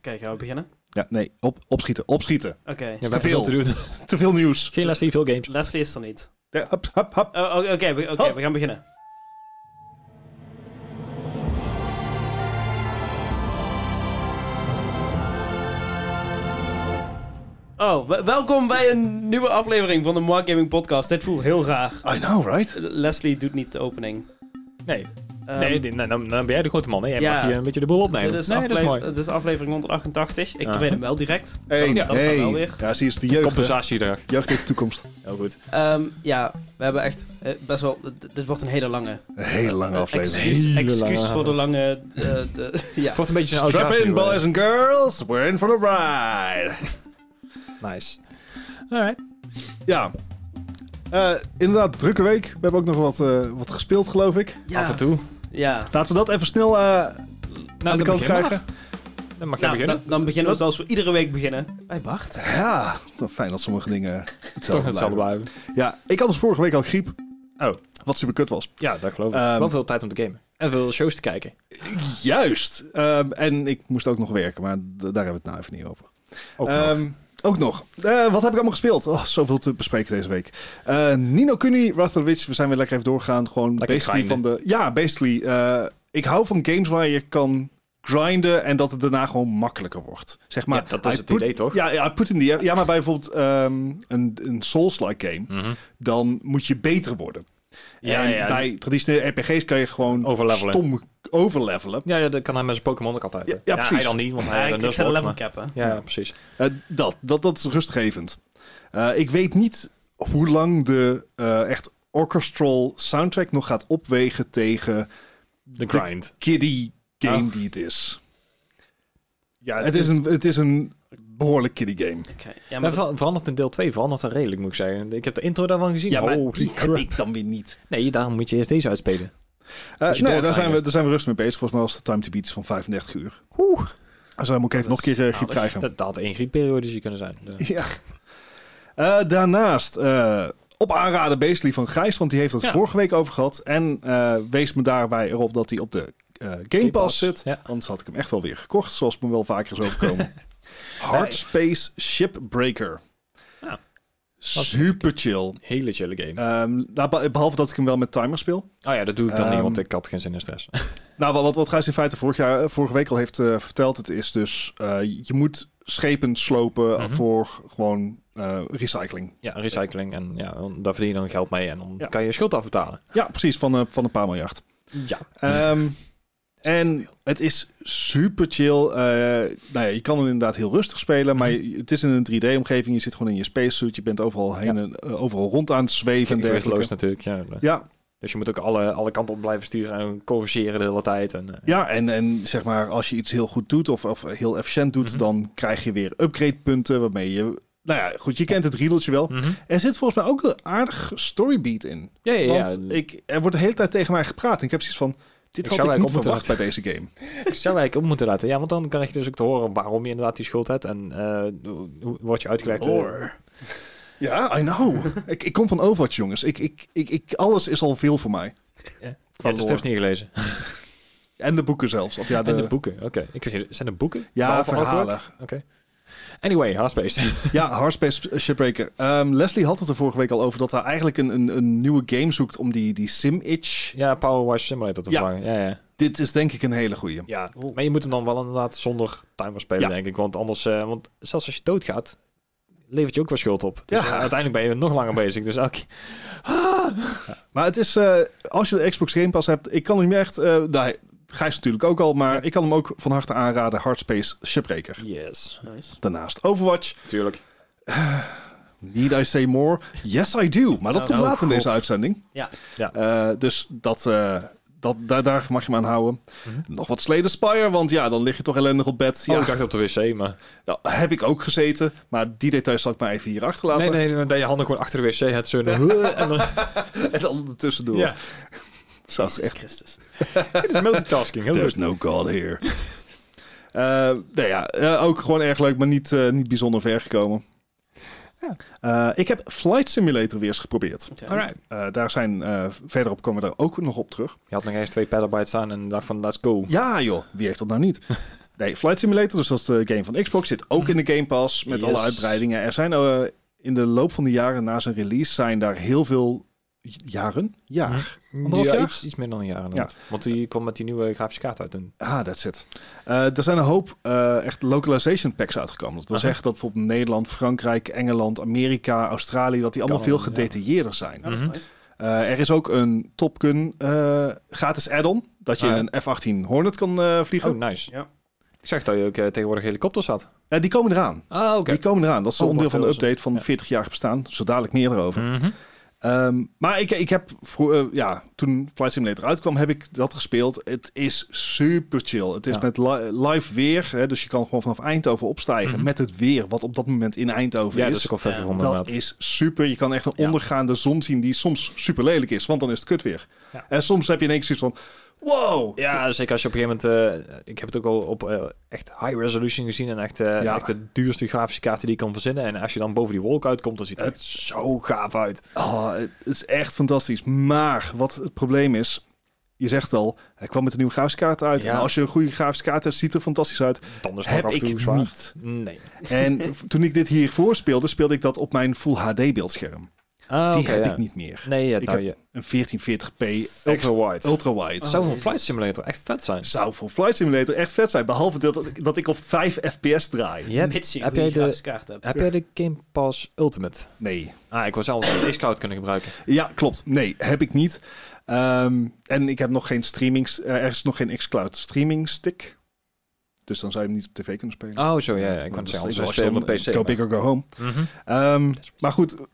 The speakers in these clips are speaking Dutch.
Oké, gaan we beginnen? Ja, nee, opschieten. Oké. Ja, we hebben veel te doen. Te veel nieuws. Geen Leslie, veel games. Leslie is er niet. Ja, hop. Oké, we gaan beginnen. Welkom bij een nieuwe aflevering van de Moi Gaming Podcast. Dit voelt heel raar. I know, right? Leslie doet niet de opening. Nee. Dan ben jij de grote man. Hè? Jij ja. mag je een beetje de boel opnemen. Dit is, dat is mooi. Dit is aflevering 188. Ik Aha. weet hem wel direct. Hey, dat is dan wel weer. Ja, zie je, is de jeugd. Compensatiedag. Jeugd heeft toekomst. Heel goed. Ja, we hebben echt best wel... Dit wordt een hele lange. Een hele lange aflevering. Excuus voor de lange... ja. Het wordt een beetje een oud Strap in, boys and girls. We're in for the ride. Nice. Alright. Ja. Inderdaad, drukke week. We hebben ook nog wat gespeeld, geloof ik. Ja. Af en toe. Ja. Laten we dat even snel aan de kant krijgen. Dan mag jij beginnen. Dan beginnen we zoals we iedere week beginnen. Bij Bart. Ja, fijn dat sommige dingen Toch hetzelfde blijven. Ja, ik had dus vorige week al griep. Oh. Wat super kut was. Ja, dat geloof ik. Wel veel tijd om te gamen. En veel shows te kijken. Juist. En ik moest ook nog werken, maar daar hebben we het nou even niet over. Ook nog. Wat heb ik allemaal gespeeld? Oh, zoveel te bespreken deze week. Ni no Kuni, Wrath of the Witch. We zijn weer lekker even doorgegaan. Gewoon lekker basically grinden. van de... Ja, basically. Ik hou van games waar je kan grinden en dat het daarna gewoon makkelijker wordt. Zeg maar. Ja, dat is het idee, toch? Ja, put in the... Ja, maar bij bijvoorbeeld een Souls-like game, dan moet je beter worden. Ja, en ja. bij traditionele RPG's kan je gewoon Overlevelen. stom overlevelen. Ja, dat kan hij met zijn Pokémon ook altijd. Ja, precies. Hij dan niet, want hij Hij heeft een krijgt een nuzlocke, level maar- cap, hè? Ja, precies. Dat is rustgevend. Ik weet niet hoe lang de echt orchestral soundtrack nog gaat opwegen tegen De grind. kiddie game die het is. Ja, Het is een behoorlijk kiddie game. Oké. Ja, Maar maar verandert in deel 2, verandert er redelijk, moet ik zeggen. Ik heb de intro daarvan gezien. Ja, maar Oh, die crap. heb ik dan weer niet. Nee, daarom moet je eerst deze uitspelen. Nee, je daar doorkrijgen. zijn we rustig mee bezig. Volgens mij was de time to beat is van 35 uur. Oeh. Dus dan moet ik even nog een keer griep krijgen. Dat had één griepperiode kunnen zijn. Ja. Daarnaast, op aanraden basically van Gijs, want die heeft het Ja. vorige week over gehad. En wees me daarbij erop dat hij op de Game Pass zit. Ja. Anders had ik hem echt wel weer gekocht, zoals me wel vaker is overkomen. Hard Space Shipbreaker. Ja. Super chill. Hele chille game. Behalve dat ik hem wel met timer speel. Oh ja, dat doe ik dan niet, want ik had geen zin in stress. Nou, wat Gijs in feite vorige week al heeft verteld, het is dus, je moet schepen slopen voor gewoon recycling. Ja, recycling. En ja, daar verdien je dan geld mee. En dan Ja. kan je je schuld afbetalen. Ja, precies, van een paar miljard. Ja. En het is super chill. Je kan hem inderdaad heel rustig spelen, maar het is in een 3D-omgeving. Je zit gewoon in je spacesuit. Je bent overal heen en overal rond aan het zweven en dergelijke. Natuurlijk. Ja. Ja, Dus je moet ook alle kanten op blijven sturen en corrigeren de hele tijd. En, ja, en zeg maar, als je iets heel goed doet of heel efficiënt doet, dan krijg je weer upgrade punten waarmee je... Nou ja, goed, je kent het riedeltje wel. Er zit volgens mij ook een aardig storybeat in. Ja. Want er wordt de hele tijd tegen mij gepraat. En ik heb zoiets van, dit had ik niet verwacht bij deze game. Ik zou eigenlijk op moeten laten. Ja, want dan krijg je dus ook te horen waarom je inderdaad die schuld hebt. En hoe wordt je uitgelegd. Ja, I know. ik kom van Overwatch, jongens. Alles is al veel voor mij. Ja, Qua de lore. strips niet gelezen. En de boeken zelfs. Of ja, En de boeken, oké. Ik wist niet, zijn er boeken? Ja, Behalve verhalen. Artwork? Oké. Anyway, Hardspace. Ja, Hard Space Shipbreaker. Leslie had het er vorige week al over dat hij eigenlijk een nieuwe game zoekt om die sim-itch. Ja, Power Wash Simulator te vervangen. Ja. Dit is denk ik een hele goeie. Ja, maar je moet hem dan wel inderdaad zonder timer spelen, denk ik. Want anders, want zelfs als je doodgaat, levert je ook wel schuld op. Dus uiteindelijk ben je nog langer bezig. Dus elke... Maar het is, als je de Xbox Game Pass hebt, ik kan hem echt... Gijs natuurlijk ook al, maar ik kan hem ook van harte aanraden. Hard Space Shipbreaker. Yes. nice. Daarnaast Overwatch. Tuurlijk. Need I say more? Yes, I do. Maar dat komt later in deze uitzending. Ja. Dus daar mag je me aan houden. Nog wat Slay the Spire, want ja, dan lig je toch ellendig op bed. Oh, Ja, ik dacht op de wc, maar... nou, heb ik ook gezeten. Maar die details zal ik maar even hier achterlaten. Nee, dat je handen gewoon achter de wc het zo... en dan... En dan ertussendoor. Ja. Zo Jezus echt. Christus. Het is multitasking, heel There's goed. no God here. Ook gewoon erg leuk, maar niet bijzonder ver gekomen. Ja. Ik heb Flight Simulator weer eens geprobeerd. Okay. Alright. Daar zijn verderop komen we daar ook nog op terug. Je had nog eens 2 petabytes staan en dacht van, let's go. Ja joh, wie heeft dat nou niet? Nee, Flight Simulator, dus dat is de game van Xbox, zit ook in de Game Pass met alle uitbreidingen. Er zijn in de loop van de jaren na zijn release zijn daar heel veel jaren? Anderhalf jaar? Iets meer dan een jaar. Ja. Want die kwam met die nieuwe grafische kaart uit toen. That's it. Er zijn een hoop echt localization packs uitgekomen. Dat wil zeggen dat bijvoorbeeld Nederland, Frankrijk, Engeland, Amerika, Australië, dat die allemaal veel gedetailleerder zijn. Ja, dat is nice. Er is ook een Top Gun gratis add-on, dat je in een F-18 Hornet kan vliegen. Oh, nice. Ja. Ik zag dat je ook tegenwoordig helikopters had. Die komen eraan. Ah, oké. Die komen eraan. Dat is onderdeel van de wacht, update van 40-jarig bestaan. Zo dadelijk meer erover. Mhm. Maar ik heb toen Flight Simulator uitkwam, heb ik dat gespeeld. Het is super chill. Het is met live weer. Hè, dus je kan gewoon vanaf Eindhoven opstijgen met het weer wat op dat moment in Eindhoven is. Dat is ook al vet gevonden. Dat is super. Je kan echt een ondergaande zon zien die soms super lelijk is, want dan is het kut weer. Ja. En soms heb je in één keer zoiets van, wow! Ja, zeker als je op een gegeven moment... ik heb het ook al op echt high resolution gezien en echt de duurste grafische kaarten die je kan verzinnen. En als je dan boven die wolk uitkomt, dan ziet het zo gaaf uit. Oh, het is echt fantastisch. Maar wat het probleem is, je zegt al, hij kwam met een nieuwe grafische kaart uit. En als je een goede grafische kaart hebt, ziet het er fantastisch uit. Dan is het heb af en toe ik zwaar. niet. Nee. En toen ik dit hiervoor speelde ik dat op mijn Full HD beeldscherm. Die heb ik niet meer. Nee, ik heb een 1440p ultra-wide. Zou voor een Flight Simulator echt vet zijn. Zou voor Flight Simulator echt vet zijn. Behalve dat ik op 5 fps draai. Heb jij de Game Pass Ultimate? Nee. Ik wil zelfs een xCloud kunnen gebruiken. Ja, klopt. Nee, heb ik niet. En ik heb nog geen er is nog geen xCloud streaming stick. Dus dan zou je hem niet op tv kunnen spelen. Oh, zo ja. Ik kan het zelfs spelen op PC. Go big or go home. Maar goed,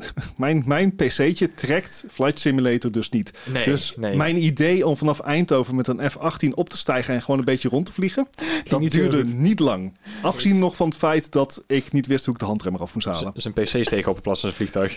mijn pc'tje trekt Flight Simulator dus niet. Mijn idee om vanaf Eindhoven met een F-18 op te stijgen en gewoon een beetje rond te vliegen, dat duurde niet lang. Afgezien nog van het feit dat ik niet wist hoe ik de handrem eraf moest halen. Dus een PC steken op een plaats als een vliegtuig.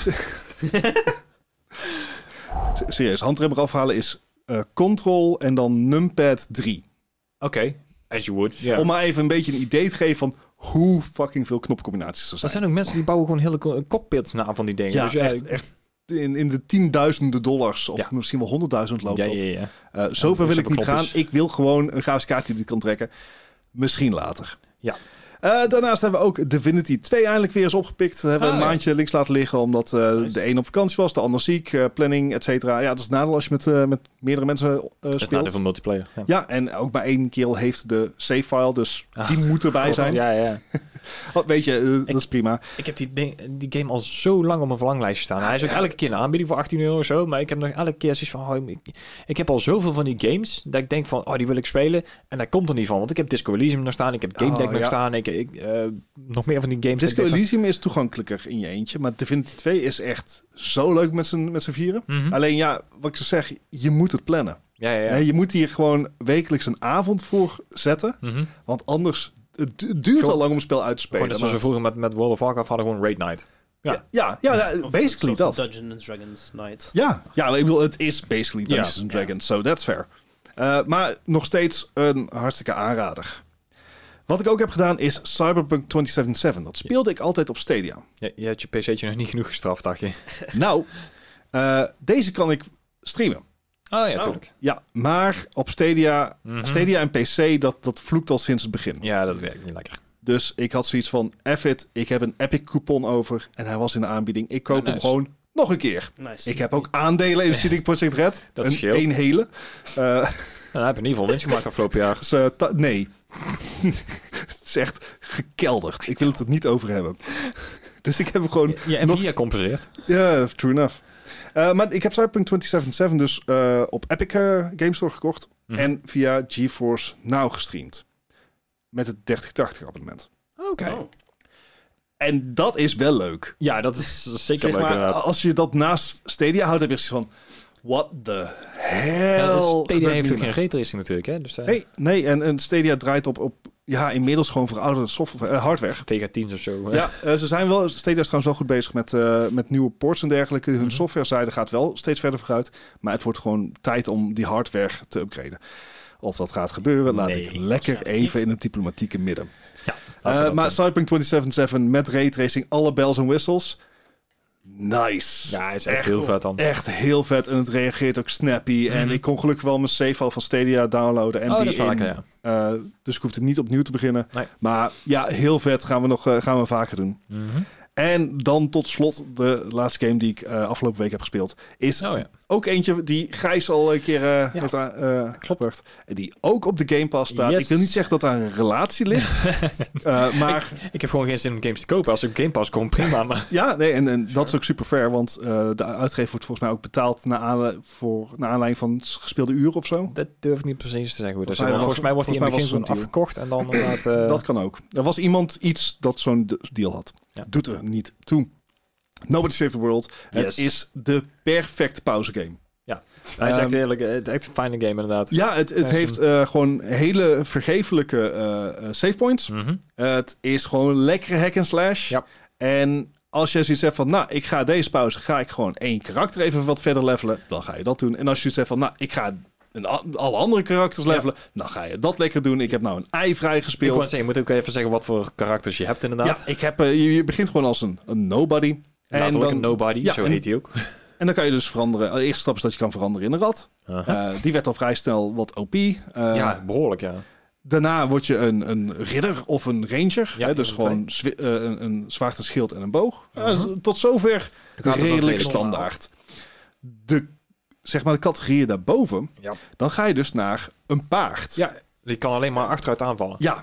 Serieus, handrem eraf halen is Control en dan numpad 3. Oké, as you would. Yeah. Om maar even een beetje een idee te geven van hoe fucking veel knopcombinaties er zijn. Er zijn ook mensen die bouwen gewoon hele cockpits na van die dingen. Ja, dus echt in de $10.000 of misschien wel 100.000 loopt dat. Zover wil ik niet gaan. Ik wil gewoon een grafische kaart die dit kan trekken. Misschien later. Ja. Daarnaast hebben we ook Divinity 2 eindelijk weer eens opgepikt. We hebben een maandje links laten liggen omdat de een op vakantie was, de ander ziek, planning, et cetera. Ja, dat is het nadeel als je met meerdere mensen speelt. Dat is nadeel van multiplayer. Ja, en ook maar één kerel heeft de save file, dus die moet erbij zijn. Ja. Weet je, dat is prima. Ik heb die game al zo lang op mijn verlanglijstje staan. Hij is ook elke keer een aanbieding voor €18 of zo. Maar ik heb nog elke keer zoiets van... ik heb al zoveel van die games dat ik denk van... die wil ik spelen. En daar komt er niet van. Want ik heb Disco Elysium nog staan. Ik heb Game Deck nog staan. Nog meer van die games. Disco Elysium is toegankelijker in je eentje. Maar Divinity 2 is echt zo leuk met z'n vieren. Mm-hmm. Alleen wat ik zo zeg, je moet het plannen. Ja. Je moet hier gewoon wekelijks een avond voor zetten. Mm-hmm. Want anders... Het duurt al lang om het spel uit te spelen. Gewoon zoals we vroeger met World of Warcraft hadden gewoon Raid Night. Ja, basically dat. Dungeons & Dragons Night. Ja, ik bedoel, het is basically Dungeons & Dragons, so that's fair. Maar nog steeds een hartstikke aanrader. Wat ik ook heb gedaan is Cyberpunk 2077. Dat speelde ik altijd op Stadia. Ja, je hebt je pc'tje nog niet genoeg gestraft, dacht je? Nou, deze kan ik streamen. Oh ja, tuurlijk. Ja, maar op Stadia, Stadia en PC, dat vloekt al sinds het begin. Ja, dat werkt niet lekker. Dus ik had zoiets van, F it, ik heb een Epic coupon over en hij was in de aanbieding. Ik koop hem gewoon nog een keer. Nice. Ik heb ook aandelen in CD Projekt Red. Dat scheelt. Een hele. Dan heb je in ieder geval winst gemaakt afgelopen jaar. Dus, nee. Het is echt gekelderd. Ik wil het er niet over hebben. Dus ik heb hem gewoon... Ja, Nvidia compenseert. Ja, true enough. Maar ik heb Cyberpunk 2077 dus op Epic Games Store gekocht. En via GeForce Now gestreamd. Met het 3080 abonnement. Oké. Oh. En dat is wel leuk. Ja, dat is zeker leuk inderdaad. Als je dat naast Stadia houdt, heb je zoiets van... What the hell? Stadia heeft ook geen raytracing natuurlijk, hè? Dus, nee, en Stadia draait op inmiddels gewoon verouderde software, hardware. Vega 10 of zo. Ja, Stadia is trouwens wel goed bezig met nieuwe ports en dergelijke. Hun softwarezijde gaat wel steeds verder vooruit. Maar het wordt gewoon tijd om die hardware te upgraden. Of dat gaat gebeuren, laat ik lekker even in het diplomatieke midden. Ja, maar Cyberpunk 2077 met raytracing, alle bells en whistles. nice. Ja, hij is echt heel vet dan. Echt heel vet en het reageert ook snappy. En ik kon gelukkig wel mijn save al van Stadia downloaden. En dat is wel lekker, ja. Dus ik hoefde niet opnieuw te beginnen. Nee. Maar ja, heel vet. Gaan we vaker doen. En dan tot slot de laatste game die ik afgelopen week heb gespeeld. Is ook eentje die Gijs al een keer heeft gebracht. En die ook op de Game Pass staat. Yes. Ik wil niet zeggen dat daar een relatie ligt. Maar ik heb gewoon geen zin om games te kopen. Als ik op Game Pass kom, prima. Maar... ja, nee, en dat is ook super fair. Want de uitgever wordt volgens mij ook betaald naar aanleiding van gespeelde uren of zo. Dat durf ik niet precies te zeggen. Dus Volgens volgens mij wordt hij in het begin zo'n gewoon afgekocht. En dan inderdaad... Dat kan ook. Er was iemand iets dat zo'n deal had. Ja. Doet er niet toe. Nobody Save the World. Yes. Het is de perfecte pauzegame. Hij is echt heerlijk. Echt een fijne game inderdaad. Ja, het heeft gewoon hele vergeeflijke save points. Het is gewoon lekkere hack and slash. Ja. En als je zoiets hebt van, nou, ik ga deze pauze, ga ik gewoon 1 karakter even wat verder levelen, dan ga je dat doen. En als je zoiets hebt van, nou, ik ga alle andere karakters levelen, dan ga je dat lekker doen. Ik heb nou een ei vrij gespeeld. Ik wou zeggen, je moet ook even zeggen wat voor karakters je hebt inderdaad. Ja, ik heb, je begint gewoon als een nobody. En dan een nobody, zo heet hij ook. En dan kan je dus veranderen. De eerste stap is dat je kan veranderen in een rat. Die werd al vrij snel wat OP. Ja, behoorlijk, ja. Daarna word je een ridder of een ranger. Ja, hè, dus gewoon een zwaard, een schild en een boog. Tot zover Gaat het redelijk nog standaard. De categorieën daarboven, dan ga je dus naar een paard. Ja, die kan alleen maar achteruit aanvallen. Ja.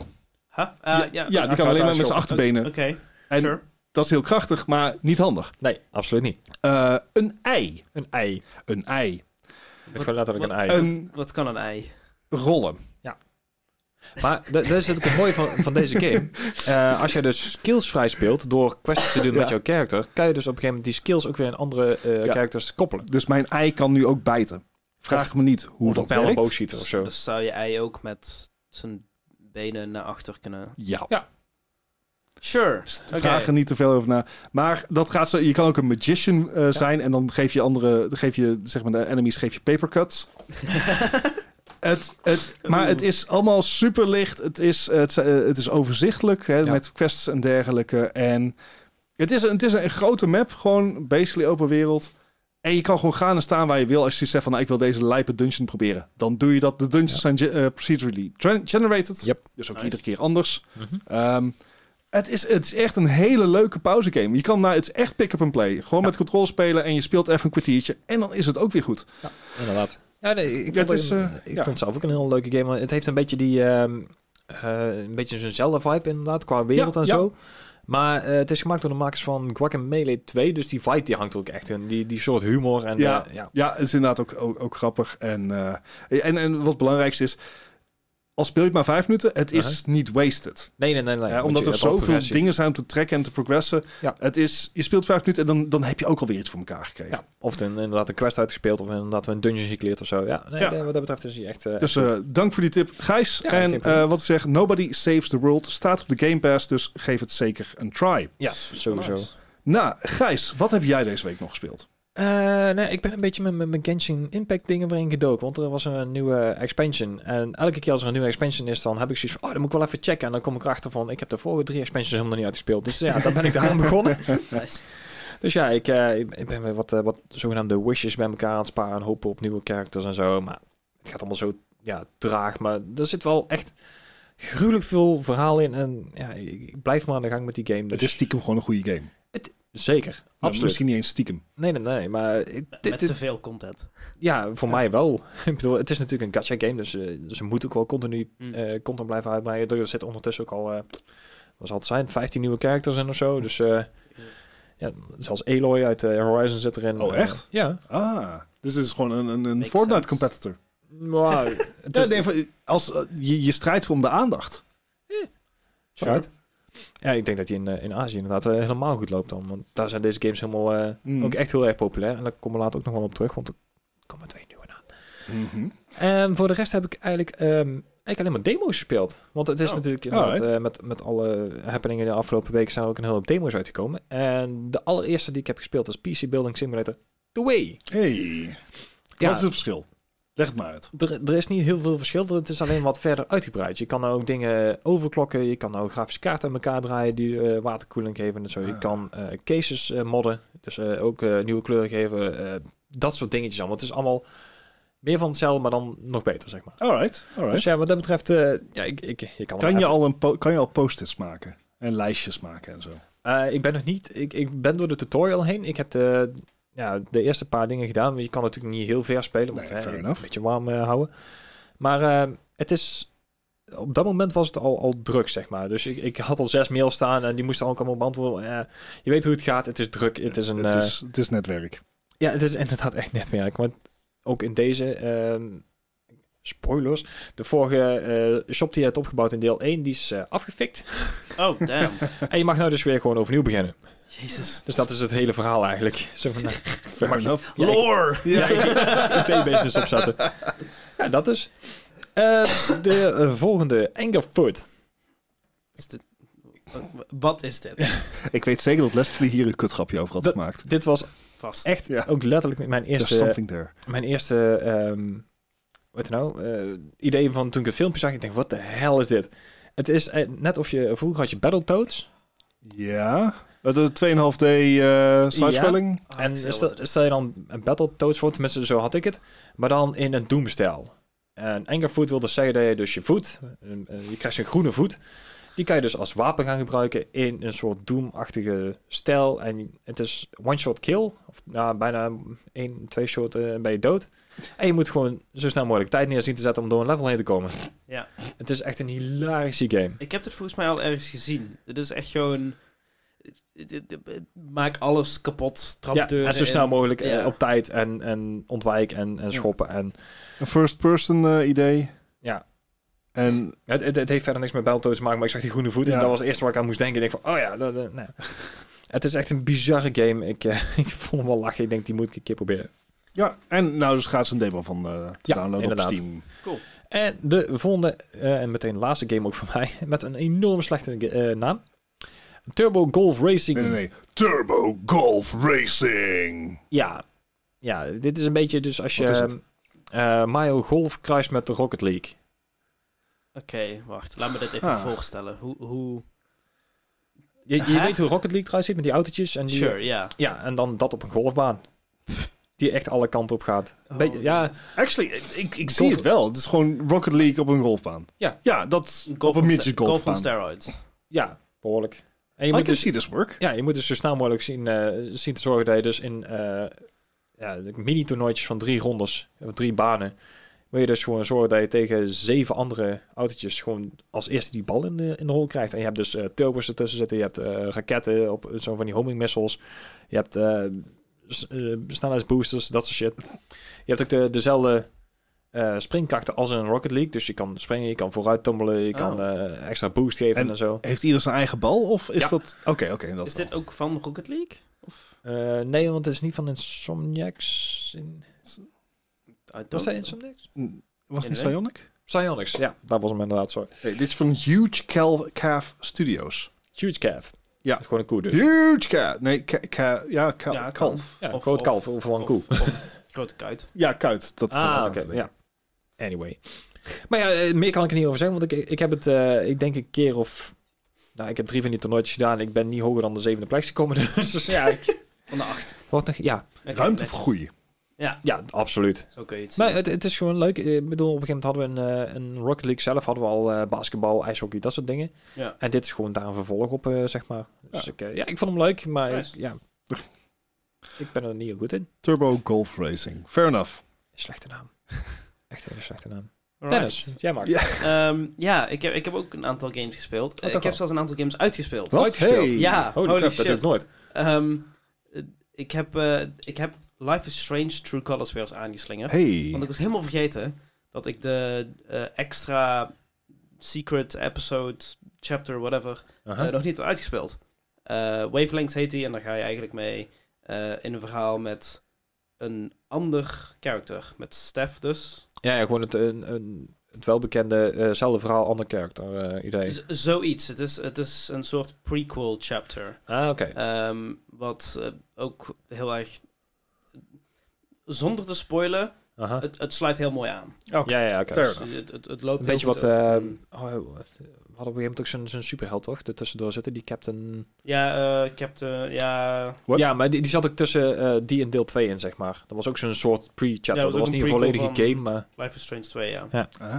Ja, die kan alleen maar met zijn achterbenen. Oké, En sure. dat is heel krachtig, maar niet handig. Nee, absoluut niet. Een ei. Een ei. Een ei. Het is gewoon letterlijk een ei. Wat kan een ei? Rollen. Maar dat is natuurlijk het mooie van deze game. Als je dus skills vrij speelt door quests te doen met jouw character, kan je dus op een gegeven moment die skills ook weer aan andere characters koppelen. Dus mijn ei kan nu ook bijten. Vraag me niet hoe dat werkt. Een boogschieten of zo. Dus zou je ei ook met zijn benen naar achter kunnen... Ja. Sure. Vraag er niet te veel over na. Maar dat gaat zo. Je kan ook een magician zijn en dan geef je zeg maar de enemies papercuts. Maar het is allemaal super licht. Het is overzichtelijk met quests en dergelijke. En het is een grote map, gewoon basically open wereld. En je kan gewoon gaan en staan waar je wil. Als je zegt van, nou, ik wil deze lijpe dungeon proberen. Dan doe je dat. De dungeons zijn procedurally generated. Yep. Dus ook iedere keer anders. Het is echt een hele leuke pauzegame. Je kan het is echt pick-up and play. Gewoon met controle spelen en je speelt even een kwartiertje. En dan is het ook weer goed. Ja, inderdaad. Ja, nee, ik vond het zelf ook een heel leuke game. Het heeft een beetje een beetje zo'nzelfde vibe inderdaad, qua wereld en zo. Maar het is gemaakt door de makers van Guacamelee 2. Dus die vibe die hangt er ook echt in. Die soort humor. En, het is inderdaad ook grappig. En wat het belangrijkste is, al speel je het maar 5 minuten, het is niet wasted. Nee. Omdat er zoveel dingen zijn om te trekken en te progressen. Ja. Je speelt 5 minuten en dan heb je ook alweer iets voor elkaar gekregen. Ja. Of inderdaad een quest uitgespeeld, of inderdaad een dungeon gecleared of zo. Ja, wat dat betreft is hij echt... Dus dank voor die tip, Gijs. Ja, en wat ik zeg, Nobody Saves the World staat op de Game Pass, dus geef het zeker een try. Ja, sowieso. Nice. Nou, Gijs, wat heb jij deze week nog gespeeld? Ik ben een beetje met mijn Genshin Impact dingen erin gedoken, want er was een nieuwe expansion. En elke keer als er een nieuwe expansion is, dan heb ik zoiets van, dan moet ik wel even checken. En dan kom ik erachter van, ik heb de vorige 3 expansions helemaal niet uitgespeeld. Dus ja, daar ben ik aan begonnen. Nice. Dus ja, ik ben weer wat zogenaamde wishes bij elkaar aan het sparen en hopen op nieuwe characters en zo. Maar het gaat allemaal zo traag. Maar er zit wel echt gruwelijk veel verhaal in. En ja, ik blijf maar aan de gang met die game. Dus... Het is stiekem gewoon een goede game. Zeker, absoluut. Misschien niet eens stiekem. Nee, maar... Met te veel content. Ja, voor mij wel. Ik bedoel, het is natuurlijk een gacha game, dus ze moeten ook wel continu content blijven uitbreiden. Er zit ondertussen ook al, wat zal het zijn, 15 nieuwe characters in of zo. Dus zelfs Aloy uit Horizon zit erin. Oh, echt? Ja. Dus het is gewoon een Fortnite-competitor. Maar je strijdt om de aandacht. Right. Ja, ik denk dat die in Azië inderdaad helemaal goed loopt dan. Want daar zijn deze games helemaal ook echt heel erg populair. En daar komen we later ook nog wel op terug, want er komen 2 nieuwe aan. En voor de rest heb ik eigenlijk alleen maar demo's gespeeld. Want het is natuurlijk inderdaad, met alle happeningen de afgelopen weken zijn er ook een hele hoop demo's uitgekomen. En de allereerste die ik heb gespeeld is PC Building Simulator 2. Hey, wat is het verschil? Leg het maar uit. Er is niet heel veel verschil. Het is alleen wat verder uitgebreid. Je kan ook dingen overklokken. Je kan ook grafische kaarten aan elkaar draaien die waterkoeling geven en zo. Je kan cases modden. Dus ook nieuwe kleuren geven. Dat soort dingetjes allemaal. Het is allemaal meer van hetzelfde, maar dan nog beter, zeg maar. Alright. Dus ja, wat dat betreft... je Kan je al post-its maken? En lijstjes maken en zo? Ik ben nog niet... Ik ben door de tutorial heen. Ik heb de eerste paar dingen gedaan. Je kan natuurlijk niet heel ver spelen. Want een beetje warm houden. Maar het is... Op dat moment was het al druk, zeg maar. Dus ik had al 6 mails staan en die moesten ook allemaal beantwoorden. Je weet hoe het gaat. Het is druk. Het is een... Het is netwerk. Ja, het is inderdaad echt netwerk. Want ook in deze... spoilers. De vorige shop die je hebt opgebouwd in deel 1, die is afgefikt. Oh, damn. En je mag nou dus weer gewoon overnieuw beginnen. Jezus. Dus dat is het hele verhaal eigenlijk. Zo van, Fair enough. Lore! Ja, IT's opzetten. Ja, dat is. De volgende, Angerfoot. Wat is dit? Ik weet zeker dat Leslie hier een kutgrapje over had gemaakt. Dit was Vast. echt ook letterlijk mijn eerste idee van toen ik het filmpje zag. Ik denk, wat de hel is dit? Het is net of je... Vroeger had je Battletoads. Ja. De 2,5D sidescrolling. Ja. En stel je dan een Battletoads voor, tenminste zo had ik het. Maar dan in een Doom-stijl. En Angerfoot wil dus zeggen dat je dus je voet... je krijgt een groene voet. Die kan je dus als wapen gaan gebruiken in een soort Doom-achtige stijl. En het is one-shot kill. Of bijna 1-2 shot ben je dood. En je moet gewoon zo snel mogelijk tijd neer zien te zetten om door een level heen te komen. Ja. Het is echt een hilarische game. Ik heb het volgens mij al ergens gezien. Het is echt gewoon... Maak alles kapot, trapdeuren. En zo snel mogelijk op tijd en ontwijken en schoppen. En, een first-person idee. Ja. En het heeft verder niks met Battletoads te maken, maar ik zag die groene voet en dat was het eerste waar ik aan moest denken. Ik denk van, nou. Het is echt een bizarre game. Ik vond hem wel lachen. Ik denk, die moet ik een keer proberen. Ja, en nou dus gaat ze een demo van downloaden inderdaad. op Steam. Cool. En de volgende, en meteen de laatste game ook voor mij, met een enorm slechte naam. Turbo Golf Racing. Nee. Turbo Golf Racing. Ja, dit is een beetje dus als je Mario Golf kruist met de Rocket League. Oké, wacht. Laat me dit even voorstellen. Hoe... Je weet hoe Rocket League eruit ziet met die autootjes. En die, sure, ja. Ja, en dan dat op een golfbaan. Die echt alle kanten op gaat. Actually, ik zie het wel. Het is gewoon Rocket League op een golfbaan. Ja, dat op een midget golfbaan. Golf on steroids. Ja, behoorlijk. En je I moet can dus, see this work. Ja, je moet dus zo snel mogelijk zien te zorgen dat je dus in de mini-toernooitjes van 3 rondes, of 3 banen, wil je dus gewoon zorgen dat je tegen 7 andere autootjes gewoon als eerste die bal in de hol krijgt. En je hebt dus turbos ertussen zitten, je hebt raketten op zo van die homing missiles, je hebt snelheidsboosters, dat soort shit. Je hebt ook dezelfde springkrachten als in een Rocket League, dus je kan springen, je kan vooruit tommelen, je kan extra boost geven en zo. Heeft ieder zijn eigen bal of is dat... Oké. Is dit ook van Rocket League? Of? Nee, want het is niet van Insomniacs. Was dat Insomniacs? Was het niet Psyonic? Psyonix, ja. Dat was hem inderdaad, sorry. Nee, dit is van Huge Calf Studios. Huge Calf. Ja. Dat is gewoon een koe dus. Huge Calf. Nee, kalf. Ja, een groot kalf of een koe. Of grote kuit. Ja, kuit. Dat oké. Ja. Anyway. Maar ja, meer kan ik er niet over zeggen, want ik heb het, ik denk een keer of... Nou, ik heb 3 van die toernooitjes gedaan. Ik ben niet hoger dan de 7e plek gekomen. Dus ja, van de 8. Wat nog? Ja. Ruimte voor groei. Ja, absoluut. Zo kun je het zien. Maar het is gewoon leuk. Ik bedoel, op een gegeven moment hadden we een Rocket League zelf. Hadden we al basketbal, ijshockey, dat soort dingen. Ja. En dit is gewoon daar een vervolg op, zeg maar. Dus ik vond hem leuk, maar nice. ik ben er niet heel goed in. Turbo Golf Racing. Fair enough. Slechte naam. Echt een hele slechte naam. Alright. Dennis, jij mag. Ik heb ook een aantal games gespeeld. Ik heb zelfs een aantal games uitgespeeld. Wat? Uitgespeeld? Hey. Ja, Holy crap, dat doe ik nooit. Ik heb Life is Strange True Colors weer eens aangeslingerd. Hey. Want ik was helemaal vergeten dat ik de extra secret episode, chapter, whatever, nog niet had uitgespeeld. Wavelengths heet die en dan ga je eigenlijk mee in een verhaal met een ander character. Met Steph dus. Ja, gewoon het welbekende zelfde verhaal, ander character idee. Zoiets. Het is een soort prequel chapter. Oké. Wat ook heel erg... Zonder te spoilen, Het sluit heel mooi aan. Ja, oké. Fair Dus het loopt Een beetje heel wat... goed. we hadden op een gegeven moment ook zijn superheld, toch? Er tussendoor zitten, die Captain... Captain... Ja... What? Ja, maar die zat ook tussen die en deel 2 in, zeg maar. Dat was ook zo'n soort pre-chapter. Ja, dat was ook niet een een volledige prequel game, maar... Life is Strange 2, ja.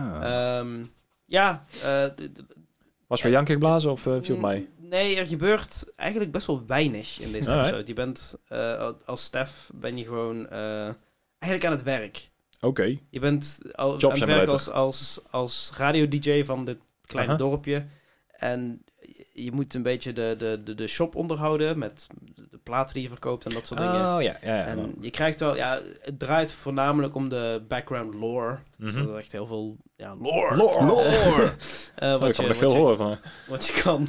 Was weer Janke geblazen of viel het mij? Nee, er gebeurt eigenlijk best wel weinig in deze Alright. episode. Je bent als Stef ben je gewoon eigenlijk aan het werk. Oké. Je bent aan Job het werk simulator. als radio-dj van dit kleine Aha. dorpje. En je moet een beetje de shop onderhouden met de platen die je verkoopt en dat soort dingen. Oh, ja. En je krijgt wel, het draait voornamelijk om de background lore. Dus Mhm. er is echt heel veel lore. Lore. Wat Ik kan er veel horen van. wat je kan,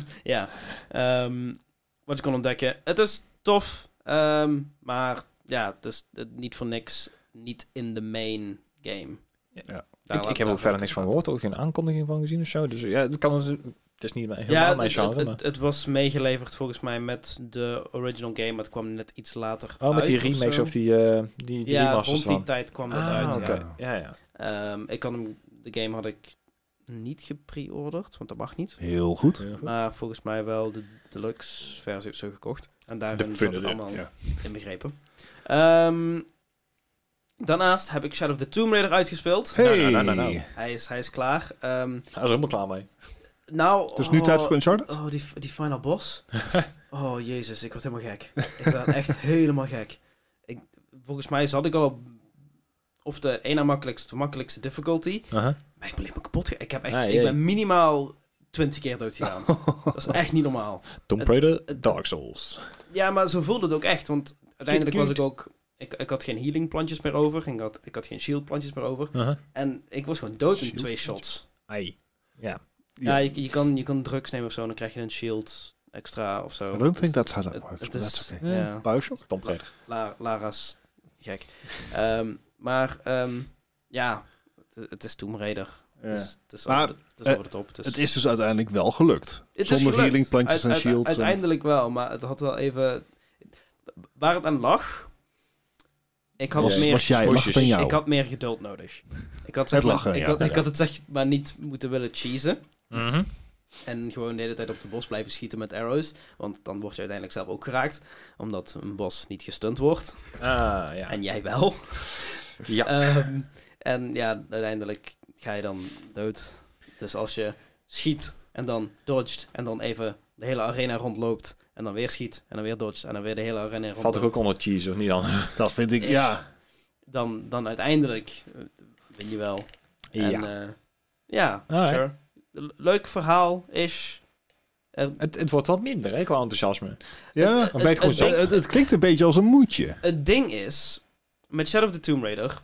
wat je kan ontdekken. Het is tof, maar ja, het is niet voor niks niet in de main game. Ja. Daar Ik heb ook verder niks van gehoord, ook geen aankondiging van gezien of zo. Dus ja, het kan... Het is niet helemaal mijn genre, maar... het was meegeleverd volgens mij met de original game, maar het kwam net iets later Oh, met die uit remakes zo. of die Ja, remasters rond die van. tijd kwam dat uit. Oké. Ja. Ja. De game had ik niet gepre-orderd, want dat mag niet. Heel goed. Heel goed. Maar volgens mij wel de deluxe versie of zo gekocht. En daarin zat het allemaal inbegrepen. Daarnaast heb ik Shadow of the Tomb Raider uitgespeeld. Hey. Nou. Hij is klaar. Hij is er helemaal klaar mee. Nou, Dus nu tijd voor Uncharted? Oh, die final boss. Oh, jezus, ik word helemaal gek. Ik werd echt helemaal gek. Volgens mij zat ik al op of de één na makkelijkste difficulty. Maar ik ben alleen maar kapot. Ik ben minimaal 20 keer dood gegaan. Dat is echt niet normaal. Tomb Raider, Dark Souls. Ja, maar zo voelde het ook echt. Want uiteindelijk was ik ook... Ik had geen healing plantjes meer over. Ik had geen shield plantjes meer over. En ik was gewoon dood in 2 shots. Ai. Ja. Ja, je kan drugs nemen of zo. En dan krijg je een shield extra of zo. I don't think that's how that works. Het but is... that's okay. Ja. Bioshock? Tomb Raider. Lara's gek. Ja, het is Tomb Raider. Ja. Het is Maar, over de top. Het is dus uiteindelijk wel gelukt. Het is Zonder gelukt. healing plantjes en shields. Uiteindelijk wel, maar het had wel even... Waar het aan lag... Ik had lag het aan jou? Ik had meer geduld nodig. Ik had, Het lag er, ja. ik had het zeg maar niet moeten willen cheesen. Mhm. En gewoon de hele tijd op de bos blijven schieten met arrows. Want dan word je uiteindelijk zelf ook geraakt. Omdat een bos niet gestunt wordt. Ja. En jij wel. Ja. En ja, uiteindelijk ga je dan dood. Dus als je schiet en dan dodgt en dan even de hele arena rondloopt en dan weer schiet en dan weer dodgt en dan weer de hele arena rondloopt. Valt er ook onder cheese, of niet dan? Dat vind ik, ja. Dan uiteindelijk win je wel. En, Alright. sure. Leuk verhaal is... Het wordt wat minder, hè, qua enthousiasme. Ja, Dan ben je het gewoon zo. het klinkt een beetje als een moedje. Het ding is, met Shadow of the Tomb Raider...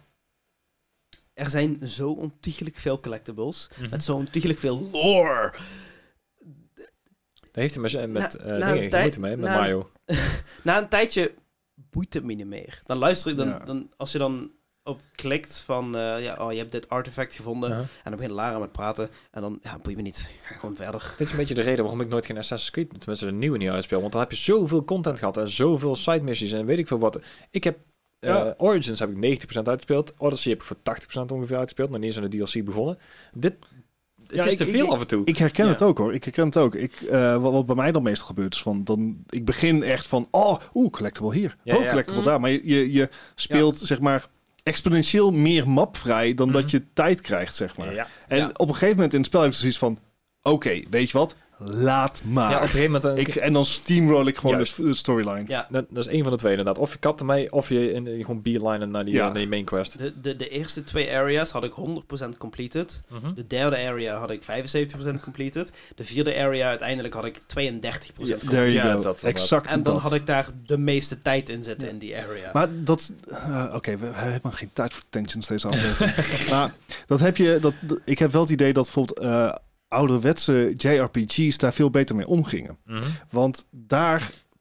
Er zijn zo ontiegelijk veel collectibles. Met zo ontiegelijk veel lore. Daar heeft hij met na Mario. Na een tijdje boeit het me niet meer. Dan luister ik, dan als je dan op klikt van... je hebt dit artefact gevonden. En dan begint Lara met praten. En dan, boeit me niet. Ga gewoon verder. Dit is een beetje de reden waarom ik nooit geen Assassin's Creed, tenminste de nieuwe niet uitspeel. Want dan heb je zoveel content gehad en zoveel side missies en weet ik veel wat. Ik heb Origins heb ik 90% uitgespeeld. Odyssey heb ik voor 80% ongeveer uitgespeeld. Nog niet eens aan de DLC begonnen. Het is te veel af en toe. Ik herken het ook, hoor. Ik herken het ook. Wat bij mij dan meestal gebeurt is van... Ik begin echt van... collectible hier. Collectible daar. Maar je speelt, zeg maar... exponentieel meer mapvrij dan dat je tijd krijgt, zeg maar. Ja. En op een gegeven moment in het spel heb ik zoiets van... Oké, weet je wat? Laat maar. Ja, op een gegeven moment... En dan steamroll ik gewoon de storyline. Ja. Dat is één van de twee inderdaad. Of je kapt ermee, of je gewoon beelinen naar die main quest. De eerste 2 areas had ik 100% completed. De derde area had ik 75% completed. De vierde area uiteindelijk had ik 32% completed. There you go. Exact. En dan had ik daar de meeste tijd in zitten in die area. Maar dat... Oké, we hebben geen tijd voor tensions deze aflevering. Maar dat heb je... Ik heb wel het idee dat bijvoorbeeld... ouderwetse JRPG's daar veel beter mee omgingen. Want daar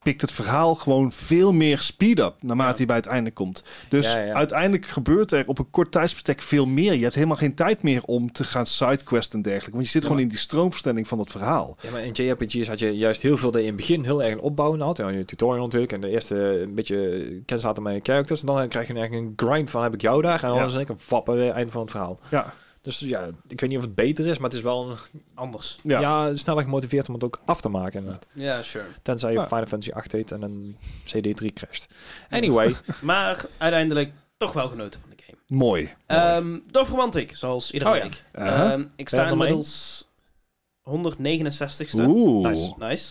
pikt het verhaal gewoon veel meer speed-up naarmate hij bij het einde komt. Dus uiteindelijk gebeurt er op een kort tijdsbestek veel meer. Je hebt helemaal geen tijd meer om te gaan sidequesten en dergelijke. Want je zit gewoon in die stroomversnelling van het verhaal. Ja, maar in JRPG's had je juist heel veel dat je in het begin heel erg opbouwen had. Ja, je tutorial natuurlijk en de eerste een beetje kennis laten met je characters. En dan krijg je eigenlijk een grind van heb ik jou daar. En dan is het een vappen einde van het verhaal. Ja. Dus ja, ik weet niet of het beter is, maar het is wel anders. Ja, sneller gemotiveerd om het ook af te maken inderdaad. Ja, sure. Tenzij je Final Fantasy 8 heet en een CD3 crasht. Anyway. Maar uiteindelijk toch wel genoten van de game. Mooi. Dorf Romantic, zoals iedere week. Ik sta inmiddels 169ste. Oeh. Nice.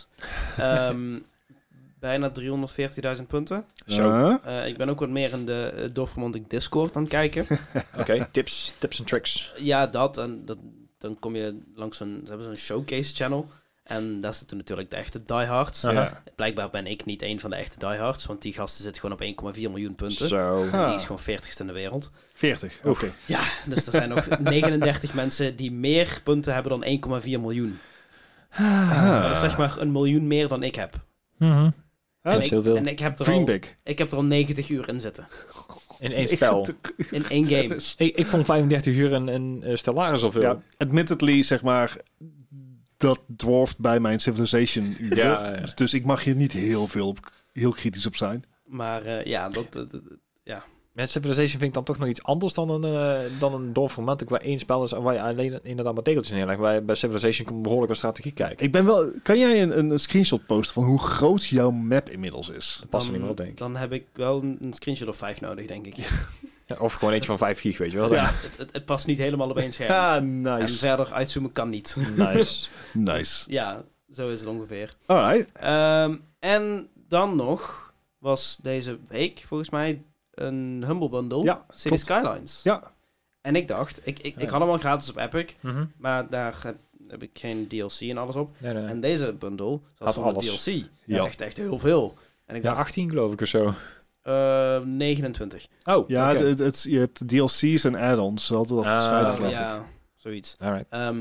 Bijna 340.000 punten. Zo. Ik ben ook wat meer in de Dorf Romantic Discord aan het kijken. Oké, tips en tricks. Ja, dan kom je langs ze hebben zo'n showcase channel. En daar zitten natuurlijk de echte diehards. Blijkbaar ben ik niet een van de echte diehards, want die gasten zitten gewoon op 1,4 miljoen punten. Zo. Die is gewoon 40ste in de wereld. 40, oké. Ja, dus er zijn nog 39 mensen die meer punten hebben dan 1,4 miljoen. Dat is zeg maar 1 miljoen meer dan ik heb. En ik heb er al 90 uur in zitten. In één spel. In één game. Ik vond 35 uur een Stellaris al veel. Ja, admittedly, zeg maar, dat dwarft bij mijn Civilization uren. Ja. Dus ik mag hier niet heel kritisch op zijn. Maar ja. Met Civilization vind ik dan toch nog iets anders dan een Dorf Romantic waar één spel is en waar je alleen inderdaad maar tegeltjes neerlegt. Waar je bij Civilization kan behoorlijk wat strategie kijken. Kan jij een screenshot posten van hoe groot jouw map inmiddels is? Dat past er niet meer op, denk ik. Dan heb ik wel een screenshot of 5 nodig, denk ik. Ja, of gewoon eentje van 5 gig, weet je wel. Ja, het past niet helemaal op één scherm. Ah, nice. En verder uitzoomen kan niet. Nice. Ja, zo is het ongeveer. Alright. En dan nog was deze week volgens mij een Humble Bundle, City Skylines. Ja. En ik dacht, ik had hem al gratis op Epic, maar daar heb ik geen DLC en alles op. Nee. En deze bundle had van de DLC. Ja. Echt heel veel. En ik dacht, 18 geloof ik of zo. 29. Oh, ja, okay. Je hebt DLC's en add-ons. Altijd dat gescheiden, geloof ik. Ja, zoiets. Alright.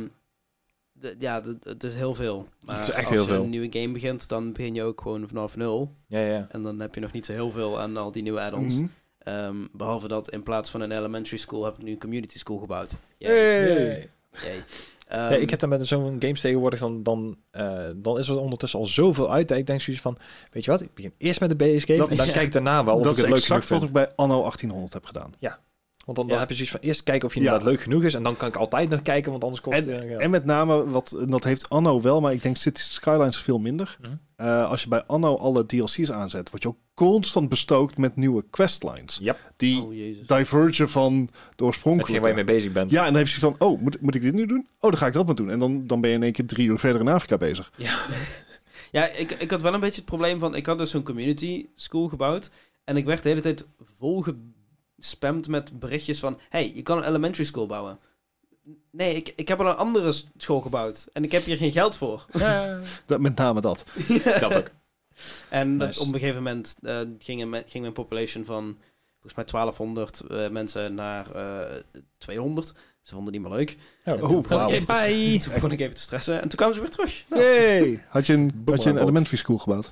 Het is heel veel. Maar het is echt als heel je veel. een nieuwe game begint, dan begin je ook gewoon vanaf 0. Ja. En dan heb je nog niet zo heel veel aan al die nieuwe add-ons. Behalve dat in plaats van een elementary school heb ik nu een community school gebouwd. Yay. Ik heb dan met zo'n games tegenwoordig, dan is er ondertussen al zoveel uit. Dat ik denk zoiets van, weet je wat, ik begin eerst met de base game en dan kijk ik daarna wel of ik het leuk genoeg vind. Dat is exact wat ik bij Anno 1800 heb gedaan. Ja. Want dan heb je zoiets van eerst kijken of je inderdaad leuk genoeg is. En dan kan ik altijd nog kijken, want anders kost het geld. En met name, dat heeft Anno wel, maar ik denk City Skylines veel minder. Als je bij Anno alle DLC's aanzet, word je ook constant bestookt met nieuwe questlines. Yep. Die divergen van de oorspronkelijke. Hetgeen waar je mee bezig bent. Ja, en dan heb je van, moet ik dit nu doen? Dan ga ik dat maar doen. En dan ben je in één keer 3 uur verder in Afrika bezig. Ja, ja ik had wel een beetje het probleem van, ik had dus zo'n community school gebouwd. En ik werd de hele tijd volgespamd met berichtjes van, hey, je kan een elementary school bouwen. Nee, ik heb al een andere school gebouwd. En ik heb hier geen geld voor. Met name dat. Dat ook. En op een gegeven moment ging mijn population van volgens mij 1200 mensen naar 200. Ze vonden het niet meer leuk. Toen begon ik even te stressen. En toen kwamen ze weer terug. Hey. Had je een elementary school gebouwd?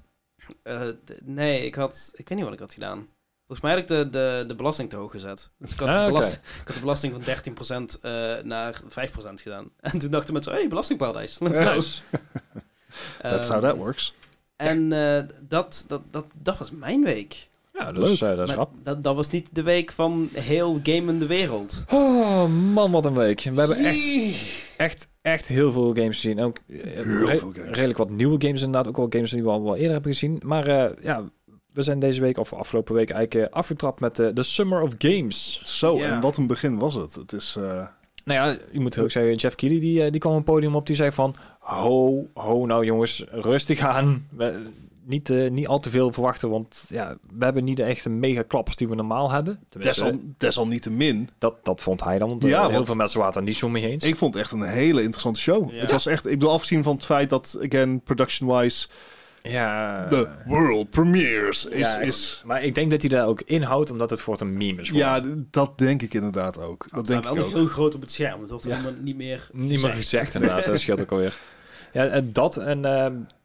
Nee, ik weet niet wat ik had gedaan. Volgens mij had ik de belasting te hoog gezet. Dus ik had, de belasting van 13% naar 5% gedaan. En toen dachten mensen, hey, belastingparadijs. Let's go. That's how that works. En dat was mijn week. Ja, dat is rap. Dat was niet de week van heel game in de wereld. Oh man, wat een week. We hebben echt heel veel games gezien. Ook redelijk wat nieuwe games inderdaad. Ook wel games die we al wel eerder hebben gezien. Maar we zijn deze week, of afgelopen week eigenlijk afgetrapt met de Summer of Games. En wat een begin was het. Het is... Nou ja, je moet ook zeggen, Jeff Keighley die kwam een podium op, die zei van, nou jongens, rustig aan. Niet al te veel verwachten, want we hebben niet de echte mega klappers die we normaal hebben. Desalniettemin. Dat vond hij dan, want heel veel mensen waren het niet zo mee eens. Ik vond het echt een hele interessante show. Ja. Het was echt, ik bedoel, afgezien van het feit dat, again, production-wise... Ja, de world premieres is... Maar ik denk dat hij daar ook inhoudt, omdat het voor een meme is. Ja, dat denk ik inderdaad ook. Dat denk wel heel groot op het scherm. Het wordt helemaal niet meer gezegd inderdaad. Dat scheelt ook alweer. Ja, dat en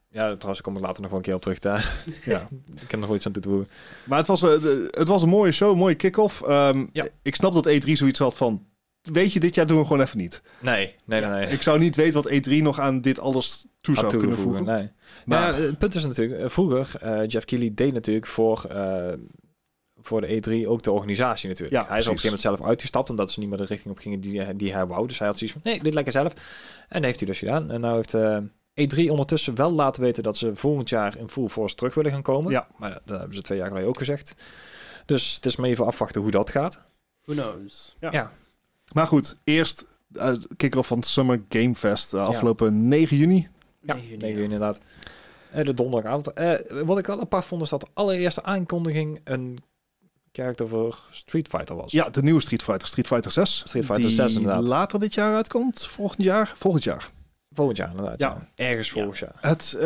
Ja, trouwens, kom ik later nog wel een keer op terug. Ja. Ik heb nog wel iets aan toe te voegen. Maar het was een mooie show, een mooie kick-off. Ik snap dat E3 zoiets had van... Weet je, dit jaar doen we gewoon even niet. Nee. Ik zou niet weten wat E3 nog aan dit alles toe zou kunnen voegen. Nee. Maar het punt is natuurlijk, vroeger, Jeff Keighley deed natuurlijk voor de E3 ook de organisatie natuurlijk. Ja, hij is op een gegeven moment zelf uitgestapt, omdat ze niet meer de richting op gingen die hij wou. Dus hij had zoiets van, nee, dit lekker zelf. En dat heeft hij dus gedaan. En nou heeft E3 ondertussen wel laten weten dat ze volgend jaar in full force terug willen gaan komen. Ja. Maar dat hebben ze 2 jaar geleden ook gezegd. Dus het is maar even afwachten hoe dat gaat. Who knows? Ja. Maar goed, eerst kick-off van Summer Game Fest afgelopen 9 juni. Ja, 9 juni inderdaad. De donderdagavond. Wat ik wel apart vond is dat de allereerste aankondiging een character voor Street Fighter was. Ja, de nieuwe Street Fighter 6. Street Fighter 6 inderdaad. Die later dit jaar uitkomt, volgend jaar. Volgend jaar inderdaad, ja. Ergens volgend jaar. Het,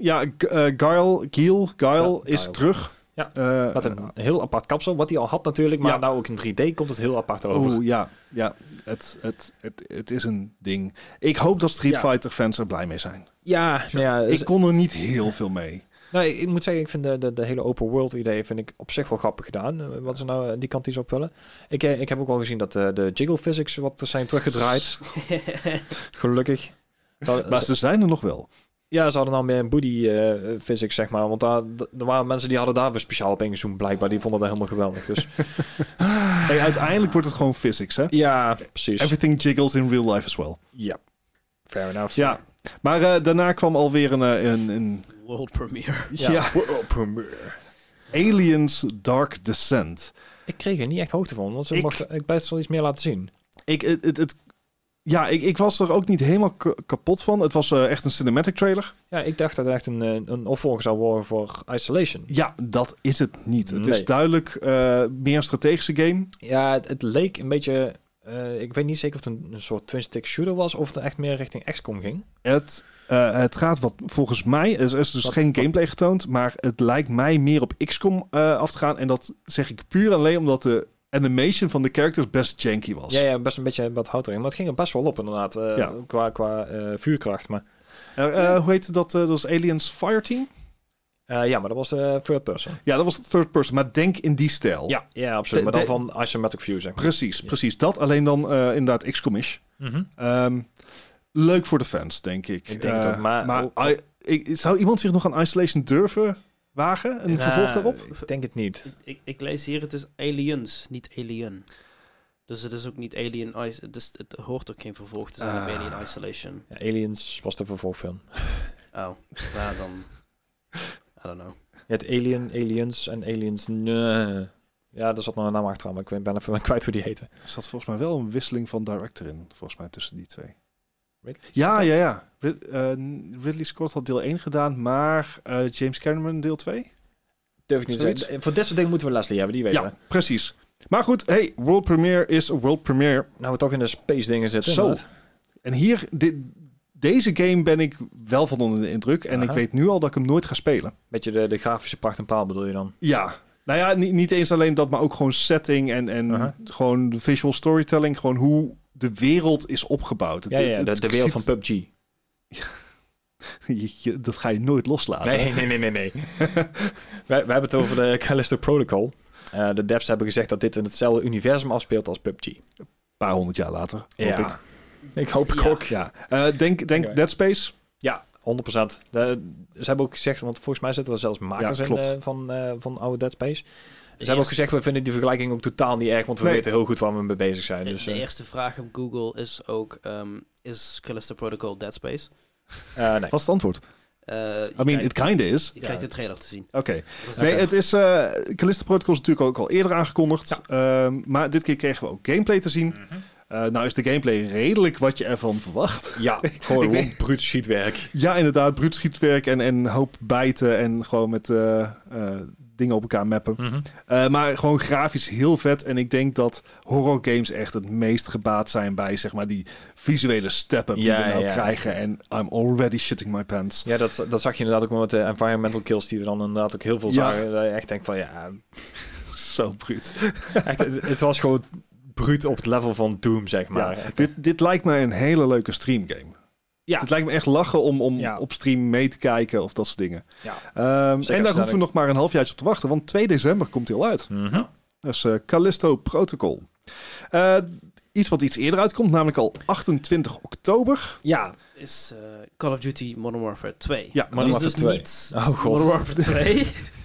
Guile is terug. Ja, wat een heel apart kapsel, wat hij al had natuurlijk, maar nou ook in 3D komt het heel apart over. Oeh, ja. Het is een ding. Ik hoop dat Street Fighter fans er blij mee zijn. Ja, ik kon er niet heel veel mee. Nee, ik moet zeggen, ik vind de hele open world idee vind ik op zich wel grappig gedaan. Wat ze nou die kant op willen. Ik heb ook al gezien dat de jiggle physics wat zijn teruggedraaid. Gelukkig. Maar ze zijn er nog wel. Ja, ze hadden nou meer een booty physics, zeg maar. Want er waren mensen die hadden daar weer speciaal op ingezoomd, blijkbaar. Die vonden dat helemaal geweldig. Dus. Hey, uiteindelijk wordt het gewoon physics, hè? Ja, precies. Everything jiggles in real life as well. Ja, fair enough. Ja, maar daarna kwam alweer een World premiere. Ja, World premiere. Aliens Dark Descent. Ik kreeg er niet echt hoogte van, want ze mochten best wel iets meer laten zien. Ik was er ook niet helemaal kapot van. Het was echt een cinematic trailer. Ja, ik dacht dat het echt een opvolger zou worden voor Isolation. Ja, dat is het niet. Het is duidelijk meer een strategische game. Ja, het leek een beetje... ik weet niet zeker of het een soort twin-stick shooter was of het echt meer richting XCOM ging. Het gaat wat volgens mij... Er is dus geen gameplay getoond, maar het lijkt mij meer op XCOM af te gaan. En dat zeg ik puur alleen omdat de animation van de characters best janky was. Ja, best een beetje wat hout erin. Maar het ging er best wel op inderdaad, qua vuurkracht. Maar... hoe heette dat? Dat was Aliens Fireteam? Ja, maar dat was de third person. Ja, dat was de third person, maar denk in die stijl. Ja, absoluut. Maar dan van isometric view, zeg maar. Precies. Dat alleen dan inderdaad XCOM-ish. Leuk voor de fans, denk ik. Ik denk het ook, maar zou iemand zich nog aan Isolation durven wagen? Een vervolg daarop? Ik denk het niet. Ik lees hier, het is Aliens, niet Alien. Dus het is ook niet Alien... Het hoort ook geen vervolg te zijn op Alien Isolation. Ja, Aliens was de vervolgfilm. Oh, nou dan... I don't know. Je hebt Aliens en Aliens... Nee. Ja, er zat nog een naam achteraan, maar ik ben even kwijt hoe die heette. Er zat volgens mij wel een wisseling van director in, volgens mij tussen die twee. Ridley Ja. Ridley Scott had deel 1 gedaan, maar James Cameron deel 2? Durf ik niet te zeggen. Voor dit soort dingen moeten we Leslie hebben, die weten. Ja, precies. Maar goed, hey, world premiere is een world premiere. Nou, we toch in de space dingen zitten. Zo. En hier, deze game ben ik wel van onder de indruk. En ik weet nu al dat ik hem nooit ga spelen. Beetje de grafische pracht en paal bedoel je dan? Ja. Nou ja, niet eens alleen dat, maar ook gewoon setting en gewoon de visual storytelling. Gewoon hoe de wereld is opgebouwd. De wereld van PUBG. Dat ga je nooit loslaten. Nee. We hebben het over de Callisto Protocol. De devs hebben gezegd dat dit in hetzelfde universum afspeelt als PUBG. Een paar 100 jaar later, hoop ik. Ik hoop ook. Ja. Denk Dead Space? Ja, 100%. Ze hebben ook gezegd, want volgens mij zitten er zelfs makers in van oude Dead Space. Ze hebben ook gezegd, we vinden die vergelijking ook totaal niet erg, want we weten heel goed waar we mee bezig zijn. Dus, de eerste vraag op Google is ook, is Callisto Protocol Dead Space? Nee. Wat is het antwoord? It kinda is. Je krijgt de trailer te zien. Oké. Nee, het is... Callisto Protocol is natuurlijk ook al eerder aangekondigd. Ja. Maar dit keer kregen we ook gameplay te zien. Nou is de gameplay redelijk wat je ervan verwacht. Ja, gewoon bruut schietwerk. Ja, inderdaad. Bruut schietwerk en een hoop bijten en gewoon met dingen op elkaar mappen. Maar gewoon grafisch heel vet. En ik denk dat horror games echt het meest gebaat zijn bij zeg maar die visuele step-up die we nou krijgen. En I'm already shitting my pants. Ja, dat zag je inderdaad ook met de environmental kills die we dan inderdaad ook heel veel zagen. Dat je echt denkt van zo bruut. Echt, het was gewoon bruut op het level van Doom, zeg maar. Ja, dit lijkt mij een hele leuke streamgame. Het lijkt me echt lachen om op stream mee te kijken of dat soort dingen. Ja. En daar hoeven we nog maar een halfjaartje op te wachten, want 2 december komt hij al uit. Mm-hmm. Dus Callisto Protocol. Iets wat iets eerder uitkomt, namelijk al 28 oktober. Ja. Is Call of Duty Modern Warfare 2. Ja, maar die is dus 2. Niet oh, God. Modern Warfare 2.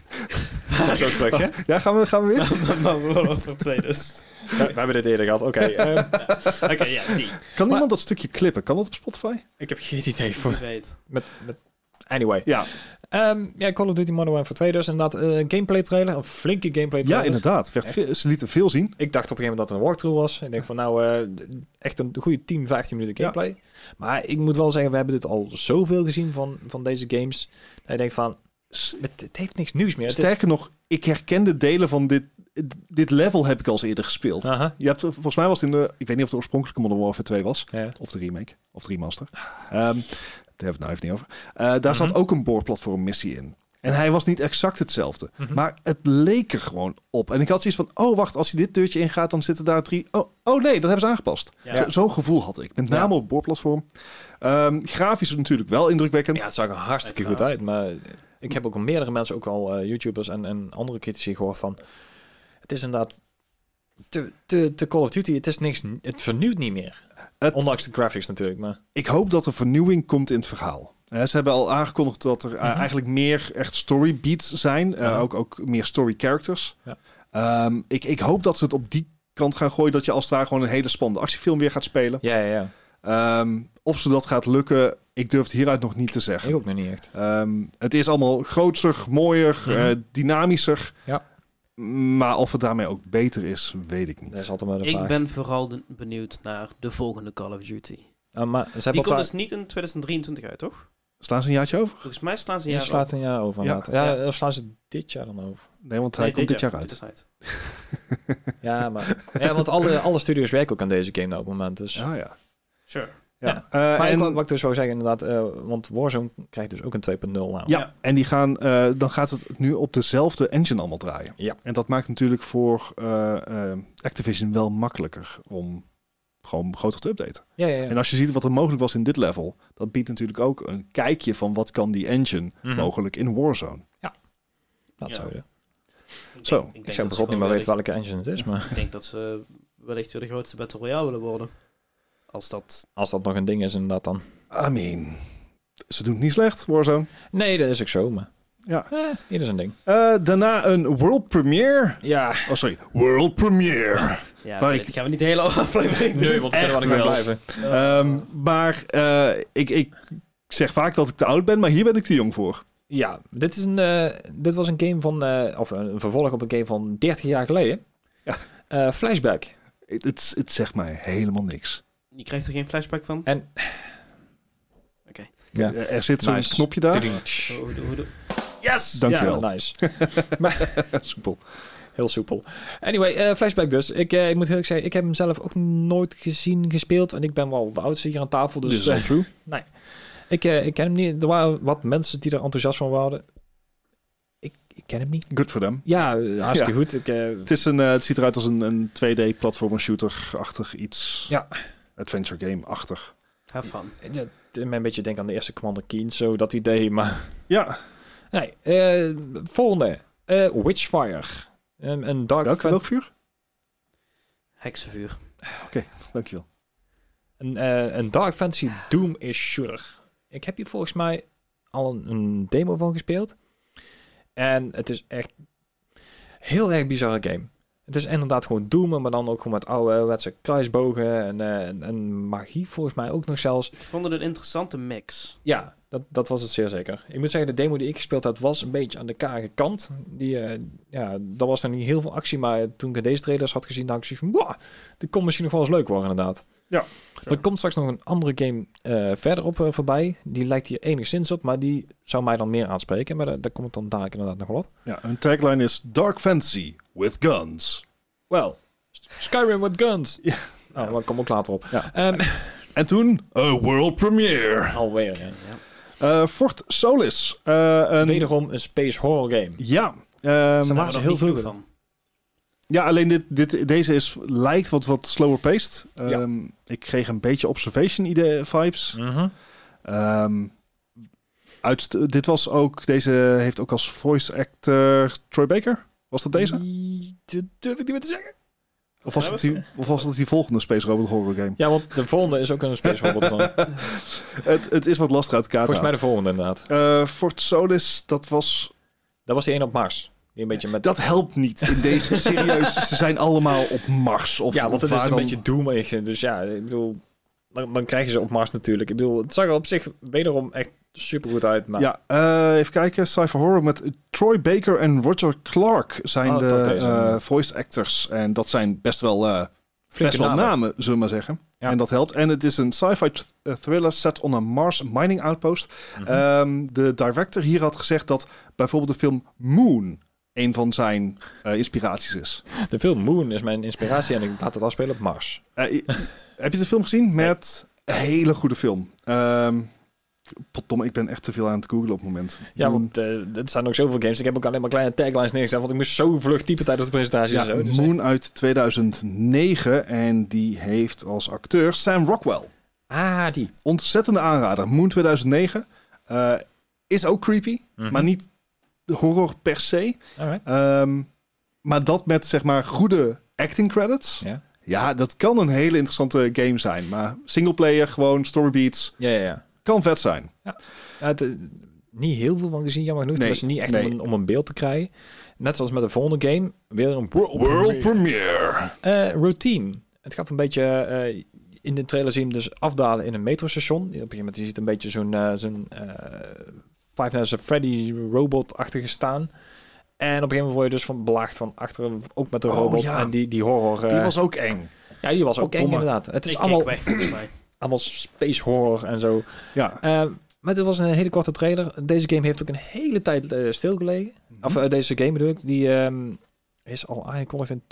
Zo terug, hè? Ja, gaan we weer? Modern Warfare 2 dus. Ja, we hebben dit eerder gehad, oké. Oké, ja, die. Kan iemand dat stukje klippen? Kan dat op Spotify? Ik heb geen idee voor. Wie weet. Anyway. Ja. Call of Duty Modern Warfare 2 dus inderdaad gameplay trailer. Een flinke gameplay trailer. Ja, inderdaad. Ze lieten veel zien. Ik dacht op een gegeven moment dat het een walkthrough was. Ik denk van echt een goede 10, 15 minuten gameplay. Ja. Maar ik moet wel zeggen, we hebben dit al zoveel gezien van deze games. Dat je denkt van, het heeft niks nieuws meer. Sterker nog, ik herkende delen van dit level heb ik al eens eerder gespeeld. Je hebt, volgens mij was het ik weet niet of de oorspronkelijke Modern Warfare 2 was. Ja. Of de remake. Of de remaster. Daar hebben we het nou even niet over. Daar zat ook een boorplatform missie in. En hij was niet exact hetzelfde. Maar het leek er gewoon op. En ik had zoiets van, oh wacht, als je dit deurtje ingaat, dan zitten daar 3... Oh nee, dat hebben ze aangepast. Ja. Zo'n gevoel had ik. Met name op het boorplatform. Grafisch is natuurlijk wel indrukwekkend. Ja, het zag er hartstikke goed uit. Maar ik heb ook al meerdere mensen, ook al YouTubers en andere critici gehoord van... Het is inderdaad te Call of Duty. Het is niks. Het vernieuwt niet meer. Ondanks de graphics natuurlijk. Maar ik hoop dat er vernieuwing komt in het verhaal. Ze hebben al aangekondigd dat er eigenlijk meer echt story beats zijn. Ook meer story characters. Ja. Ik hoop dat ze het op die kant gaan gooien. Dat je als het ware gewoon een hele spannende actiefilm weer gaat spelen. Ja. Of ze dat gaat lukken, ik durf het hieruit nog niet te zeggen. Ik ook nog niet echt. Het is allemaal grootser, mooier, dynamischer. Ja. Maar of het daarmee ook beter is, weet ik niet. Dat is altijd maar de vraag. Ik ben vooral benieuwd naar de volgende Call of Duty. Maar die komt dus niet in 2023 uit, toch? Slaan ze een jaartje over? Volgens mij slaan ze een jaar over. Ja, of slaan ze dit jaar dan over? Nee, want hij komt dit jaar uit. Ja, want alle studios werken ook aan deze game nou op het moment. Dus. Ja. Sure. Ja. Maar wat ik dus zou zeggen inderdaad, want Warzone krijgt dus ook een 2.0 naam. Ja, en die gaan, dan gaat het nu op dezelfde engine allemaal draaien. Ja. En dat maakt natuurlijk voor Activision wel makkelijker om gewoon groter te updaten. Ja. En als je ziet wat er mogelijk was in dit level, dat biedt natuurlijk ook een kijkje van wat kan die engine mogelijk in Warzone. Ja, dat zou je. Ik zou bijvoorbeeld niet meer weten welke engine het is, maar... Ik denk dat ze wellicht weer de grootste Battle Royale willen worden. Als dat nog een ding is, inderdaad dan. I mean, ze doen het niet slecht, Warzone. Nee, dat is ook zo, maar... Ja. Hier is een ding. Daarna een world premiere. Ja. Oh, sorry. World premiere. Ja, dat gaan we niet de hele aflevering doen. Nee, want we kunnen wel blijven. Maar ik zeg vaak dat ik te oud ben, maar hier ben ik te jong voor. Ja, dit was een game van... of een vervolg op een game van 30 jaar geleden. Ja. Flashback. Het zegt mij helemaal niks. Je krijgt er geen flashback van? En... Oké. Ja. Er zit zo'n knopje daar. Yes! Dankjewel. Ja, nice. Soepel. Heel soepel. Anyway, Flashback dus. Ik moet eerlijk zeggen, ik heb hem zelf ook nooit gespeeld. En ik ben wel de oudste hier aan tafel. Dus is true. Nee. Ik ken hem niet. Er waren wat mensen die er enthousiast van waren. Ik ken hem niet. Good for them. Ja, hartstikke goed. Het ziet eruit als een 2D-platformer shooter-achtig iets. Ja. Adventure game-achtig. Have fun. Een beetje denk aan de eerste Commander Keen, zo dat idee, maar... Ja. Nee, volgende. Witchfire. Een dark... Welk vuur? Heksenvuur. Oké, dankjewel. Een dark fantasy Doom-ish shooter. Ik heb hier volgens mij al een demo van gespeeld. En het is echt heel erg bizarre game. Het is inderdaad gewoon Doom, maar dan ook gewoon met ouderwetse kruisbogen en magie volgens mij ook nog zelfs. Ik vond het een interessante mix. Ja, dat was het zeer zeker. Ik moet zeggen, de demo die ik gespeeld had was een beetje aan de karige kant. Dat was dan niet heel veel actie, maar toen ik deze trailers had gezien, dacht ik van, wow, dit kon misschien nog wel eens leuk worden inderdaad. Ja. Er komt straks nog een andere game verderop voorbij. Die lijkt hier enigszins op, maar die zou mij dan meer aanspreken. Maar daar komt het dan dadelijk inderdaad nog wel op. Ja, hun tagline is Dark Fantasy with Guns. Well, Skyrim with Guns. Ja. Nou, daar kom ik later op. Ja. En toen, a world premiere. Alweer, ja. Fort Solis. Wederom een space horror game. Ja. Daar waren er heel veel van. Ja, alleen deze lijkt wat slower paced. Ik kreeg een beetje observation idee vibes. Dit was ook... Deze heeft ook als voice actor Troy Baker. Was dat deze? Dat durf ik niet meer te zeggen. Of was het die volgende Space Robot horror game? Ja, want de volgende is ook een Space Robot van. Het is wat lastig uit elkaar. Volgens mij de volgende inderdaad. Fort Solis, dat was die ene op Mars. Die een beetje met... Dat helpt niet in deze. Serieus, ze zijn allemaal op Mars. Ja, want het is een beetje Doom. Dus ja, ik bedoel... Dan krijg je ze op Mars natuurlijk. Ik bedoel, het zag er op zich wederom echt super goed uit. Maar... Ja, even kijken. Sci-fi horror met Troy Baker en Roger Clark zijn de voice actors. En dat zijn best wel namen, zullen we maar zeggen. Ja. En dat helpt. En het is een sci-fi thriller set on a Mars mining outpost. Mm-hmm. De director hier had gezegd dat bijvoorbeeld de film Moon een van zijn inspiraties is. De film Moon is mijn inspiratie en ik laat het afspelen op Mars. Heb je de film gezien? Met een hele goede film. Potdomme, ik ben echt te veel aan het googlen op het moment. Ja, want er zijn nog zoveel games. Ik heb ook alleen maar kleine taglines neergezet, want ik moest zo vlug typen tijdens de presentatie. Ja, dus Moon uit 2009 en die heeft als acteur Sam Rockwell. Ah, die. Ontzettende aanrader. Moon 2009 is ook creepy, maar niet horror per se. Maar dat met zeg maar goede acting credits. Ja. Ja, dat kan een hele interessante game zijn. Maar singleplayer, gewoon storybeats. Ja. Kan vet zijn. Ja. Niet heel veel van gezien, jammer genoeg. Het was niet echt om een beeld te krijgen. Net zoals met de volgende game. Weer een World Premiere. Routine. Het gaat een beetje... in de trailer zien we dus afdalen in een metrostation. Op een gegeven moment je ziet een beetje zo'n Five Nights at Freddy robot-achtige staan. En op een gegeven moment word je dus belaagd van achteren, ook met de robot. Ja. En die horror... die was ook eng. Ja, die was ook eng inderdaad. Het is allemaal weg, volgens mij. Allemaal space horror en zo. Ja. Maar dit was een hele korte trailer. Deze game heeft ook een hele tijd stilgelegen. Of deze game bedoel ik. Die is al aangekondigd in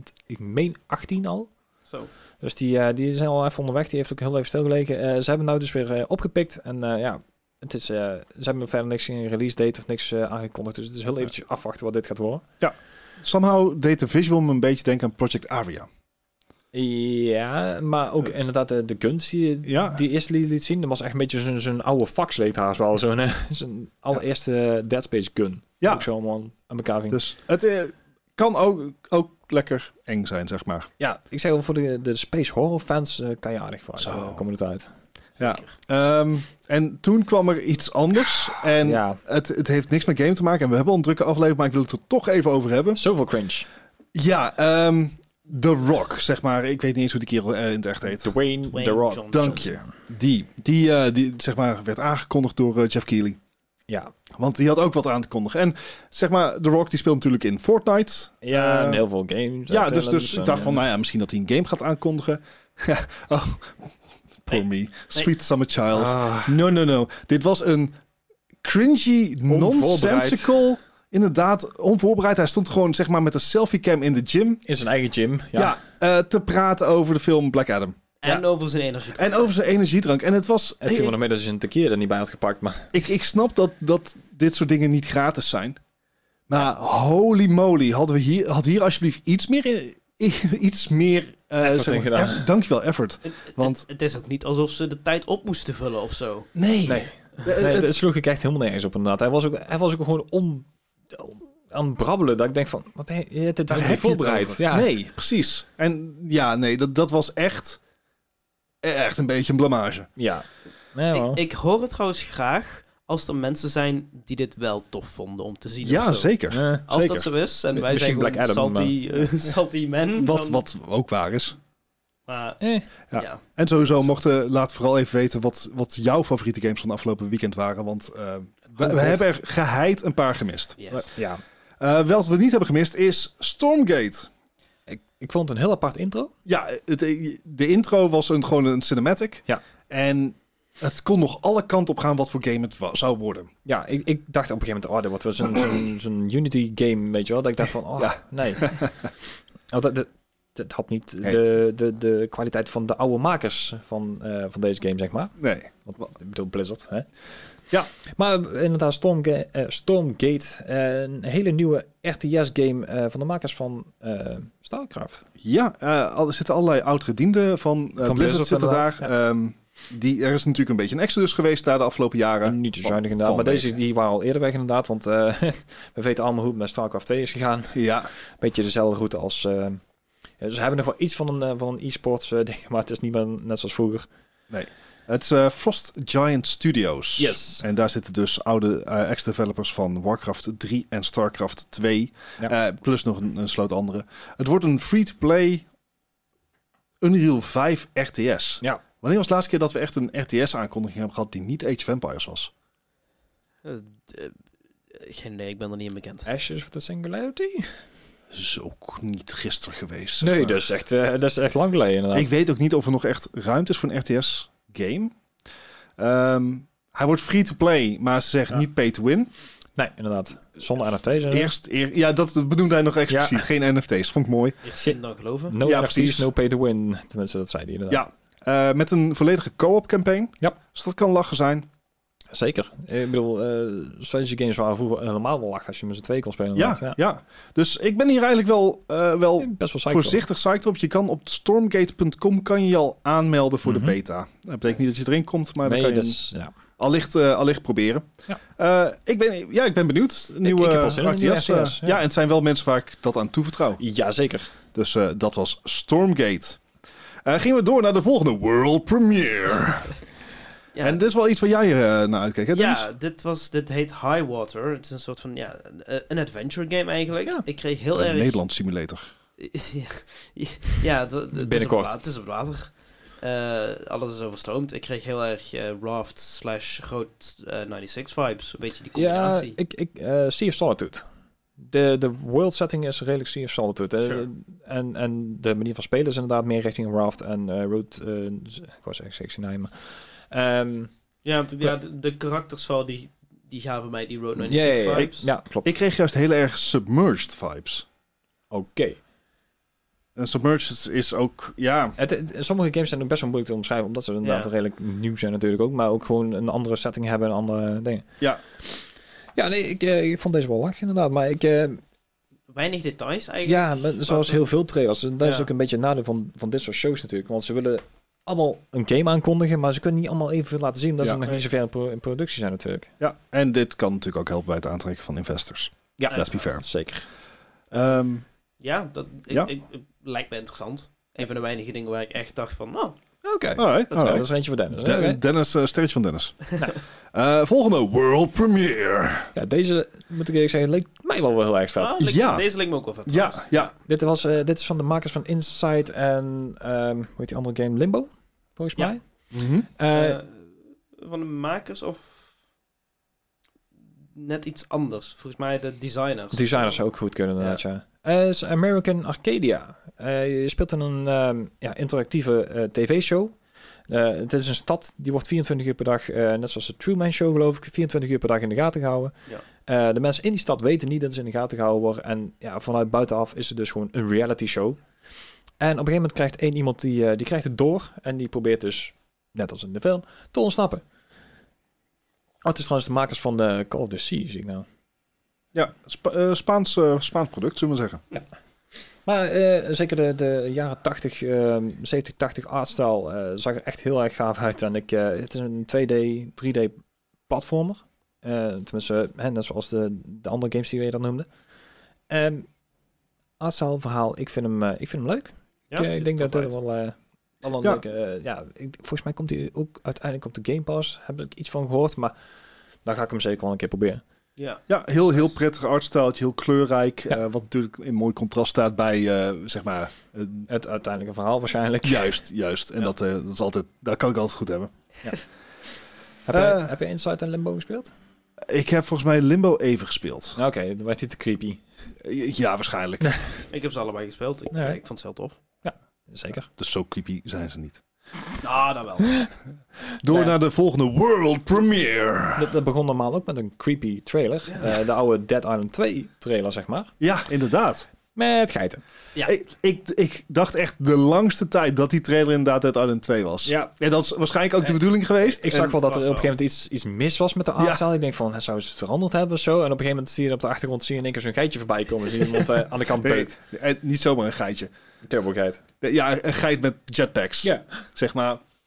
2018 al. Zo. Dus die zijn al even onderweg. Die heeft ook heel even stilgelegen. Ze hebben nou dus weer opgepikt. En het is, ze hebben verder niks in release date of niks aangekondigd. Dus het is heel eventjes afwachten wat dit gaat worden. Ja. Somehow deed de visual me een beetje denken aan Project Aria. Ja, maar ook inderdaad de guns die eerst liet zien. Dat was echt een beetje zo'n oude fax leed haast wel. Zo'n allereerste Dead Space gun. Ja. Ook zo allemaal aan elkaar ging. Dus het kan ook lekker eng zijn, zeg maar. Ja, ik zeg wel voor de space horror fans kan je aardig vooruit komen het uit. Ja, en toen kwam er iets anders. En het heeft niks met game te maken. En we hebben al een drukke aflevering, maar ik wil het er toch even over hebben. Zoveel cringe. Ja, The Rock, zeg maar. Ik weet niet eens hoe die kerel in het echt heet. Dwayne The Rock Johnson. Dank je. Die zeg maar werd aangekondigd door Jeff Keighley. Ja. Want die had ook wat aan te kondigen. En zeg maar, The Rock die speelt natuurlijk in Fortnite. Ja, en heel veel games. Ja, dus ik dacht van, nou ja, misschien dat hij een game gaat aankondigen. Poor me. Sweet Summer Child. No. Dit was een cringy, nonsensical... Inderdaad, onvoorbereid. Hij stond gewoon zeg maar met een selfie-cam in de gym. In zijn eigen gym, te praten over de film Black Adam. En over zijn energiedrank. En het was... Het viel me nog mee dat ze een tequila er niet bij had gepakt, maar... Ik snap dat dit soort dingen niet gratis zijn. Maar holy moly, had hier alsjeblieft iets meer effort gedaan. Dankjewel, effort. Want het is ook niet alsof ze de tijd op moesten vullen of zo. Nee. Het sloeg ik echt helemaal nergens op inderdaad. Hij was ook gewoon aan het brabbelen. Dat ik denk van, wat ben je hebt het niet voorbereid. Ja. Nee, precies. En dat was echt een beetje een blamage. Ja. Ik hoor het trouwens graag als er mensen zijn die dit wel tof vonden om te zien. Ja, zeker. Als dat zo is. En wij zijn Black Adam, salty men. Wat ook waar is. Maar, ja. En sowieso laat vooral even weten wat jouw favoriete games van de afgelopen weekend waren. Want we hebben er geheid een paar gemist. Yes. Ja. Wel wat we niet hebben gemist is Stormgate. Ik vond het een heel apart intro. Ja, de intro was gewoon een cinematic. Ja. En het kon nog alle kanten op gaan wat voor game het zou worden. Ja, ik dacht op een gegeven moment, dit was zo'n Unity game, weet je wel. Dat ik dacht van, nee. Het had niet de kwaliteit van de oude makers van deze game, zeg maar. Nee. Ik bedoel Blizzard, hè? Ja. Maar inderdaad, Stormgate, een hele nieuwe RTS-game van de makers van StarCraft. Ja, er zitten allerlei oud-gedienden van Blizzard zitten daar. Er is natuurlijk een beetje een exodus geweest daar de afgelopen jaren. Niet zo zuinig inderdaad. Maar deze die waren al eerder weg inderdaad. Want we weten allemaal hoe het met StarCraft 2 is gegaan. Ja. Beetje dezelfde route als... ze hebben nog wel iets van een e-sports ding. Maar het is niet meer net zoals vroeger. Nee. Het is Frost Giant Studios. Yes. En daar zitten dus oude ex-developers van Warcraft 3 en StarCraft 2. Ja. Plus nog een sloot andere. Het wordt een free-to-play Unreal 5 RTS. Ja. Wanneer was de laatste keer dat we echt een RTS-aankondiging hebben gehad die niet Age of Empires was? Geen idee, ik ben er niet in bekend. Ashes of the Singularity? Dat is ook niet gisteren geweest. Nee, dat is echt lang geleden inderdaad. Ik weet ook niet of er nog echt ruimte is voor een RTS-game. Hij wordt free-to-play, maar ze zeggen niet pay-to-win. Nee, inderdaad. Zonder NFT's. Ja, dat benoemde hij nog expliciet. Ja. Geen NFT's. Vond ik mooi. Eerst zien dan geloven. No Ja, NFT's, precies. no pay to win. Tenminste, dat zei hij inderdaad. Ja, met een volledige co-op campaign. Ja. Dus dat kan lachen zijn. Zeker. Ik bedoel, strategy games waren vroeger helemaal wel lachen als je met z'n twee kon spelen. Ja. Dus ik ben hier eigenlijk wel Best wel psyched voorzichtig psyched op. Je kan op stormgate.com kan je je al aanmelden voor de beta. Dat betekent niet dat je erin komt, maar dan kan je allicht proberen. Ja. Ik ben benieuwd. Nieuwe ik heb al zin in een RTS. nieuwe RTS, ja. Ja, en het zijn wel mensen waar ik dat aan toevertrouw. Ja, zeker. Dus dat was Stormgate. Gingen we door naar de volgende World Premiere. Ja, En dit is wel iets waar jij naar uitkijkt, hè, Dennis? Ja, dit heet Highwater. Het is een soort van, een adventure game eigenlijk. Ja. Ik kreeg heel erg... Nederland simulator. Ja, het is Binnenkort. Het is op het water. Alles is overstroomd. Ik kreeg heel erg Raft / Groot 96 vibes. Een beetje die combinatie. Ja, Sea of Solitude. De world setting is redelijk Sea of Solitude. Sure. En de manier van spelen is inderdaad meer richting Raft en Road... ik wou zeggen 69, maar... de karakters van die gaven mij die Road 96 vibes. Ja, klopt. Ik kreeg juist heel erg Submerged vibes. Oké. En Submerged is ook, ja... Sommige games zijn ook best wel moeilijk te omschrijven, omdat ze inderdaad redelijk nieuw zijn natuurlijk ook, maar ook gewoon een andere setting hebben en andere dingen. Ja. Ja, nee, ik vond deze wel lach inderdaad, maar weinig details eigenlijk. Ja, zoals heel veel trailers. En dat is ook een beetje een nadeel van dit soort shows natuurlijk, want ze willen allemaal een game aankondigen, maar ze kunnen niet allemaal evenveel laten zien, omdat ze nog niet zo ver in productie zijn natuurlijk. Ja, en dit kan natuurlijk ook helpen bij het aantrekken van investors. Ja, let's be fair. Zeker. Dat lijkt me interessant. Een van de weinige dingen waar ik echt dacht van, Oké. Alright. Dat is er eentje voor Dennis. Dennis, sterretje van Dennis. Volgende World Premiere. Ja, deze, moet ik eerlijk zeggen, leek mij wel heel erg vet. Deze leek me ook wel vet. Ja. Dit is van de makers van Inside en hoe heet die andere game? Limbo, volgens mij. Mm-hmm. Van de makers of net iets anders? Volgens mij de designers. Designers zou ook goed kunnen inderdaad, ja. Is American Arcadia. Je speelt in een interactieve tv-show. Het is een stad, die wordt 24 uur per dag, net zoals de Truman Show geloof ik, 24 uur per dag in de gaten gehouden. Ja. De mensen in die stad weten niet dat ze in de gaten gehouden worden. En ja, vanuit buitenaf is het dus gewoon een reality show. En op een gegeven moment krijgt één iemand, die krijgt het door. En die probeert dus, net als in de film, te ontsnappen. Het is trouwens de makers van de Call of the Sea, zie ik nou. Ja, Spaans product, zullen we zeggen. Ja. Maar zeker de jaren 80, 70, 80 artstyle zag er echt heel erg gaaf uit. En het is een 2D, 3D platformer. Tenminste, net zoals de andere games die we eerder noemden. Artstyle verhaal, ik vind hem leuk. Ja, ik denk dat het wel een leuke... volgens mij komt hij ook uiteindelijk op de Game Pass. Heb ik iets van gehoord, maar dan ga ik hem zeker wel een keer proberen. Ja, heel prettig artstyle, heel kleurrijk. Ja. Wat natuurlijk in mooi contrast staat bij, zeg maar... het uiteindelijke verhaal waarschijnlijk. Juist. En dat is altijd, dat kan ik altijd goed hebben. Ja. Heb je Inside en Limbo gespeeld? Ik heb volgens mij Limbo even gespeeld. Oké, dan werd hij te creepy. Ja, waarschijnlijk. Ik heb ze allebei gespeeld. Ik vond het heel tof. Ja, zeker. Dus zo creepy zijn ze niet. Dan wel. Door naar de volgende World Premiere. Dat begon normaal ook met een creepy trailer. Ja. De oude Dead Island 2 trailer, zeg maar. Ja, inderdaad. Met geiten. Ja. Ik dacht echt de langste tijd dat die trailer inderdaad Dead Island 2 was. Ja. En dat is waarschijnlijk ook de bedoeling geweest. Ik zag wel dat er op een gegeven moment iets mis was met de artstyle. Ik denk van, zou ze het veranderd hebben of zo? En op een gegeven moment zie je op de achtergrond in één keer zo'n geitje voorbij komen. Zie je iemand aan de kant beukt. Niet zomaar een geitje. Turbo geit. Ja, een geit met jetpacks. Ja. Zeg maar.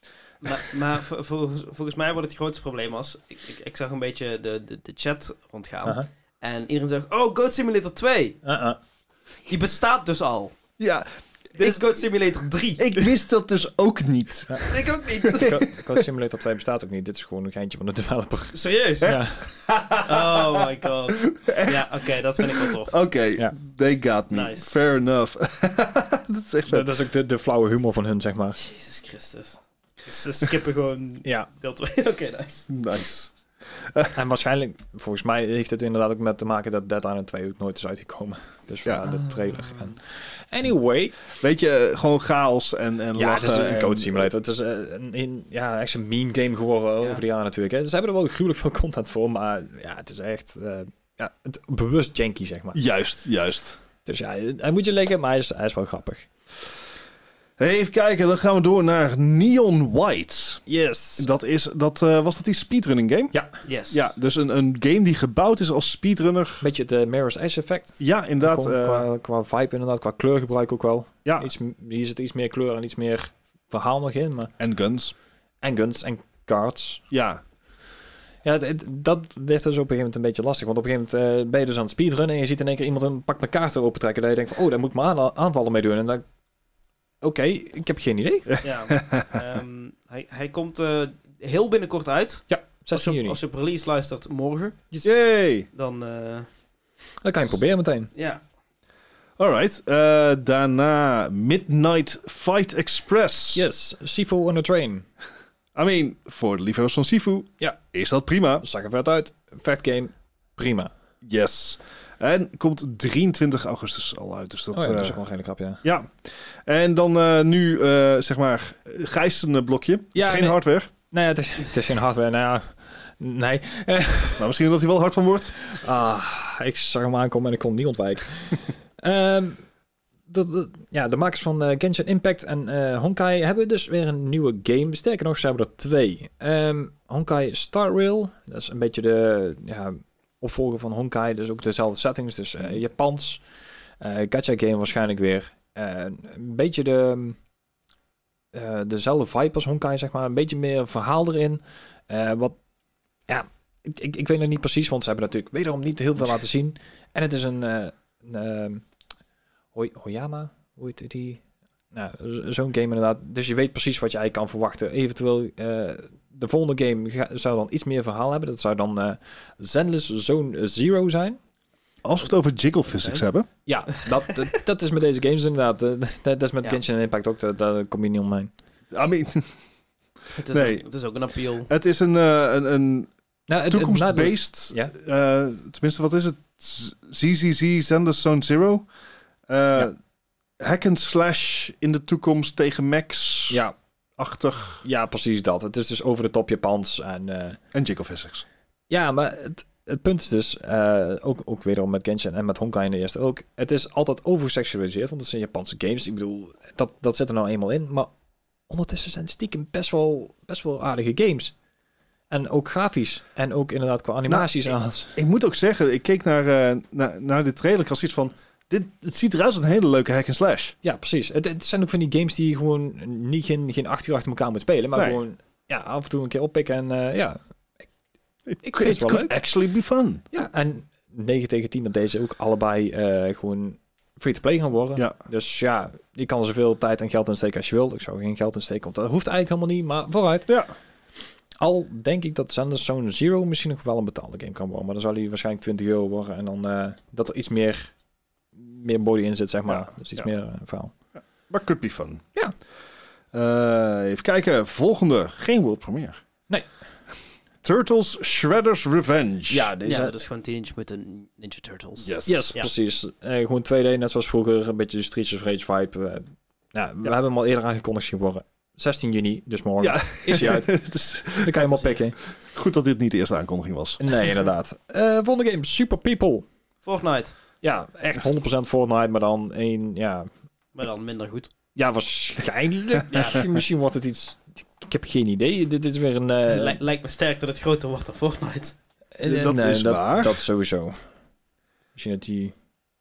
Maar volgens mij wordt het grootste probleem als... Ik zag een beetje de chat rondgaan. Uh-huh. En iedereen zegt... Oh, Goat Simulator 2. Die bestaat dus al. Ja. Dit is Goat Simulator 3. Ik wist dat dus ook niet. Ja. Ik ook niet. Goat Simulator 2 bestaat ook niet. Dit is gewoon een geintje van de developer. Serieus? Ja. Oh my god. Ja, oké, dat vind ik wel tof. Oké, Ja. they got me. Nice. Fair enough. Dat is echt vet. Dat is ook de flauwe humor van hun, zeg maar. Jezus Christus. Ze skippen gewoon Ja. deel 2. Oké, nice. Nice. En waarschijnlijk, volgens mij heeft het inderdaad ook met te maken dat Dead Island 2 ook nooit is uitgekomen. Dus Ja. de trailer. En anyway. Weet je, gewoon chaos en Ja, lachen. het is een en- Goat Simulator. Het is echt een meme game geworden over de jaren natuurlijk. Hè. Ze hebben er wel gruwelijk veel content voor, maar ja, het is echt het bewust janky, zeg maar. Juist. Dus ja, hij moet je liggen, maar hij is wel grappig. Hey, even kijken, dan gaan we door naar Neon White. Yes. Was dat die speedrunning game? Ja. Yes. Ja, dus een game die gebouwd is als speedrunner. Beetje het Mirror's Edge effect. Ja, inderdaad. Qua vibe inderdaad, qua kleurgebruik ook wel. Ja, Hier zit iets meer kleur en iets meer verhaal nog in. Maar... en guns. En guns en cards. Ja, Ja, dat werd dus op een gegeven moment een beetje lastig. Want op een gegeven moment ben je dus aan het speedrunnen en je ziet in één keer iemand een pak mijn kaart weer opentrekken. Dat je denkt van, daar moet ik maar aanvallen mee doen. En dan, oké, ik heb geen idee. Ja. Hij komt heel binnenkort uit. Ja, 16 juni. Als je op release luistert morgen, yay! dan Dat kan je proberen meteen. ja. Alright, daarna Midnight Fight Express. Yes, Sifu on a Train. I mean, voor de liefhebbers van Sifu Ja. is dat prima. Zag er vet uit. Vet game. Prima. Yes. En komt 23 augustus al uit. Dus dat, Dat is ook wel een hele grap, ja. ja. En dan nu, zeg maar, Gijs een blokje. Het Ja, is geen nee. hardware. Nee, het is geen hardware. Nou ja, nee. Maar misschien dat hij wel hard van wordt. Ik zag hem aankomen en ik kon hem niet ontwijken. De makers van Genshin Impact en Honkai hebben dus weer een nieuwe game. Sterker nog, ze hebben er 2. Honkai Star Rail, dat is een beetje de opvolger van Honkai. Dus ook dezelfde settings, dus Japans. Gacha game waarschijnlijk weer. Een beetje dezelfde vibe als Honkai, zeg maar. Een beetje meer verhaal erin. Ik weet het niet precies, want ze hebben natuurlijk wederom niet heel veel laten zien. En het is een Hoyama, hoe heet die? Nou, zo'n game inderdaad. Dus je weet precies wat je eigenlijk kan verwachten. Eventueel, de volgende game zou dan iets meer verhaal hebben. Dat zou dan Zenless Zone Zero zijn. Als we het over jiggle physics hebben. Ja, dat is met deze games inderdaad. Dat is met Genshin Impact ook. Daar kom je niet omheen. I mean, Het is ook een appeal. het is een toekomst-based. Ja. Tenminste, wat is het? ZZZ Zenless Zone Zero. Hack and slash in de toekomst tegen Max. Ja. Achtig. Ja, precies dat. Het is dus over de top Japans. En jiggle physics. ja, maar het punt is dus, ook wederom met Genshin en met Honkai in de eerste ook, het is altijd overseksualiseerd, want het zijn Japanse games. Ik bedoel, dat zit er nou eenmaal in. Maar ondertussen zijn het stiekem best wel aardige games. En ook grafisch. En ook inderdaad qua animaties. Ik moet ook zeggen, ik keek naar de trailer. Ik had zoiets van, het ziet eruit als een hele leuke hack and slash. Ja, precies. Het zijn ook van die games die je gewoon niet geen 8 uur achter elkaar moet spelen. Maar gewoon af en toe een keer oppikken. En ik vind het wel leuk. Actually be fun. Ja, en 9 tegen 10 dat deze ook allebei gewoon free-to-play gaan worden. Ja. Dus ja, je kan er zoveel tijd en geld in steken als je wil. Ik zou geen geld in steken, want dat hoeft eigenlijk helemaal niet. Maar vooruit. Ja. Al denk ik dat Zenless Zone Zero misschien nog wel een betaalde game kan worden. Maar dan zal hij waarschijnlijk €20 worden. En dan dat er iets meer body in zit, zeg maar. Ja. Dus iets meer verhaal. Ja. Maar could be fun. Ja. Even kijken. Volgende. Geen world premiere. Nee. Turtles Shredder's Revenge. Ja, dat is gewoon Teenage Mutant Ninja Turtles. Yes. Yes, Ja. precies. Gewoon 2D, net zoals vroeger. Een beetje de Streets of Rage vibe. We hebben hem al eerder aangekondigd geworden. 16 juni, dus morgen. Ja. Is hij uit. Het is Dan kan je hem al pikken. goed dat dit niet de eerste aankondiging was. Nee, inderdaad. Volgende game, Super People. Fortnite. Ja, echt 100% Fortnite, maar dan Maar dan minder goed. Ja, waarschijnlijk. Misschien wordt het iets... Ik heb geen idee. Dit is weer een... Lijkt me sterk dat het groter wordt dan Fortnite. Dat is waar. Dat sowieso. Als je net die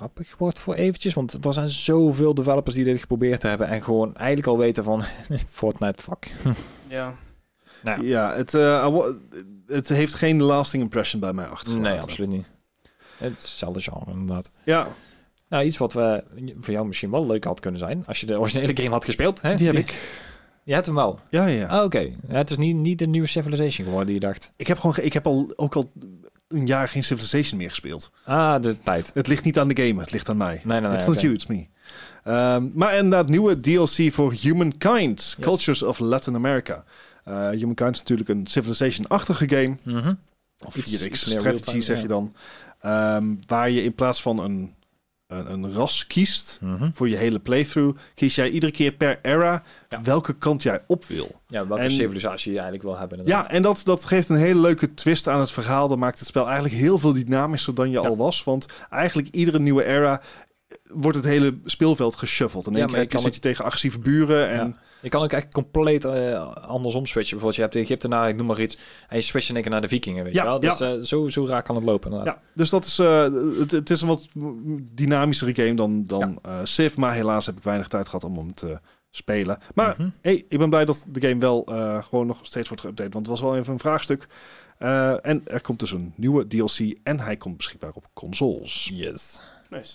grappig wordt voor eventjes. Want er zijn zoveel developers die dit geprobeerd hebben en gewoon eigenlijk al weten van Fortnite, fuck. Ja. Nou, Ja, het heeft geen lasting impression bij mij achtergelaten. nee, absoluut niet. Het is hetzelfde genre, inderdaad. Ja, Nou, iets wat voor jou misschien wel leuk had kunnen zijn. Als je de originele game had gespeeld. Hè? die heb ik. Je hebt hem wel. Ja. Ah, oké. Ja, het is niet de nieuwe Civilization geworden die je dacht. Ik heb ook al een jaar geen Civilization meer gespeeld. Ah, de tijd. Het ligt niet aan de game, het ligt aan mij. Nee, It's not you, it's me. Maar inderdaad, nieuwe DLC voor Humankind. Yes. Cultures of Latin America. Humankind is natuurlijk een Civilization-achtige game. Mhm. Of Iets 4X meer strategy real-time, zeg ja. je dan. Waar je in plaats van een ras kiest Mhm. voor je hele playthrough, kies jij iedere keer per era Ja. welke kant jij op wil. Ja, welke En- civilisatie je eigenlijk wil hebben. Ja, inderdaad. en dat geeft een hele leuke twist aan het verhaal. Dat maakt het spel eigenlijk heel veel dynamischer dan je al was. Want eigenlijk iedere nieuwe era wordt het hele speelveld geshuffeld. En Ja, één maar keer je kan zit je tegen agressieve buren. En Ja. Je kan ook echt compleet andersom switchen. Bijvoorbeeld, je hebt de Egyptenaren, ik noem maar iets. En je switcht in één keer naar de Vikingen, weet Ja, je wel. Dus zo raar kan het lopen, inderdaad. ja, dus dat is het is een wat dynamischere game dan Civ. Maar helaas heb ik weinig tijd gehad om hem te spelen. Maar Mhm. hey, ik ben blij dat de game wel gewoon nog steeds wordt geüpdate. Want het was wel even een vraagstuk. En er komt dus een nieuwe DLC. En hij komt beschikbaar op consoles. Yes. Nice.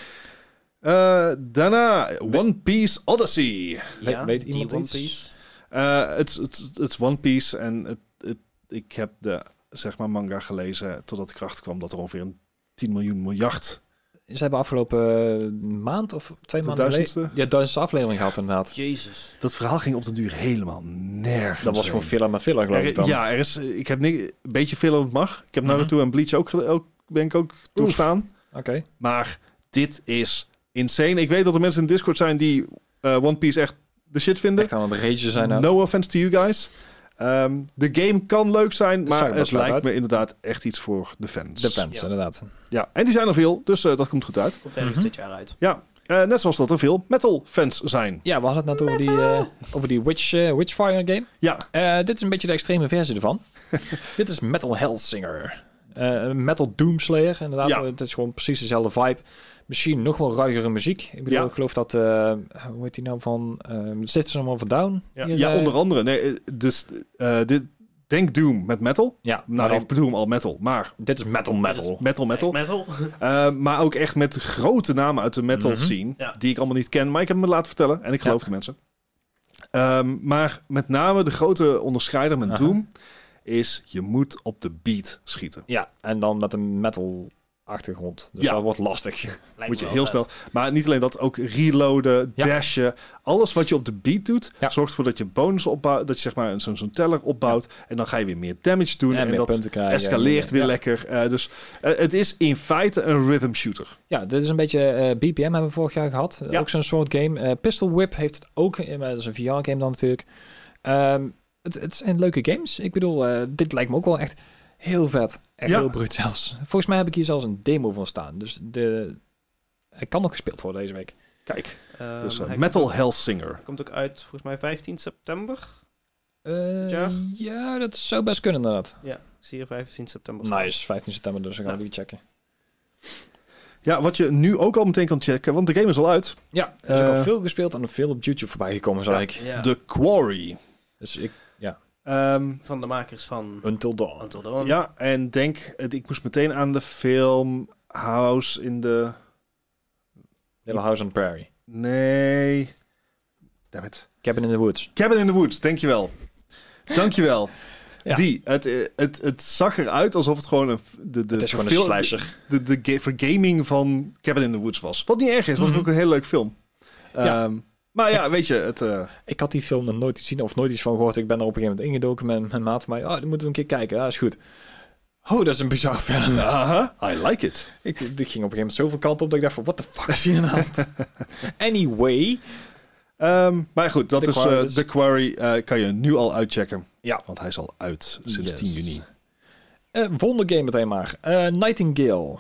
Daarna One Piece Odyssey. Weet die iemand One iets? Piece. Het is One Piece en ik heb de zeg maar manga gelezen totdat ik erachter kwam dat er ongeveer een 10 miljoen miljard Ze hebben afgelopen maand of 2 de maanden geleden... 1000ste. Ja, 1000ste aflevering gehad, inderdaad. Jezus. Dat verhaal ging op den duur helemaal nergens. Dat was gewoon heen. filler met filler, geloof ik dan. Ja, ik heb een beetje filler wat mag. Ik heb Mhm. Naruto en Bleach ben ik ook toestaan. Oké. Maar dit is insane. Ik weet dat er mensen in Discord zijn die One Piece echt de shit vinden. Echt aan het rage zijn nou. No offense to you guys. De game kan leuk zijn, zag maar er het best lijkt uit. me inderdaad echt iets voor de fans. De fans, Ja. inderdaad. Ja, en die zijn er veel, dus dat komt goed uit. Komt ergens Mhm. dit jaar uit. Ja, net zoals dat er veel metal fans zijn. Ja, we hadden het net over die Witchfire game. Ja, Dit is een beetje de extreme versie ervan. Dit is Metal Hellsinger. Metal Doomslayer, inderdaad. Ja. Het is gewoon precies dezelfde vibe. Misschien nog wel ruigere muziek. Ik bedoel, Ja. ik geloof dat... hoe heet die nou van... System of a Down? ja, onder andere. Nee, dus, denk Doom met metal. Ja, Nou, maar dan, heeft Doom al metal, maar dit is metal. metal. Metal. Maar ook echt met grote namen uit de metal Mhm. scene, Ja. die ik allemaal niet ken, maar ik heb me laten vertellen en ik geloof de mensen. Maar met name de grote onderscheider met Aha. Doom is, je moet op de beat schieten. Ja, en dan met een metal achtergrond. Dus Ja. dat wordt lastig. Lijkt Moet je me heel wel snel. Maar niet alleen dat, ook reloaden, Ja. dashen. Alles wat je op de beat doet, Ja. zorgt ervoor dat je bonus opbouwt. Dat je zeg maar zo'n teller opbouwt. En dan ga je weer meer damage doen. En En meer dat punten krijgen. escaleert weer Ja. lekker. Dus het is in feite een rhythm shooter. Ja, dit is een beetje BPM hebben we vorig jaar gehad. Ja. Ook zo'n soort game. Pistol Whip heeft het ook. Maar dat is een VR-game dan natuurlijk. Het zijn leuke games. Ik bedoel, dit lijkt me ook wel echt heel vet. Echt Ja. heel bruut zelfs. Volgens mij heb ik hier zelfs een demo van staan. Dus hij kan nog gespeeld worden deze week. Kijk, dus hij Metal Hellsinger. komt ook uit, volgens mij 15 september. Ja? Ja, dat zou best kunnen inderdaad. Ja, ik zie hier 15 september staan. Nice, 15 september, dus dan gaan we die checken. Ja, wat je nu ook al meteen kan checken, want de game is al uit. Ja, er is ook al Eh, veel gespeeld en veel op YouTube voorbij gekomen, zou Ja. ik. Ja, The Quarry. Dus van de makers van Until Dawn. Until Dawn. Ja, en ik moest meteen aan de film House in the... Little House on the Prairie. Nee. Damn it. Cabin in the Woods. Cabin in the Woods, dankjewel. Dankjewel. Ja. Die, het zag eruit alsof het gewoon Het is gewoon een slasher. de vergaming van Cabin in the Woods was. Wat niet erg is, want het is ook een hele leuk film. Ja. Maar ja, weet je, Ik had die film nog nooit gezien of nooit iets van gehoord. Ik ben er op een gegeven moment ingedoken met mijn maat van mij. Oh, die moeten we een keer kijken. Ja, is goed. Oh, dat is een bizar film. aha, I like it. Ik ging op een gegeven moment zoveel kant op dat ik dacht van, what the fuck is hier aan de hand? Anyway. Maar goed, dat The is Quarry dus. The Quarry. Kan je nu al uitchecken. Ja. Want hij is al uit sinds Yes. 10 juni. Volgende game meteen maar. Nightingale.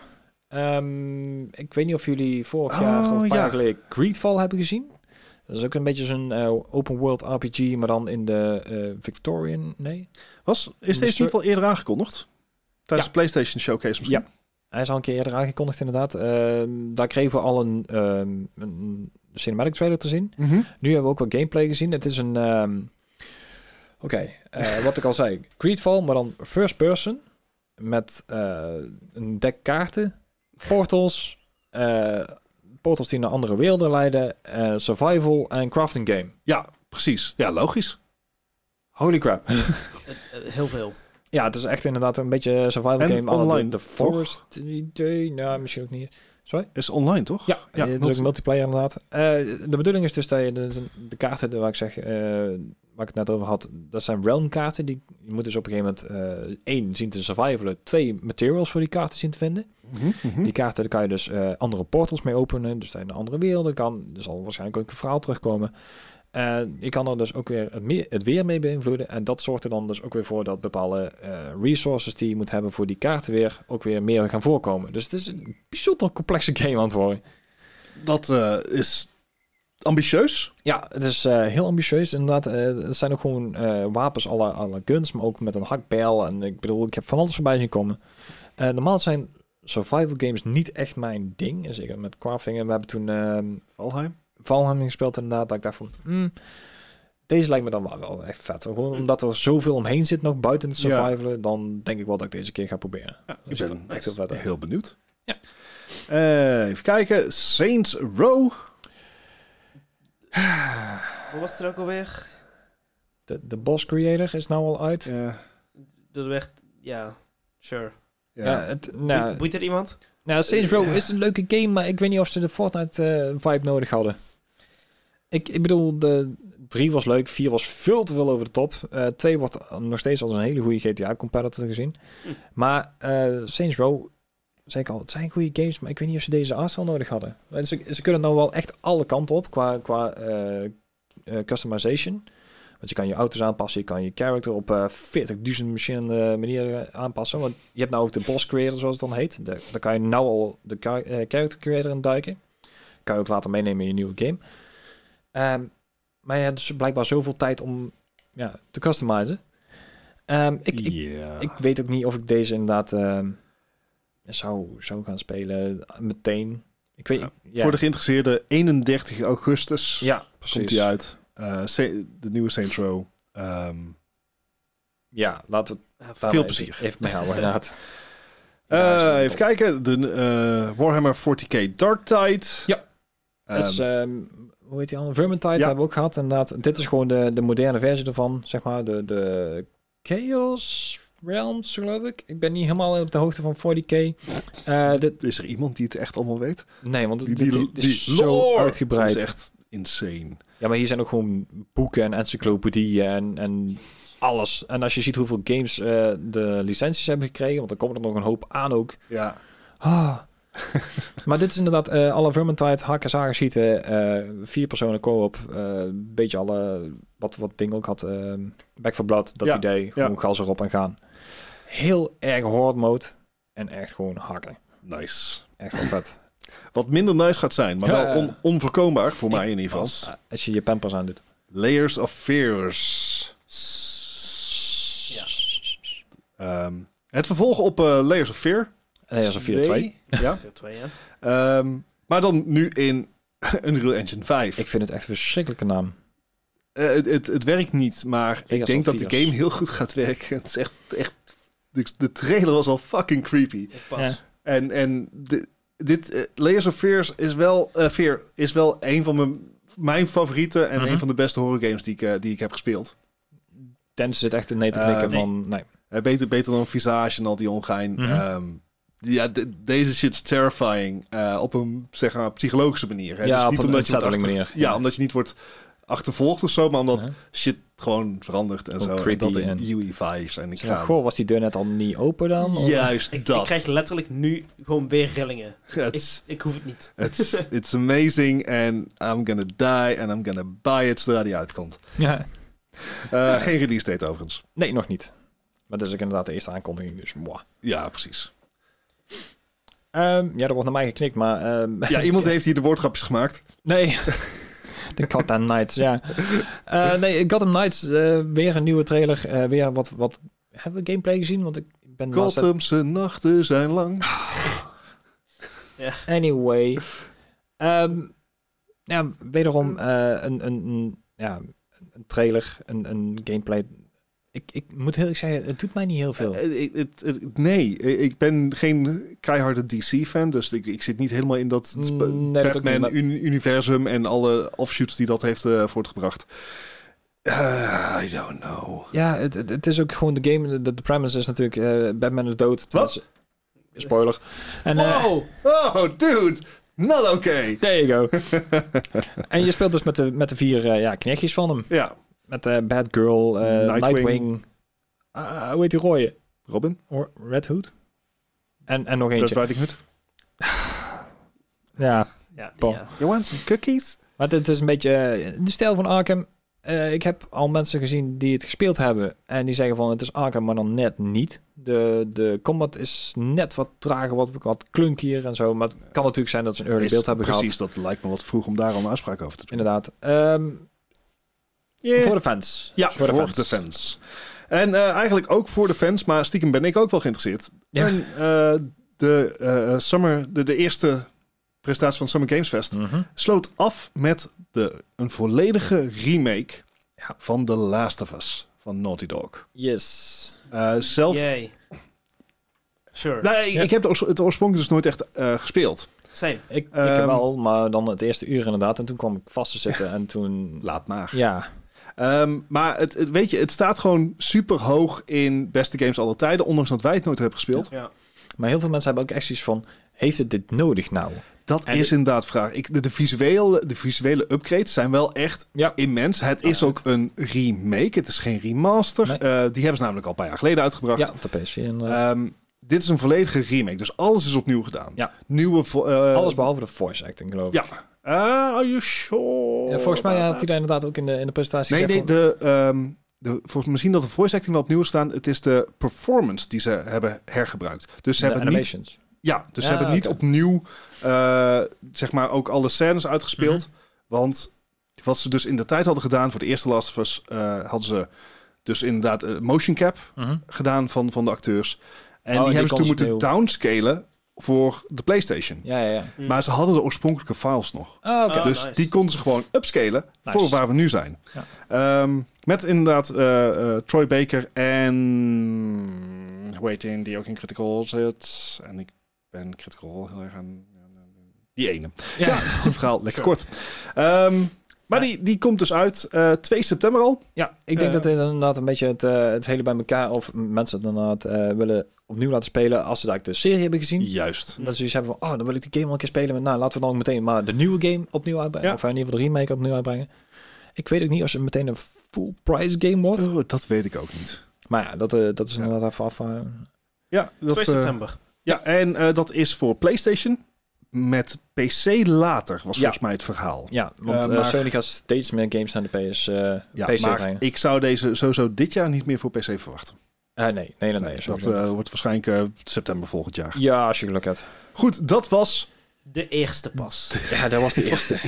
Ik weet niet of jullie vorig jaar of een paar jaar geleden Greedfall hebben gezien. Dat is ook een beetje zo'n open world RPG, maar dan in de Victorian... Nee? Is deze niet al eerder aangekondigd? Tijdens de PlayStation Showcase misschien? Ja. Hij is al een keer eerder aangekondigd inderdaad. Daar kregen we al een cinematic trailer te zien. Mhm. Nu hebben we ook wat gameplay gezien. Het is een... wat ik al zei. Greedfall, maar dan first person. Met een dek kaarten. Portals. Portals die naar andere werelden leiden. Survival en crafting game. Ja, precies. Ja, logisch. Holy crap. Heel veel. Ja, het is echt inderdaad een beetje een survival En game. online, The Forest idee. Nou, misschien ook niet. Sorry? Is online, toch? Ja, het is ook multiplayer inderdaad. De bedoeling is dus dat je de kaarten, waar ik zeg, waar ik het net over had, dat zijn realm kaarten. Je moet dus op een gegeven moment 1 zien te survivalen, 2 materials voor die kaarten zien te vinden. Die kaarten, daar kan je dus andere portals mee openen, dus dat je naar andere werelden kan. Er zal waarschijnlijk ook een verhaal terugkomen. Je kan er dus ook weer het weer mee beïnvloeden. En dat zorgt er dan dus ook weer voor dat bepaalde resources die je moet hebben voor die kaarten weer ook weer meer gaan voorkomen. Dus het is een bijzonder complexe game aan het worden. Dat is ambitieus. Ja, het is heel ambitieus. Inderdaad, het zijn ook gewoon wapens alle guns, maar ook met een hakbijl. En ik bedoel, ik heb van alles voorbij zien komen. Normaal zijn survival games niet echt mijn ding. Zeker met crafting. En we hebben toen Valheim gespeeld inderdaad. Dat ik dacht van, deze lijkt me dan wel echt vet. Gewoon omdat er zoveel omheen zit nog buiten het survivalen, dan denk ik wel dat ik deze keer ga proberen. Ja, ik ben echt heel vet uit. heel benieuwd. Ja. Even kijken. Saints Row. Hoe was het ook alweer? De Boss Creator is nou al uit. Dus werd, sure. Boeit het iemand? Nou, Saints Row is een leuke game, maar ik weet niet of ze de Fortnite vibe nodig hadden. Ik bedoel, de 3 was leuk, 4 was veel te veel over de top. 2 wordt nog steeds als een hele goede GTA-competitor gezien. Maar Saints Row, zei ik al, het zijn goede games, maar ik weet niet of ze deze artstyle nodig hadden. Ze kunnen nou wel echt alle kanten op qua customization. Want je kan je auto's aanpassen, je kan je character op 40.000 verschillende manieren aanpassen. Want je hebt nou ook de boss creator, zoals het dan heet. Daar kan je nou al de character creator in duiken. Kan je ook later meenemen in je nieuwe game. Maar ja, dus blijkbaar zoveel tijd om te customizen. Ik weet ook niet of ik deze inderdaad zou gaan spelen meteen. Ik weet, Voor de geïnteresseerde 31 augustus komt die uit. De nieuwe Saints Row. Laten we veel plezier. Even mee houden, inderdaad. Even kijken. De Warhammer 40k Dark Tide. Ja. Hoe heet die al? Vermintide hebben we ook gehad. Inderdaad, dit is gewoon de moderne versie ervan. Zeg maar de Chaos Realms, geloof ik. Ik ben niet helemaal op de hoogte van 40k. Is er iemand die het echt allemaal weet? Nee, want die is zo uitgebreid. Dat is echt insane. Ja, maar hier zijn ook gewoon boeken en encyclopedieën en alles. En als je ziet hoeveel games de licenties hebben gekregen, want er komt er nog een hoop aan ook. Ja. Maar dit is inderdaad alle Vermintide, hakken, zagen, schieten, 4 personen co-op, beetje alle, wat ding ook had, Back 4 Blood, dat idee, gewoon gas erop en gaan. Heel erg horde mode en echt gewoon hakken. Nice. Echt wel vet. Wat minder nice gaat zijn, maar wel onvoorkombaar, voor mij in ieder geval. Als je je pampers aan doet. Layers of Fears. Het vervolg op Layers of Fear. Layers of Fear 2. Ja. Fear 2, ja. Maar dan nu in Unreal Engine 5. Ik vind het echt een verschrikkelijke naam. Het werkt niet, maar ik denk dat de game heel goed gaat werken. Het is echt de trailer was al fucking creepy. En dit Layers of Fears is wel een van mijn favorieten en een van de beste horror games die ik heb gespeeld. Dennis zit echt in nee te knikken van nee. Beter dan Visage en al die ongein. Deze shit is terrifying op een zeg maar psychologische manier. Hè? Ja, dus niet op omdat een manier. Ja, omdat je niet wordt achtervolgd of zo, maar omdat shit gewoon verandert en zo. Creepy en dat in UE 5. En goh, was die deur net al niet open dan? Juist Ik dat. krijg letterlijk nu gewoon weer rillingen. Ik hoef het niet. It's amazing and I'm gonna die and I'm gonna buy it zodra die uitkomt. Ja. Geen release date overigens. Nee, nog niet. Maar dat is ook inderdaad de eerste aankondiging, dus moi. Ja, precies. Er wordt naar mij geknikt, maar... iemand heeft hier de woordgrapjes gemaakt. Nee. De Gotham Knights, ja. Gotham Knights, weer een nieuwe trailer. Weer wat... Hebben we gameplay gezien? Want ik ben... Gothamse nachten zijn lang. Ja. Anyway. Wederom een trailer, een gameplay. Ik moet heel erg zeggen, het doet mij niet heel veel. Nee, ik ben geen keiharde DC-fan, dus ik zit niet helemaal in dat Batman-universum en alle offshoots die dat heeft voortgebracht. I don't know. Ja, het is ook gewoon de game. De premise is natuurlijk, Batman is dood. Wat? Spoiler. En, wow! Oh, dude! Not okay! There you go. En je speelt dus met de 4 knechtjes van hem. Ja. Met Batgirl, Nightwing. Hoe heet die rooie? Robin? Red Hood? En nog eentje. Red Riding Hood? Ja. You want some cookies? Maar het is een beetje de stijl van Arkham. Ik heb al mensen gezien die het gespeeld hebben. En die zeggen van het is Arkham, maar dan net niet. De combat is net wat trager, wat klunkier en zo. Maar het kan natuurlijk zijn dat ze een early build hebben gehad. Precies, dat lijkt me wat vroeg om daar al een uitspraak over te doen. Inderdaad. Voor de fans. Ja, voor de fans. En eigenlijk ook voor de fans, maar stiekem ben ik ook wel geïnteresseerd. Ja. En de eerste presentatie van Summer Games Fest sloot af met een volledige remake van The Last of Us van Naughty Dog. Yes. Zelfs... Yay. Sure. Nee, ik heb het oorspronkelijk dus nooit echt gespeeld. Same. Ik heb wel, maar dan het eerste uur inderdaad. En toen kwam ik vast te zitten en toen... Laat maar. Ja. Maar weet je, het staat gewoon super hoog in beste games aller tijden, ondanks dat wij het nooit hebben gespeeld. Ja. Maar heel veel mensen hebben ook echt zoiets van, heeft het dit nodig nou? Dat is inderdaad de vraag. De visuele upgrades zijn wel echt immens. Het is ook een remake. Het is geen remaster. Nee. Die hebben ze namelijk al een paar jaar geleden uitgebracht. Ja, op de PS4 inderdaad. Dit is een volledige remake. Dus alles is opnieuw gedaan. Ja. Alles behalve de voice acting, geloof ik. Ja. Are you sure? Ja, volgens mij had hij daar inderdaad ook in de presentatie gezegd. Volgens mij zien dat de voice acting wel opnieuw staan. Het is de performance die ze hebben hergebruikt. Dus ze hebben animations. Niet... Ja, dus ze hebben niet opnieuw zeg maar ook alle scènes uitgespeeld. Want wat ze dus in de tijd hadden gedaan voor de eerste Last of Us, hadden ze dus inderdaad motion cap gedaan van de acteurs. En die hebben ze toen moeten downscalen voor de PlayStation. Ja. Maar ze hadden de oorspronkelijke files nog. Dus nice. die konden ze gewoon upscalen voor waar we nu zijn. Ja. Met inderdaad Troy Baker en hoe heet die ook in Critical zit. En ik ben Critical heel erg aan die ene. Ja, goed verhaal, lekker kort. Maar die komt dus uit 2 september al. Ja, ik denk dat dit inderdaad een beetje het hele bij elkaar, of mensen het inderdaad willen opnieuw laten spelen als ze de serie hebben gezien. Juist. Dat ze dus hebben van, dan wil ik die game wel een keer spelen. Nou, laten we dan meteen maar de nieuwe game opnieuw uitbrengen. Of in ieder geval de remake opnieuw uitbrengen. Ik weet ook niet als het meteen een full price game wordt. Oh, dat weet ik ook niet. Maar ja, dat is inderdaad even af. Ja, dat 2 september. Ja, en dat is voor PlayStation. Met PC later, was volgens mij het verhaal. Ja, want Sony gaat steeds meer games naar de PC maar brengen. Ik zou deze sowieso dit jaar niet meer voor PC verwachten. Nee. Dat wordt waarschijnlijk september volgend jaar. Ja, als je geluk hebt. Goed, dat was... De eerste pas. Ja, dat was de eerste.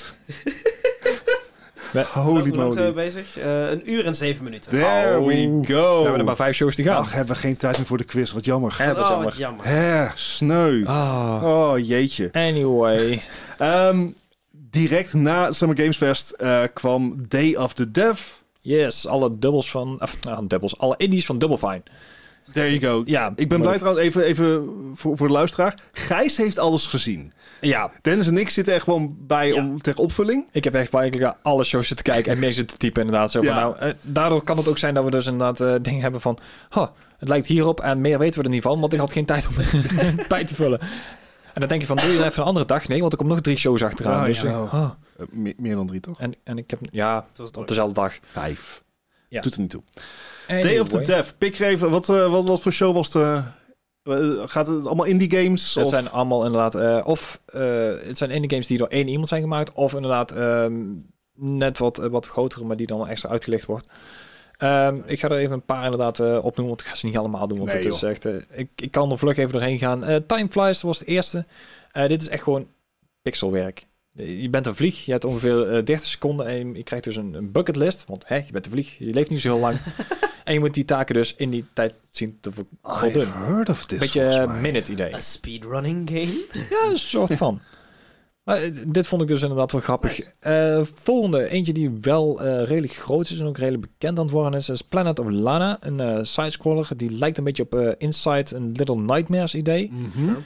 Holy Hoe lang zijn we moly. bezig? 1 uur en 7 minuten. There we go. We hebben er maar 5 shows te gaan. Ach, hebben we geen tijd meer voor de quiz. Wat jammer. Wat jammer. Sneu. Oh, jeetje. Anyway. Direct na Summer Games Fest kwam Day of the Dev. Yes, alle alle indies van Double Fine. There you go. Ja, ik ben blij trouwens, even voor de luisteraar. Gijs heeft alles gezien. Ja. Dennis en ik zitten er gewoon bij ter opvulling. Ik heb echt eigenlijk alle shows zitten kijken en mee zitten typen inderdaad. Zo van, daardoor kan het ook zijn dat we dus inderdaad dingen hebben van... het lijkt hierop en meer weten we er niet van, want ik had geen tijd om bij te vullen. En dan denk je van, doe je even een andere dag? Nee, want er komt nog 3 shows achteraan. Dus, meer dan 3, toch? En ik heb, op dezelfde dag. 5. Ja. Doet er niet toe. Anyway. Day of the Dev. Pik even, wat voor show was het? Gaat het allemaal indie games? Het zijn allemaal inderdaad... het zijn indie games die door 1 iemand zijn gemaakt. Of inderdaad net wat grotere, maar die dan extra uitgelicht wordt. Ik ga er even een paar inderdaad opnoemen, want ik ga ze niet allemaal doen. Want het is echt... ik kan er vlug even doorheen gaan. Time Flies was het eerste. Dit is echt gewoon pixelwerk. Je bent een vlieg, je hebt ongeveer 30 seconden en je krijgt dus een bucketlist. Want je bent een vlieg, je leeft niet zo heel lang. En je moet die taken dus in die tijd zien te voldoen. I've heard of this, Beetje minute idee. A speedrunning game? Ja, een soort van. Maar dit vond ik dus inderdaad wel grappig. Volgende, eentje die wel redelijk groot is en ook redelijk bekend aan het worden is Planet of Lana. Een sidescroller. Die lijkt een beetje op Inside and Little Nightmares idee. Mhm.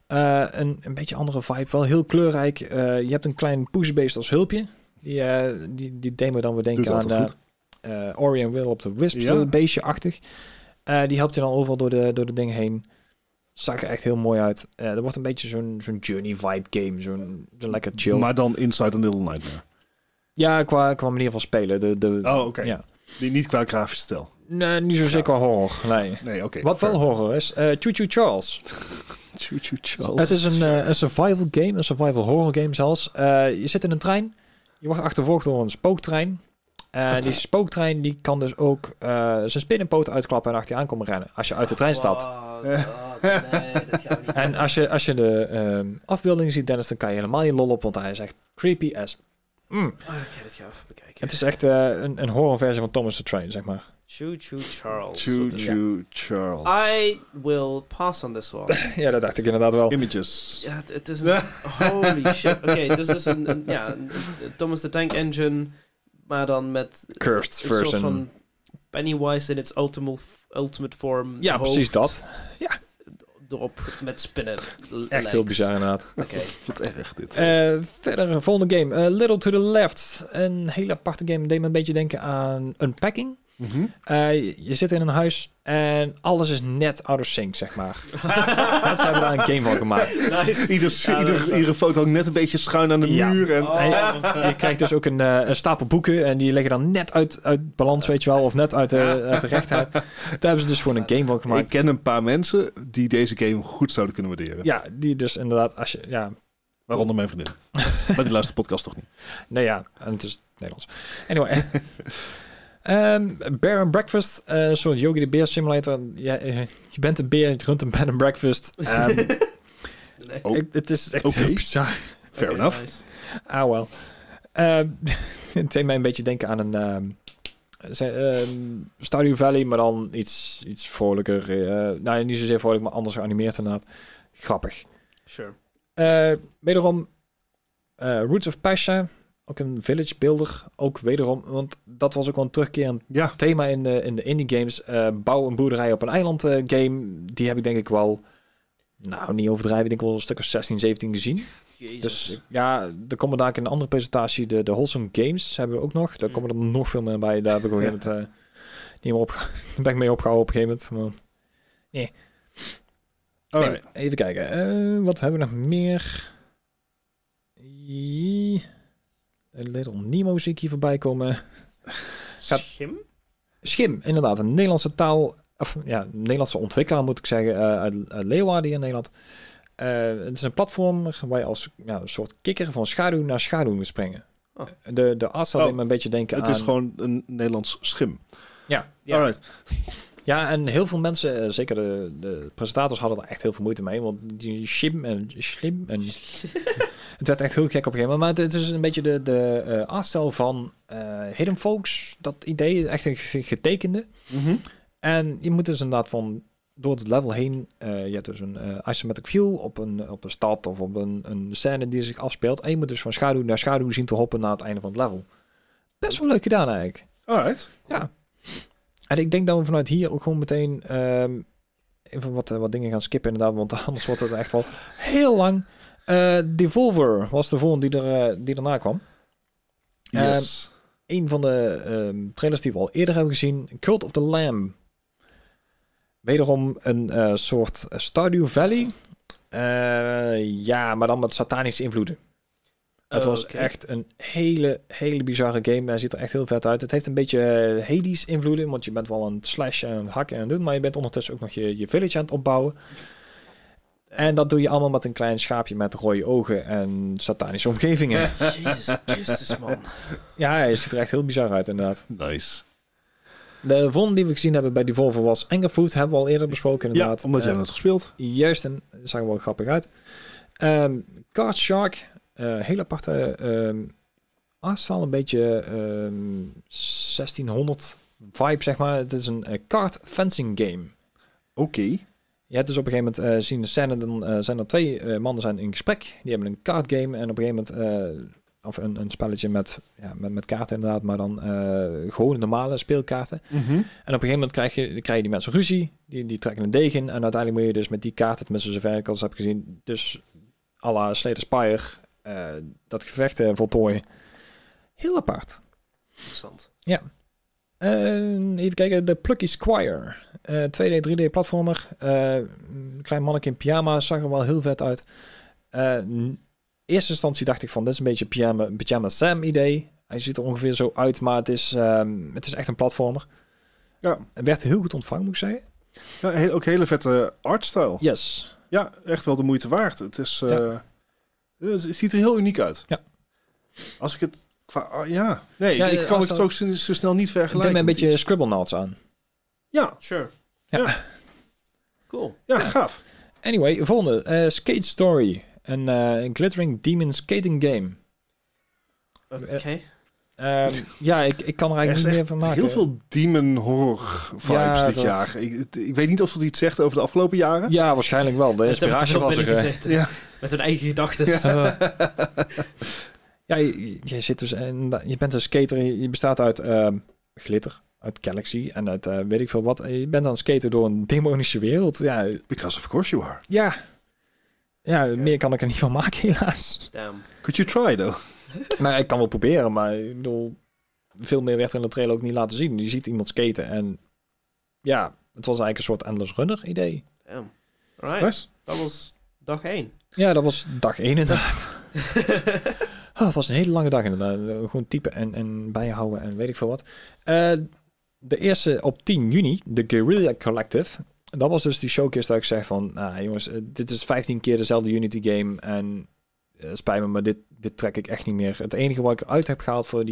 Een beetje andere vibe. Wel heel kleurrijk. Je hebt een klein pushbeest als hulpje. Die demo dan weer denken aan Ori and Will of the Wisps, beestje-achtig. Die helpt je dan overal door de dingen heen. Zag er echt heel mooi uit. Er wordt een beetje zo'n journey vibe game. Zo'n lekker chill. Maar dan Inside a Little Nightmare. Ja, qua manier van spelen. Oké. Ja. Niet qua grafische stijl. Nee, niet zozeer qua horror. Nee, oké. Wat wel horror is, Choo Choo Charles. Choo Choo Charles. Het is een survival game, een survival horror game zelfs. Je zit in een trein. Je wordt achtervolgd door een spooktrein. Die spooktrein die kan dus ook zijn spinnenpoten uitklappen en achter je aan komen rennen. Als je uit de trein stapt. Nee, dat gaan we niet En als je de afbeelding ziet, Dennis, dan kan je helemaal je lol op. Want hij is echt creepy as... Oké, dit gaan we even bekijken. Het is echt een horrorversie van Thomas the Train, zeg maar. Choo Choo Charles. Choo Choo Charles. I will pass on this one. Ja, dat dacht ik inderdaad wel. Images. Ja, het is een... Holy shit. Oké, het is dus een Thomas the Tank Engine, maar dan met... Cursed een version. soort van Pennywise in its ultimate form. Ja, hoofd precies dat. Erop met spinnen. Echt heel bizar inderdaad. Oké. Wat erg dit. Verder, volgende game. Little to the Left. Een hele aparte game. Deed me een beetje denken aan Unpacking. Mhm. Je zit in een huis en alles is net out of sync, zeg maar. Dat hebben daar een game van gemaakt. Nice. Iedere foto hangt net een beetje schuin aan de muur. En... Je krijgt dus ook een stapel boeken en die liggen dan net uit balans, weet je wel. Of net uit de rechtheid. Daar hebben ze dus voor een game van gemaakt. Ik ken een paar mensen die deze game goed zouden kunnen waarderen. Ja, die dus inderdaad, als je... Ja, waaronder mijn vriendin. Maar die luistert de podcast toch niet? nou ja, en het is Nederlands. Anyway... Bear and Breakfast, een soort Yogi de Beer simulator. Ja, je bent een beer, je runt een bed and breakfast. Het is echt heel bizar. Fair enough. Nice. Ah, wel. Het deed mij een beetje denken aan een Stardew Valley, maar dan iets vrolijker. Nou, niet zozeer vrolijk, maar anders geanimeerd inderdaad. Grappig. Sure. Wederom Roots of Passion. Ook een village builder, ook wederom, want dat was ook wel een terugkerend thema in de indie games. Bouw een boerderij op een eiland game, die heb ik denk ik wel, nou niet overdrijven, ik denk wel een stuk of 16, 17 gezien. Jezus. Dus ja, er komen daar in een andere presentatie, de Wholesome Games hebben we ook nog. Daar komen er nog veel meer bij, daar heb ik op een gegeven moment niet meer op, ben ik mee opgehouden op een gegeven moment. Maar, nee. Nee, even kijken, wat hebben we nog meer? Een Little Nemo zie ik hier voorbij komen. Schim, inderdaad. Een Nederlandse taal... Of ja, Nederlandse ontwikkelaar moet ik zeggen. Uit Leeuwarden in Nederland. Het is een platform waar je als een soort kikker van schaduw naar schaduw moet springen. Oh. De artstyle deed me een beetje denken aan... Het is gewoon een Nederlands schim. Ja. Alright. Ja, en heel veel mensen, zeker de presentators, hadden er echt heel veel moeite mee. Want die schim en... Het werd echt heel gek op een gegeven moment. Maar het is een beetje de artstyle van Hidden Folks. Dat idee, echt een getekende. Mm-hmm. En je moet dus inderdaad door het level heen... je hebt dus een isometric view op een stad of op een scène die zich afspeelt. En je moet dus van schaduw naar schaduw zien te hoppen naar het einde van het level. Best wel leuk gedaan eigenlijk. Alright. Ja. En ik denk dat we vanuit hier ook gewoon meteen even wat dingen gaan skippen inderdaad. Want anders wordt het echt wel heel lang... Devolver was de volgende die erna kwam. Yes. Een van de trailers die we al eerder hebben gezien. Cult of the Lamb. Wederom een soort Stardew Valley. Maar dan met satanische invloeden. Het was echt een hele bizarre game. Hij ziet er echt heel vet uit. Het heeft een beetje Hades invloeden. Want je bent wel aan het slashen en hakken en doen. Maar je bent ondertussen ook nog je village aan het opbouwen. En dat doe je allemaal met een klein schaapje met rode ogen en satanische omgevingen. Jezus Christus, man. Ja, hij ziet er echt heel bizar uit, inderdaad. Nice. De volgende die we gezien hebben bij Devolver was Angerfood. Hebben we al eerder besproken, inderdaad. Ja, omdat jij het gespeeld. Juist, en dat zag er wel grappig uit. Card Shark. Heel aparte artstyle. Een beetje 1600 vibe, zeg maar. Het is een kart fencing game. Oké. Je hebt dus op een gegeven moment zien de scène, dan zijn er 2 mannen zijn in gesprek. Die hebben een card game en op een gegeven moment, of een spelletje met kaarten inderdaad, maar dan gewoon normale speelkaarten. Mhm. En op een gegeven moment krijg je die mensen ruzie, die trekken een degen in en uiteindelijk moet je dus met die kaarten, tenminste zover ik al eens heb gezien, dus à la Slay the Spire, dat gevecht voltooien. Heel apart. Interessant. Ja. Even kijken, de Plucky Squire. 2D, 3D platformer. Klein mannetje in pyjama, zag er wel heel vet uit. In eerste instantie dacht ik van, dit is een beetje Pyjama Sam idee. Hij ziet er ongeveer zo uit, maar het is echt een platformer. Ja. Het werd heel goed ontvangen, moet ik zeggen. Ja, ook hele vette artstyle. Yes. Ja, echt wel de moeite waard. Het is, Ja. het ziet er heel uniek uit. Ja. Als ik het ik kan als het ook zo snel niet Het deed vergelijken. me een met beetje iets. Scribblenauts aan. Ja, Sure. Ja. Cool. ja, gaaf. Anyway, volgende. Skate Story. Een glittering demon skating game. Oké. Ja, ik kan er Er is eigenlijk niet meer van maken. heel veel demon horror vibes Ja, dit dat- jaar. Ik weet niet of dat iets zegt over de afgelopen jaren. Ja, waarschijnlijk wel. De inspiratie was er. Ja. Met hun eigen gedachten. Ja, je zit dus je bent een skater. Je bestaat uit glitter, uit Galaxy en uit weet ik veel wat. En je bent aan het skaten door een demonische wereld. Ja, Because of course you are. ja, meer kan ik er niet van maken, helaas. Damn. Could you try though? Nou, ik kan wel proberen, maar ik bedoel, veel meer werd er in de trailer ook niet laten zien. Je ziet iemand skaten en ja, het was eigenlijk een soort endless runner idee. Damn. Alright. Nice. Dat was dag 1. Ja, dat was dag 1 inderdaad. Het was een hele lange dag inderdaad. Gewoon typen en bijhouden en weet ik veel wat. De eerste op 10 juni, de Guerrilla Collective. Dat was dus die showcase dat ik zeg van, nou jongens, dit is 15 keer dezelfde Unity game en spijt me, maar dit trek ik echt niet meer. Het enige wat ik eruit heb gehaald voor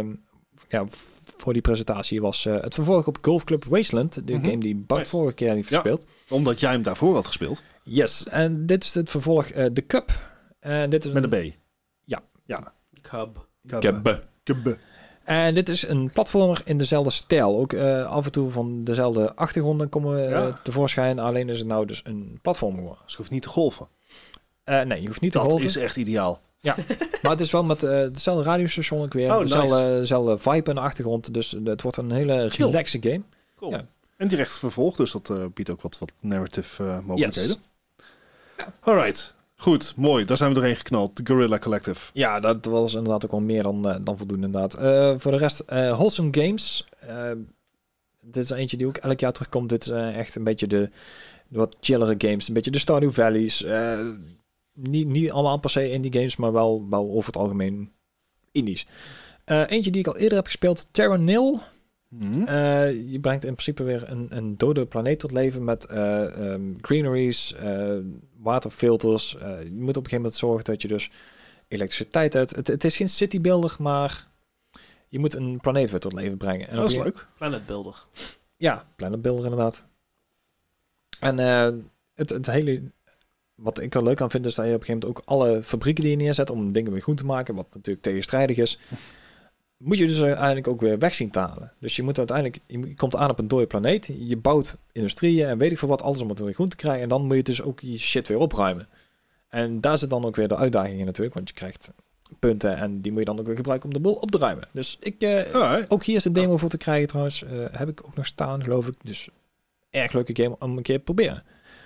die presentatie was het vervolg op Golf Club Wasteland, de game die Bart vorige keer heeft gespeeld. Omdat jij hem daarvoor had gespeeld. Yes, en dit is het vervolg, de Cup. En dit is Met een B. Ja. Cub. Cub. En dit is een platformer in dezelfde stijl. Ook af en toe van dezelfde achtergronden komen tevoorschijn. Alleen is het nou dus een platformer geworden. Dus je hoeft niet te golven. Nee, je hoeft niet te Dat golven. is echt ideaal. Ja, maar het is wel met hetzelfde radiostation ook weer. Oh, nice. Dezelfde vibe in de achtergrond. Dus het wordt een hele Chill. relaxe game. Cool. Ja. En direct vervolg, dus dat biedt ook wat narrative mogelijkheden. Yes. Ja. Alright. Goed, mooi. Daar zijn we doorheen geknald. De Guerrilla Collective. Ja, dat was inderdaad ook wel meer dan voldoende inderdaad. Voor de rest, Wholesome Games. Dit is eentje die ook elk jaar terugkomt. Dit is echt een beetje de wat chillere games. Een beetje de Stardew Valleys. Niet allemaal per se indie games, maar wel over het algemeen indies. Eentje die ik al eerder heb gespeeld, Terra Nil. Je brengt in principe weer een dode planeet tot leven met greeneries, waterfilters. Je moet op een gegeven moment zorgen dat je dus elektriciteit hebt. Het is geen citybuilder, maar je moet een planeet weer tot leven brengen. En Dat is leuk. Planet Builder. Ja, Planet Builder inderdaad. En het hele... Wat ik er leuk aan vind, is dat je op een gegeven moment ook alle fabrieken die je neerzet om dingen weer goed te maken, wat natuurlijk tegenstrijdig is, moet je dus uiteindelijk ook weer weg zien te halen. Dus je moet uiteindelijk, je komt aan op een dode planeet, je bouwt industrieën en weet ik veel wat, alles om het weer goed te krijgen. En dan moet je dus ook je shit weer opruimen. En daar zit dan ook weer de uitdaging in natuurlijk, want je krijgt punten en die moet je dan ook weer gebruiken om de boel op te ruimen. Dus ook hier is de demo voor te krijgen trouwens. Heb ik ook nog staan, geloof ik. Dus erg leuke game om een keer te proberen.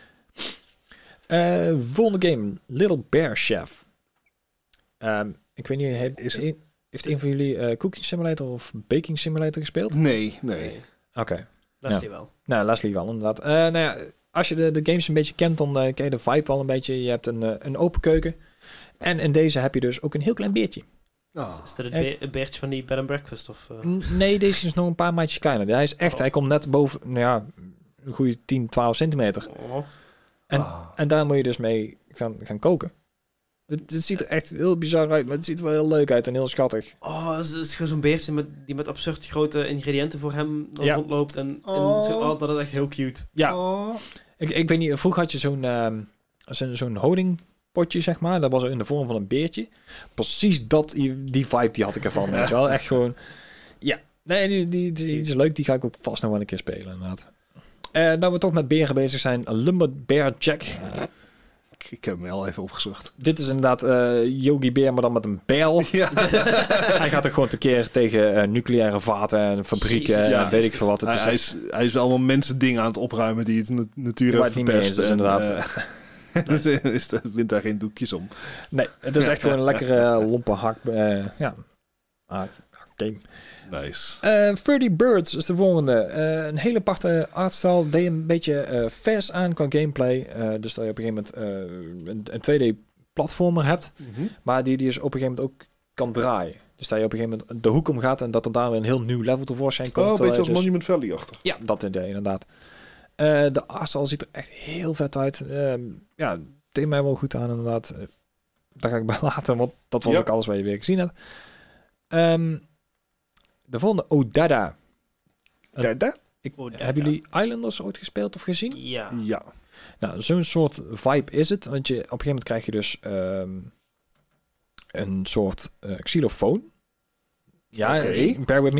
Volgende game, Little Bear Chef. Ik weet niet, heeft een van jullie Cooking Simulator of Baking Simulator gespeeld? Nee. Oké. Leslie wel. Nou, Leslie wel, inderdaad. Nou ja, als je de games een beetje kent, dan ken je de vibe al een beetje. Je hebt een open keuken. En in deze heb je dus ook een heel klein beertje. Is dat het beertje van die bed and breakfast? Of, Nee, deze is nog een paar maatjes kleiner. Hij is echt, hij komt net boven, nou ja, een goede 10, 12 centimeter. En daar moet je dus mee gaan koken. Het ziet er echt heel bizar uit, maar het ziet er wel heel leuk uit en heel schattig. Het is gewoon zo'n beertje die met absurd grote ingrediënten voor hem rondloopt. Dat is echt heel cute. Ja. Ik weet niet, vroeger had je zo'n honingpotje, zeg maar. Dat was in de vorm van een beertje. Precies die vibe die had ik ervan, weet je wel. Echt gewoon, ja. Nee, die is leuk. Die ga ik ook vast nog wel een keer spelen, inderdaad. Nou we toch met beren bezig zijn. Lumber Jack. Ik heb hem al even opgezocht. Dit is inderdaad Yogi Bear, maar dan met een bijl. Ja. Hij gaat er gewoon tekeer tegen nucleaire vaten en fabrieken en weet ik veel wat. Hij is allemaal mensen dingen aan het opruimen die het natuur heeft verpest. Dus inderdaad. Wint daar geen doekjes om. Nee, het is echt gewoon een lekkere lompe hak. Game. Nice. 30 Birds is de volgende. Een hele aparte artstyle. Deed een beetje vers aan qua gameplay. Dus dat je op een gegeven moment een 2D-platformer hebt. Mm-hmm. Maar die dus op een gegeven moment ook kan draaien. Dus dat je op een gegeven moment de hoek om gaat en dat er daar weer een heel nieuw level tevoorschijn komt. Een beetje als dus... Monument Valley achter. Ja, dat idee inderdaad. De artstyle ziet er echt heel vet uit. Ja, deed mij wel goed aan inderdaad. Daar ga ik bij laten, want dat was ook alles wat je weer gezien hebt. De volgende, Odada. Hebben jullie Islanders ooit gespeeld of gezien? Ja. Nou, zo'n soort vibe is het. Want op een gegeven moment krijg je dus een soort xylofoon. Ja, bear with me.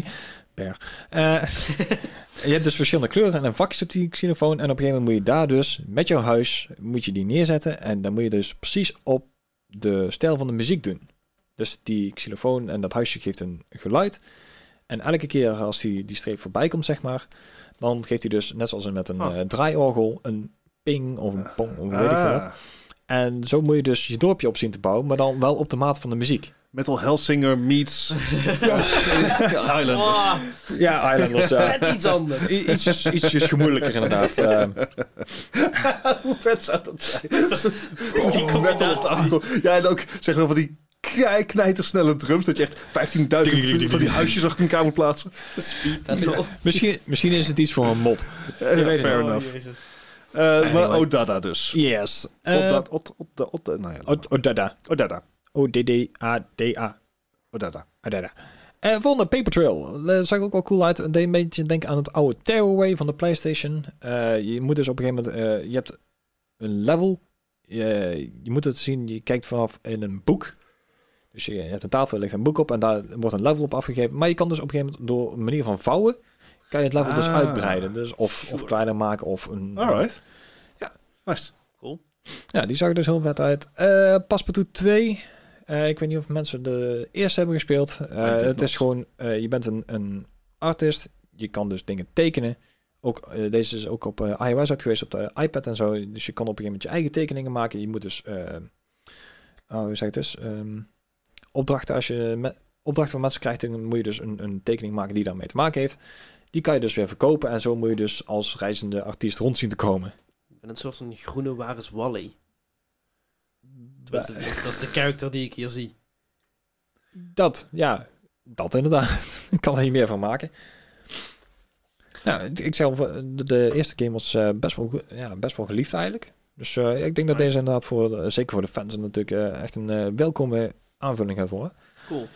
Je hebt dus verschillende kleuren en een vakjes op die xylofoon. En op een gegeven moment moet je daar dus met jouw huis moet je die neerzetten. En dan moet je dus precies op de stijl van de muziek doen. Dus die xylofoon en dat huisje geeft een geluid. En elke keer als die streep voorbij komt, zeg maar, dan geeft hij dus, net zoals met een draaiorgel, een ping of een pong of weet ik veel wat. En zo moet je dus je dorpje op zien te bouwen, maar dan wel op de maat van de muziek. Metal Hellsinger meets Islanders. Oh, Ja, Islanders. net iets anders. Ietsjes gemoeilijker inderdaad. Hoe vet zou dat zijn? Metal op de achtergrond. Ja, en ook zeg maar van die knijtersnelle drums, dat je echt 15.000 van die huisjes achter elkaar moet plaatsen. Speed metal. Misschien is het iets voor een mod. Fair enough. Maar Odada dus. Yes. Odada. O-D-D-A-D-A. Odada. Volgende Paper Trail. Dat zag ook wel cool uit. Deed een beetje denken aan het oude Tearaway van de PlayStation. Je moet dus op een gegeven moment... je hebt een level. Je moet het zien. Je kijkt vanaf in een boek. Dus je hebt een tafel, er ligt een boek op en daar wordt een level op afgegeven. Maar je kan dus op een gegeven moment door een manier van vouwen, kan je het level dus uitbreiden. Dus of kleiner maken of een... Alright. Ja. Nice. Cool. Ja, die zag er dus heel vet uit. Passepartout 2. Ik weet niet of mensen de eerste hebben gespeeld. Het is gewoon, je bent een artist. Je kan dus dingen tekenen. Ook, deze is ook op iOS uit geweest, op de iPad en zo. Dus je kan op een gegeven moment je eigen tekeningen maken. Je moet dus... hoe zeg je het dus? Opdrachten, als je opdrachten van mensen krijgt, dan moet je dus een tekening maken die daarmee te maken heeft. Die kan je dus weer verkopen en zo moet je dus als reizende artiest rond zien te komen. Ik ben een soort van groene waar is Wally. Dat is de character die ik hier zie. Dat inderdaad. Ik kan er niet meer van maken. Nou, ik zelf, de eerste game was best wel geliefd eigenlijk. Dus ik denk dat deze inderdaad zeker voor de fans natuurlijk echt een welkome aanvulling gaat worden. Cool.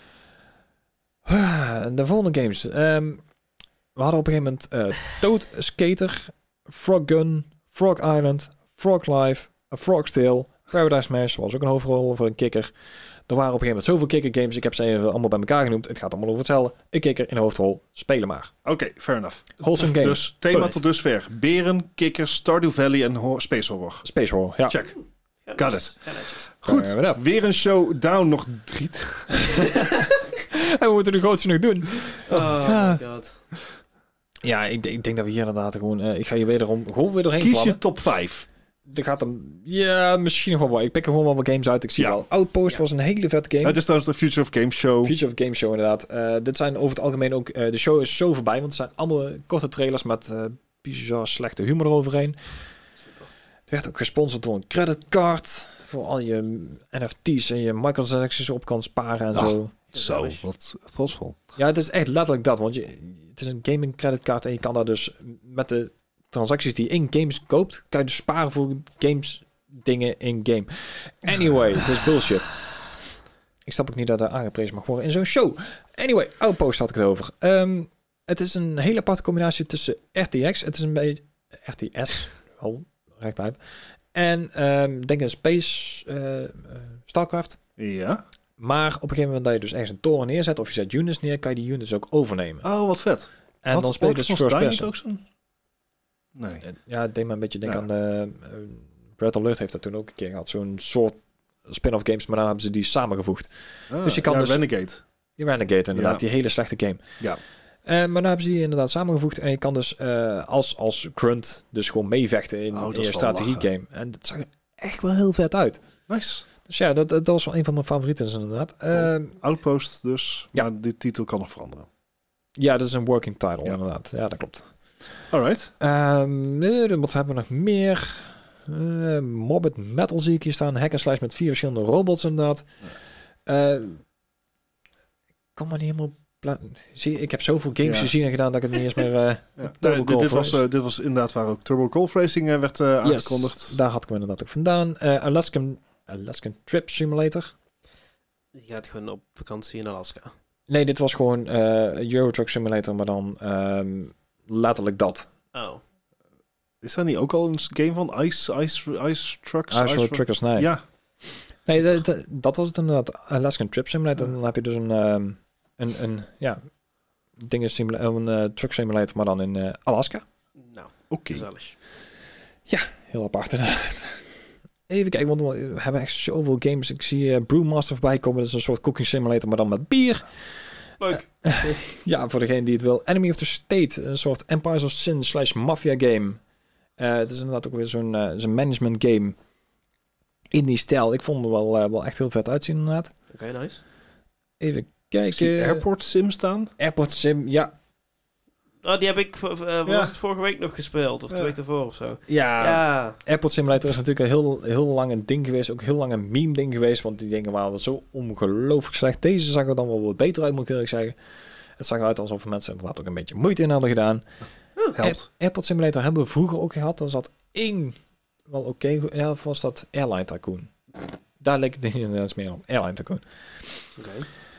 De volgende games. We hadden op een gegeven moment Toad Skater, Frog Gun, Frog Island, Frog Life, A Frog's Tale, Paradise Smash, was ook een hoofdrol voor een kikker. Er waren op een gegeven moment zoveel kikkergames. Ik heb ze even allemaal bij elkaar genoemd. Het gaat allemaal over hetzelfde. Een kikker in een hoofdrol. Spelen maar. Oké, fair enough. Wholesome game. Dus thema tot dusver. Beren, kikkers, Stardew Valley en Space Horror. Space Horror, ja. Check. Got it. Goed. Weer een showdown. Nog 3. En we moeten de grootste nog doen. Oh my god. Ja, ik denk dat we hier inderdaad gewoon... ik ga je gewoon weer doorheen Kies vallen. je top 5. Er gaat hem... Ja, misschien nog wel wat. Ik pik er gewoon wel wat games uit. Ik zie wel. Outpost was een hele vette game. Het is trouwens de Future of Game Show. Future of Game Show, inderdaad. Dit zijn over het algemeen ook... de show is zo voorbij, want het zijn allemaal korte trailers met bizar slechte humor eroverheen. Super. Het werd ook gesponsord door een creditcard voor al je NFT's en je microtransactions op kan sparen en zo. Zo, wat volsvol. Ja, het is echt letterlijk dat, want het is een gaming creditcard en je kan daar dus met de transacties die je in games koopt, kan je dus sparen voor games dingen in game. Anyway, het is bullshit. Ik snap ook niet dat er aangeprezen mag worden in zo'n show. Anyway, Outpost had ik het over. Het is een hele aparte combinatie tussen RTX, het is een beetje RTS, al recht bij. En denk aan Space Starcraft. Ja. Maar op een gegeven moment dat je dus ergens een toren neerzet of je zet units neer, kan je die units ook overnemen. Oh, wat vet. En dan speel je dus first person. ook zo'n... Nee. Ja, het deed me een beetje denken aan de... Red Alert heeft dat toen ook een keer gehad. Zo'n soort spin-off games, maar dan hebben ze die samengevoegd. Dus je kan dus... Renegade. Die Renegade inderdaad, die hele slechte game. Ja. Maar dan hebben ze die inderdaad samengevoegd. En je kan dus als grunt dus gewoon meevechten in je strategie-game. En dat zag er echt wel heel vet uit. Nice. Dus ja, dat was wel een van mijn favorieten inderdaad. Outpost dus. Ja. Maar dit titel kan nog veranderen. Ja, dat is een working title inderdaad. Ja, dat klopt. Alright. Wat hebben we nog meer? Morbid Metal zie ik hier staan. Hack and slash met 4 verschillende robots inderdaad. Ik kan maar niet helemaal... Zie, ik heb zoveel games gezien en gedaan dat ik het niet eens meer... dit was inderdaad waar ook Turbo Golf Racing werd aangekondigd. Daar had ik hem inderdaad ook vandaan. Alaskan Trip Simulator. Je gaat gewoon op vakantie in Alaska. Nee, dit was gewoon Euro Truck Simulator, maar dan letterlijk dat. Oh. Is dat niet ook al een game van Ice Trucks? Ice Truckers, nee. Ja. Nee, dat was het inderdaad. Alaskan Trip Simulator. Dan heb je dus een truck simulator, maar dan in Alaska. Nou, oké. Gezellig. Ja, heel apart inderdaad. Even kijken, want we hebben echt zoveel games. Ik zie Brewmaster voorbij komen. Dat is een soort cooking simulator, maar dan met bier. Leuk. Ja, voor degene die het wil. Enemy of the State, een soort Empires of Sin / Mafia game. Het is inderdaad ook weer zo'n management game in die stijl. Ik vond er wel echt heel vet uitzien inderdaad. Oké, nice. Even kijken. Zie Airport Sim staan? Airport Sim, ja. Oh, die heb ik was het vorige week nog gespeeld. Of 2 weken ervoor of zo. Ja. Airport Simulator is natuurlijk heel lang een ding geweest. Ook heel lang een meme ding geweest. Want die dingen waren zo ongelooflijk slecht. Deze zag er dan wel wat beter uit, moet ik eerlijk zeggen. Het zag eruit alsof mensen inderdaad ook een beetje moeite in hadden gedaan. Airport Simulator hebben we vroeger ook gehad. Er zat 1 wel oké. Ja, of was dat Airline Tycoon? Daar leek het inderdaad meer op. Airline Tycoon. Oké.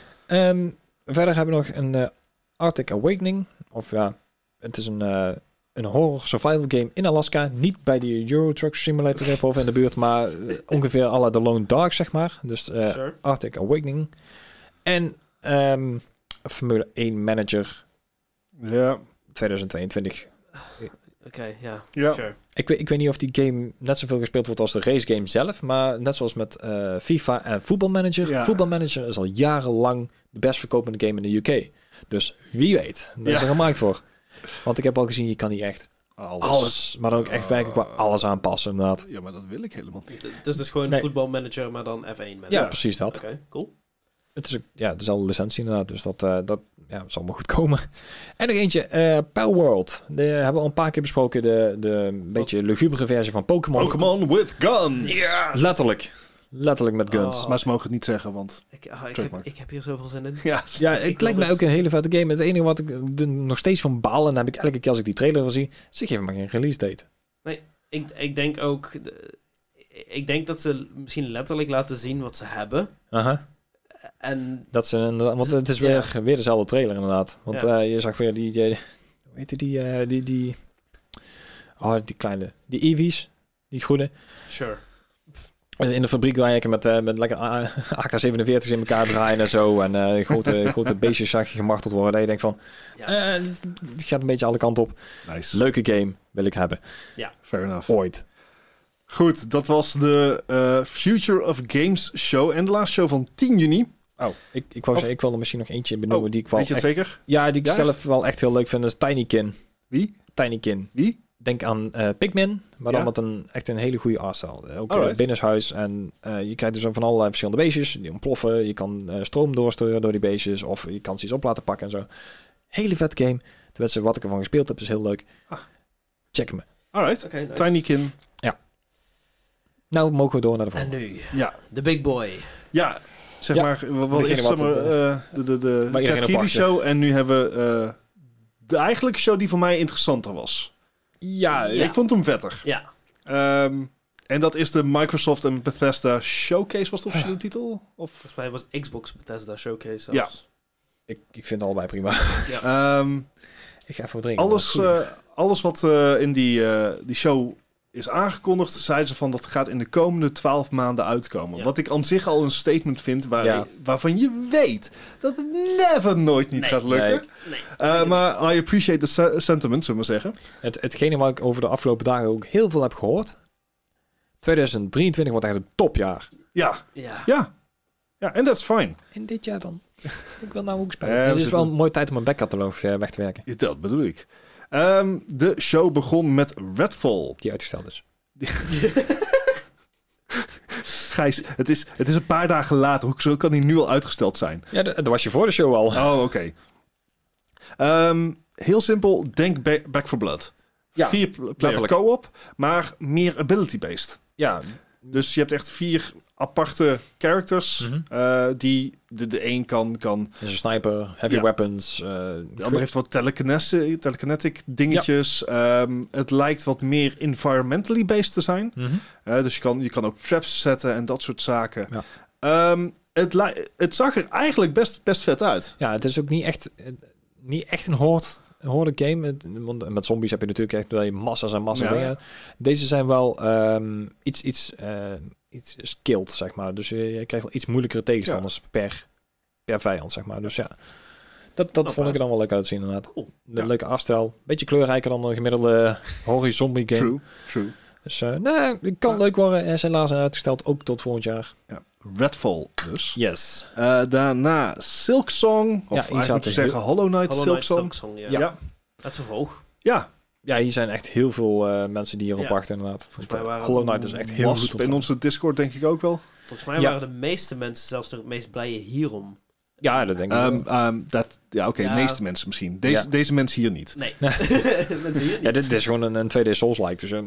Verder hebben we nog een Arctic Awakening. Of ja, het is een horror survival game in Alaska. Niet bij de Euro Truck Simulator of in de buurt, maar ongeveer à la The Lone Dark, zeg maar. Dus sure. Arctic Awakening. En Formule 1 Manager. Ja. 2022. Oké, ja. Sure. Ik weet niet of die game net zoveel gespeeld wordt als de race game zelf, maar net zoals met FIFA en Voetbalmanager. Ja. Voetbalmanager is al jarenlang de best verkopende game in de UK. Dus wie weet, daar is er gemaakt voor. Want ik heb al gezien, je kan niet echt alles maar dan ook echt werkelijk waar alles aanpassen inderdaad. Ja, maar dat wil ik helemaal niet. Het is dus gewoon Voetbalmanager, maar dan F1 manager. Ja, precies dat. Oké, cool. Het is dezelfde licentie inderdaad, dus dat zal maar goed komen. En nog eentje, Palworld. Die hebben we al een paar keer besproken, de beetje lugubere versie van Pokémon. Pokémon with guns! Yes! Letterlijk met guns. Maar ze mogen het niet zeggen, want... Ik heb hier zoveel zin in. Ja, het lijkt mij ook een hele vette game. Het enige wat ik er nog steeds van baal, en dan heb ik elke keer als ik die trailer zie, ze geven maar geen release date. Nee, ik denk ook... Ik denk dat ze misschien letterlijk laten zien wat ze hebben. Aha. En dat ze want het is weer dezelfde trailer inderdaad. Want je zag weer die hoe heet die kleine, die Eevees, die groene. Sure. In de fabriek waar je met lekker AK-47's in elkaar draaien en zo. En grote beestjes zag je gemarteld worden. Dat je denkt van, het gaat een beetje alle kanten op. Nice. Leuke game, wil ik hebben. Ja. Fair enough. Ooit. Goed, dat was de Future of Games show. En de laatste show van 10 juni. Oh, ik wou zeggen, ik wil er misschien nog eentje benoemen die ik wel weet je het zeker? Ja, die ik zelf wel echt heel leuk vind. Dat is Tinykin. Wie? Tinykin. Wie? Denk aan Pikmin, maar dan met echt een hele goede artstyle. Ook binnenshuis. En je krijgt dus van allerlei verschillende beestjes. Die ontploffen. Je kan stroom doorsturen door die beestjes. Of je kan ze iets op laten pakken en zo. Hele vet game. Tenminste, wat ik ervan gespeeld heb is heel leuk. Check hem. Alright. Okay, nice. Tinykin. Ja. Nou, mogen we door naar de volgende. En nu, de big boy. Ja, zeg maar, wat is de Jeff Keighley show. En nu hebben we de eigenlijke show die voor mij interessanter was. Ja, ik vond hem vetter. Ja. En dat is de Microsoft en Bethesda Showcase, was de officiële titel? Of? Volgens mij was Xbox Bethesda Showcase zelfs. Ja. Ik vind het allebei prima. Ja. Ik ga even drinken. Alles wat in die show is aangekondigd, zeiden ze van dat gaat in de komende 12 maanden uitkomen. Ja. Wat ik aan zich al een statement vind waarvan je weet dat het nooit niet gaat lukken. Nee, maar I appreciate the sentiment, zullen we zeggen. Hetgene wat ik over de afgelopen dagen ook heel veel heb gehoord. 2023 wordt echt een topjaar. Ja, en that's fine. En dit jaar dan? Ik wil nou ook spelen. Het is wel een mooie tijd om mijn backcataloog weg te werken. Dat bedoel ik. De show begon met Redfall. Die uitgesteld is. Gijs, het is een paar dagen later. Hoe kan die nu al uitgesteld zijn? Ja, dat was je voor de show al. Oh, oké. Heel simpel, denk Back 4 Blood. Ja, 4-player co-op, maar meer ability-based. Ja. Dus je hebt echt 4 aparte characters die de een kan... Is een sniper, heavy weapons. De ander heeft wat telekinetic dingetjes. Ja. Het lijkt wat meer environmentally based te zijn. Dus je kan ook traps zetten en dat soort zaken. Ja. Het zag er eigenlijk best vet uit. Ja, het is ook niet echt een horde game. Want met zombies heb je natuurlijk echt dat je massa's en massa's dingen. Deze zijn wel iets skilled, zeg maar. Dus je krijgt wel iets moeilijkere tegenstanders per vijand, zeg maar. Dus ja, dat vond ik er dan wel leuk uitzien inderdaad. Cool. De leuke artstijl. Beetje kleurrijker dan een gemiddelde horror zombie game. True. Dus het kan leuk worden. En is helaas uitgesteld ook tot volgend jaar. Ja. Redfall dus. Yes. Daarna Silksong. Of eigenlijk moet je zeggen Hollow Knight Silksong. Ja. Het vervolg. Ja. Ja, hier zijn echt heel veel mensen die hierop wachten inderdaad. Hollow Knight is echt heel goed. In onze Discord denk ik ook wel. Volgens mij waren de meeste mensen zelfs het meest blije hierom. Ja, dat denk ik de meeste mensen misschien. Deze mensen hier niet. Nee, mensen hier niet. Ja, dit is gewoon een 2D Souls-like. Dus,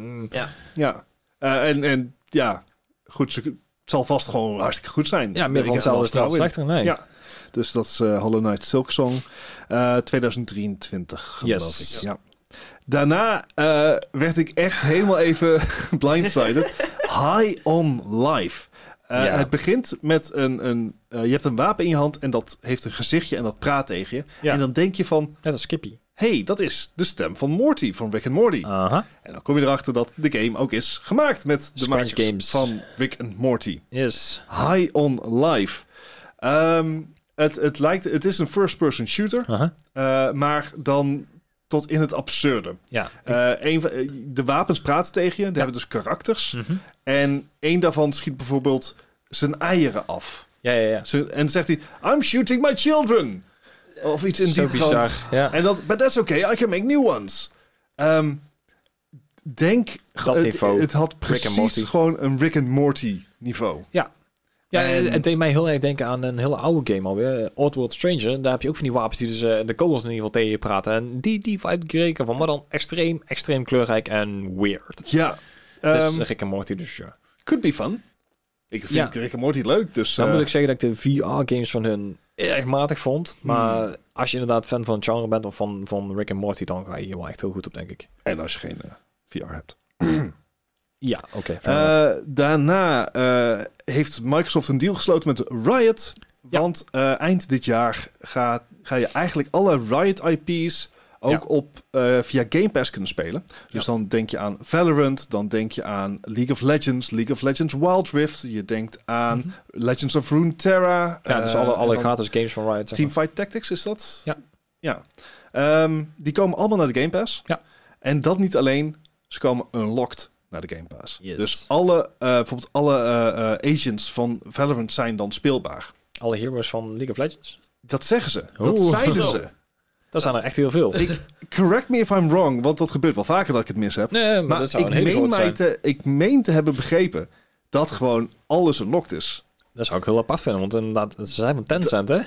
goed, het zal vast gewoon hartstikke goed zijn. Ja, meer van hetzelfde is dat slechter. Nee. Ja, dus dat is Hollow Knight Silksong 2023, geloof ik. Ja. Daarna werd ik echt helemaal even blindsided. High on Life. Het begint met je hebt een wapen in je hand en dat heeft een gezichtje en dat praat tegen je. Ja. En dan denk je van... Dat is Skippy. Hey, dat is de stem van Morty, van Rick and Morty. En dan kom je erachter dat de game ook is gemaakt met de makers van Rick and Morty. Yes. High on Life. Het is een first-person shooter, maar dan tot in het absurde. Ja. De wapens praten tegen je, die hebben dus karakters. En één daarvan schiet bijvoorbeeld zijn eieren af. Ja. En dan zegt hij, I'm shooting my children. Of iets in die trant. Ja. En but that's okay, I can make new ones. Het had precies gewoon een Rick and Morty niveau. Ja. Ja, het deed mij heel erg denken aan een hele oude game alweer. Oddworld Stranger. Daar heb je ook van die wapens die dus de kogels in ieder geval tegen je praten. En die vibe kreeg van, maar dan extreem kleurrijk en weird. Ja. Het is Rick and Morty, dus ja. Could be fun. Ik vind Rick and Morty leuk, dus... Dan moet ik zeggen dat ik de VR-games van hun erg matig vond. Maar als je inderdaad fan van het genre bent of van Rick and Morty, dan ga je hier wel echt heel goed op, denk ik. En als je geen VR hebt. Ja, oké. Daarna heeft Microsoft een deal gesloten met Riot. Want eind dit jaar ga je eigenlijk alle Riot IP's ook via Game Pass kunnen spelen. Dus dan denk je aan Valorant, dan denk je aan League of Legends Wild Rift. Je denkt aan Legends of Runeterra. Ja, dus alle gratis games van Riot. Teamfight Tactics is dat? Ja. Die komen allemaal naar de Game Pass. Ja. En dat niet alleen, ze komen unlocked naar de Game Pass. Yes. Dus bijvoorbeeld alle agents van Valorant zijn dan speelbaar. Alle heroes van League of Legends? Dat zeggen ze. Dat zeiden ze. Dat zijn er echt heel veel. Correct me if I'm wrong, want dat gebeurt wel vaker dat ik het mis heb. Nee, maar dat zou een hele grote zijn. Ik meen te hebben begrepen dat gewoon alles unlocked is. Dat zou ik heel apart vinden, want inderdaad, ze zijn van Tencent, hè?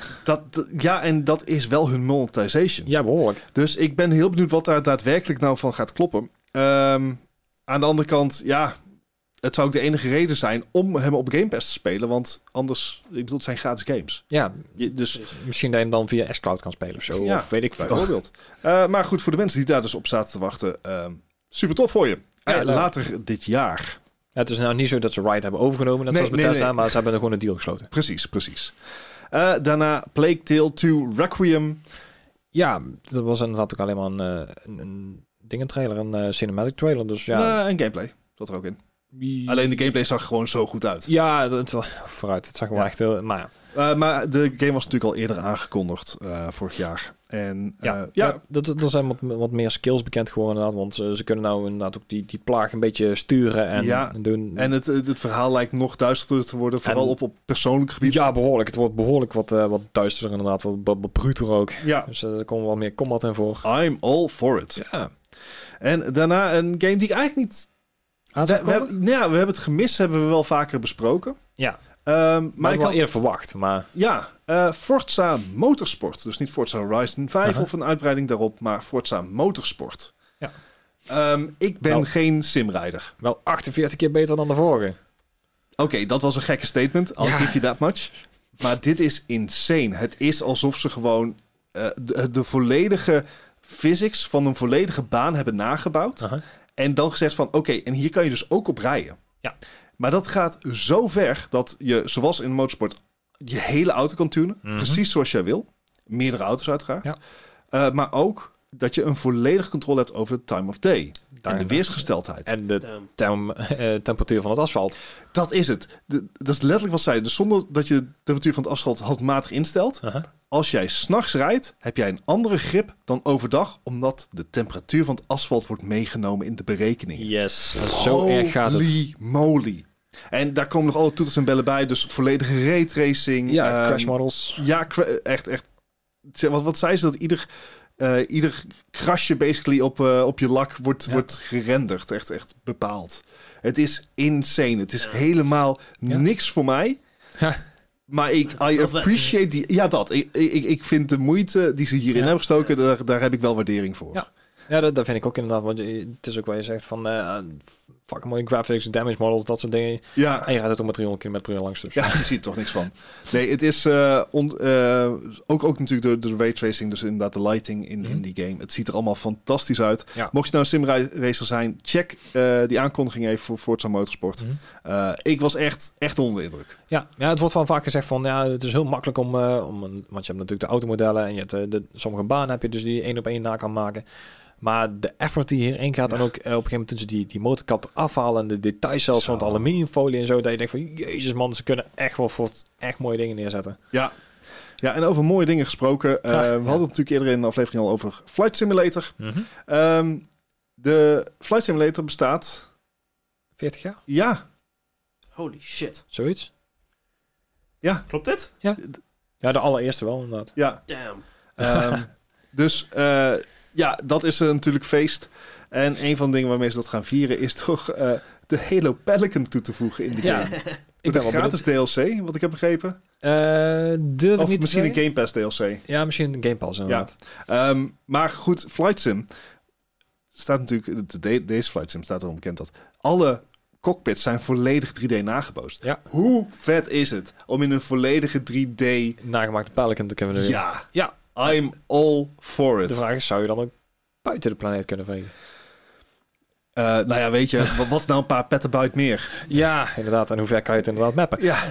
En dat is wel hun monetization. Ja, behoorlijk. Dus ik ben heel benieuwd wat daar daadwerkelijk nou van gaat kloppen. Aan de andere kant, het zou ook de enige reden zijn om hem op Game Pass te spelen. Want anders, het zijn gratis games. Ja, dus misschien dat je hem dan via xCloud kan spelen of zo. Ja, of weet ik veel. Bijvoorbeeld. Maar goed, voor de mensen die daar dus op zaten te wachten. Super tof voor je. Later dit jaar. Ja, het is nou niet zo dat ze Riot hebben overgenomen. Net zoals Bethesda, maar ze hebben er gewoon een deal gesloten. Precies. Daarna Plague Tale 2 Requiem. Ja, dat was inderdaad ook alleen maar een dingentrailer, een cinematic trailer. Dus ja. En gameplay. zat er ook in. Alleen de gameplay zag gewoon zo goed uit. Ja, vooruit. Het zag er wel echt heel... Maar ja. Maar de game was natuurlijk al eerder aangekondigd vorig jaar. En er zijn wat meer skills bekend geworden inderdaad. Want ze kunnen nou inderdaad ook die plaag een beetje sturen en doen. En het verhaal lijkt nog duisterder te worden. Vooral op persoonlijk gebied. Ja, behoorlijk. Het wordt behoorlijk wat duisterder inderdaad. Wat bruter ook. Ja. Dus er komt wel meer combat in voor. I'm all for it. Ja. En daarna een game die ik eigenlijk niet... We hebben het gemist, hebben we wel vaker besproken. Ja. Maar ik had eerder verwacht, maar... Ja, Forza Motorsport. Dus niet Forza Horizon 5 of een uitbreiding daarop, maar Forza Motorsport. Ja. Ik ben geen simrijder. Wel 48 keer beter dan de vorige. Oké, dat was een gekke statement. I'll give you that much. Maar dit is insane. Het is alsof ze gewoon de volledige physics van een volledige baan hebben nagebouwd. En dan gezegd van, oké, en hier kan je dus ook op rijden. Ja. Maar dat gaat zo ver dat je, zoals in de motorsport, je hele auto kan tunen. Precies zoals jij wil. Meerdere auto's uiteraard. Ja. Maar ook dat je een volledige controle hebt over de time of day. En de weersgesteldheid. En de temperatuur van het asfalt. Dat is het. Dat is letterlijk wat zij. Dus zonder dat je de temperatuur van het asfalt handmatig instelt. Als jij 's nachts rijdt, heb jij een andere grip dan overdag. Omdat de temperatuur van het asfalt wordt meegenomen in de berekening. Yes, zo erg gaat het. Holy moly. En daar komen nog alle toeters en bellen bij. Dus volledige raytracing. Ja, crash models. Ja, echt. Wat zei ze? Dat ieder krasje basically op je lak wordt gerenderd. Echt bepaald. Het is insane. Het is helemaal niks voor mij. Ja. Maar I appreciate die... Ja, dat. Ik vind de moeite die ze hierin hebben gestoken, daar heb ik wel waardering voor. Ja, dat vind ik ook inderdaad. Want het is ook wat je zegt van... fucking mooie graphics, damage models, dat soort dingen. Ja. En je gaat het om met 300 km per uur langs. Dus. Ja, je ziet er toch niks van. Nee, het is ook natuurlijk door de raytracing, dus inderdaad de lighting in die game. Het ziet er allemaal fantastisch uit. Ja. Mocht je nou een simracer zijn, check die aankondiging even voor Forza Motorsport. Ik was echt onder de indruk. Ja, het wordt wel vaak gezegd van, het is heel makkelijk om want je hebt natuurlijk de automodellen en je hebt sommige banen heb je dus die 1-op-1 na kan maken. Maar de effort die hierin gaat en ook op een gegeven moment toen ze die motorkap afhalen en de details zelfs van het aluminiumfolie en zo, dat je denkt van, jezus man, ze kunnen echt wel voor echt mooie dingen neerzetten. Ja, en over mooie dingen gesproken. We hadden het natuurlijk eerder in de aflevering al over Flight Simulator. De Flight Simulator bestaat... 40 jaar? Ja. Holy shit. Zoiets? Ja. Klopt dit? Ja, de allereerste wel inderdaad. Ja. Damn. Dus... ja, dat is natuurlijk feest. En een van de dingen waarmee ze dat gaan vieren is toch de Halo Pelican toe te voegen in de game. Ik ben gratis DLC, wat ik heb begrepen. Of niet misschien een Game Pass DLC. Ja, misschien een Game Pass inderdaad. Ja. Maar goed, Flight Sim staat natuurlijk... Deze Flight Sim staat erom bekend dat alle cockpits zijn volledig 3D nagebootst. Ja. Hoe vet is het om in een volledige 3D... nagemaakte Pelican te kunnen doen. Ja. I'm all for it. De vraag is, zou je dan ook buiten de planeet kunnen vliegen? Nou ja, weet je, wat is nou een paar petabyte meer? Ja, inderdaad. En hoe ver kan je het inderdaad mappen? Ja.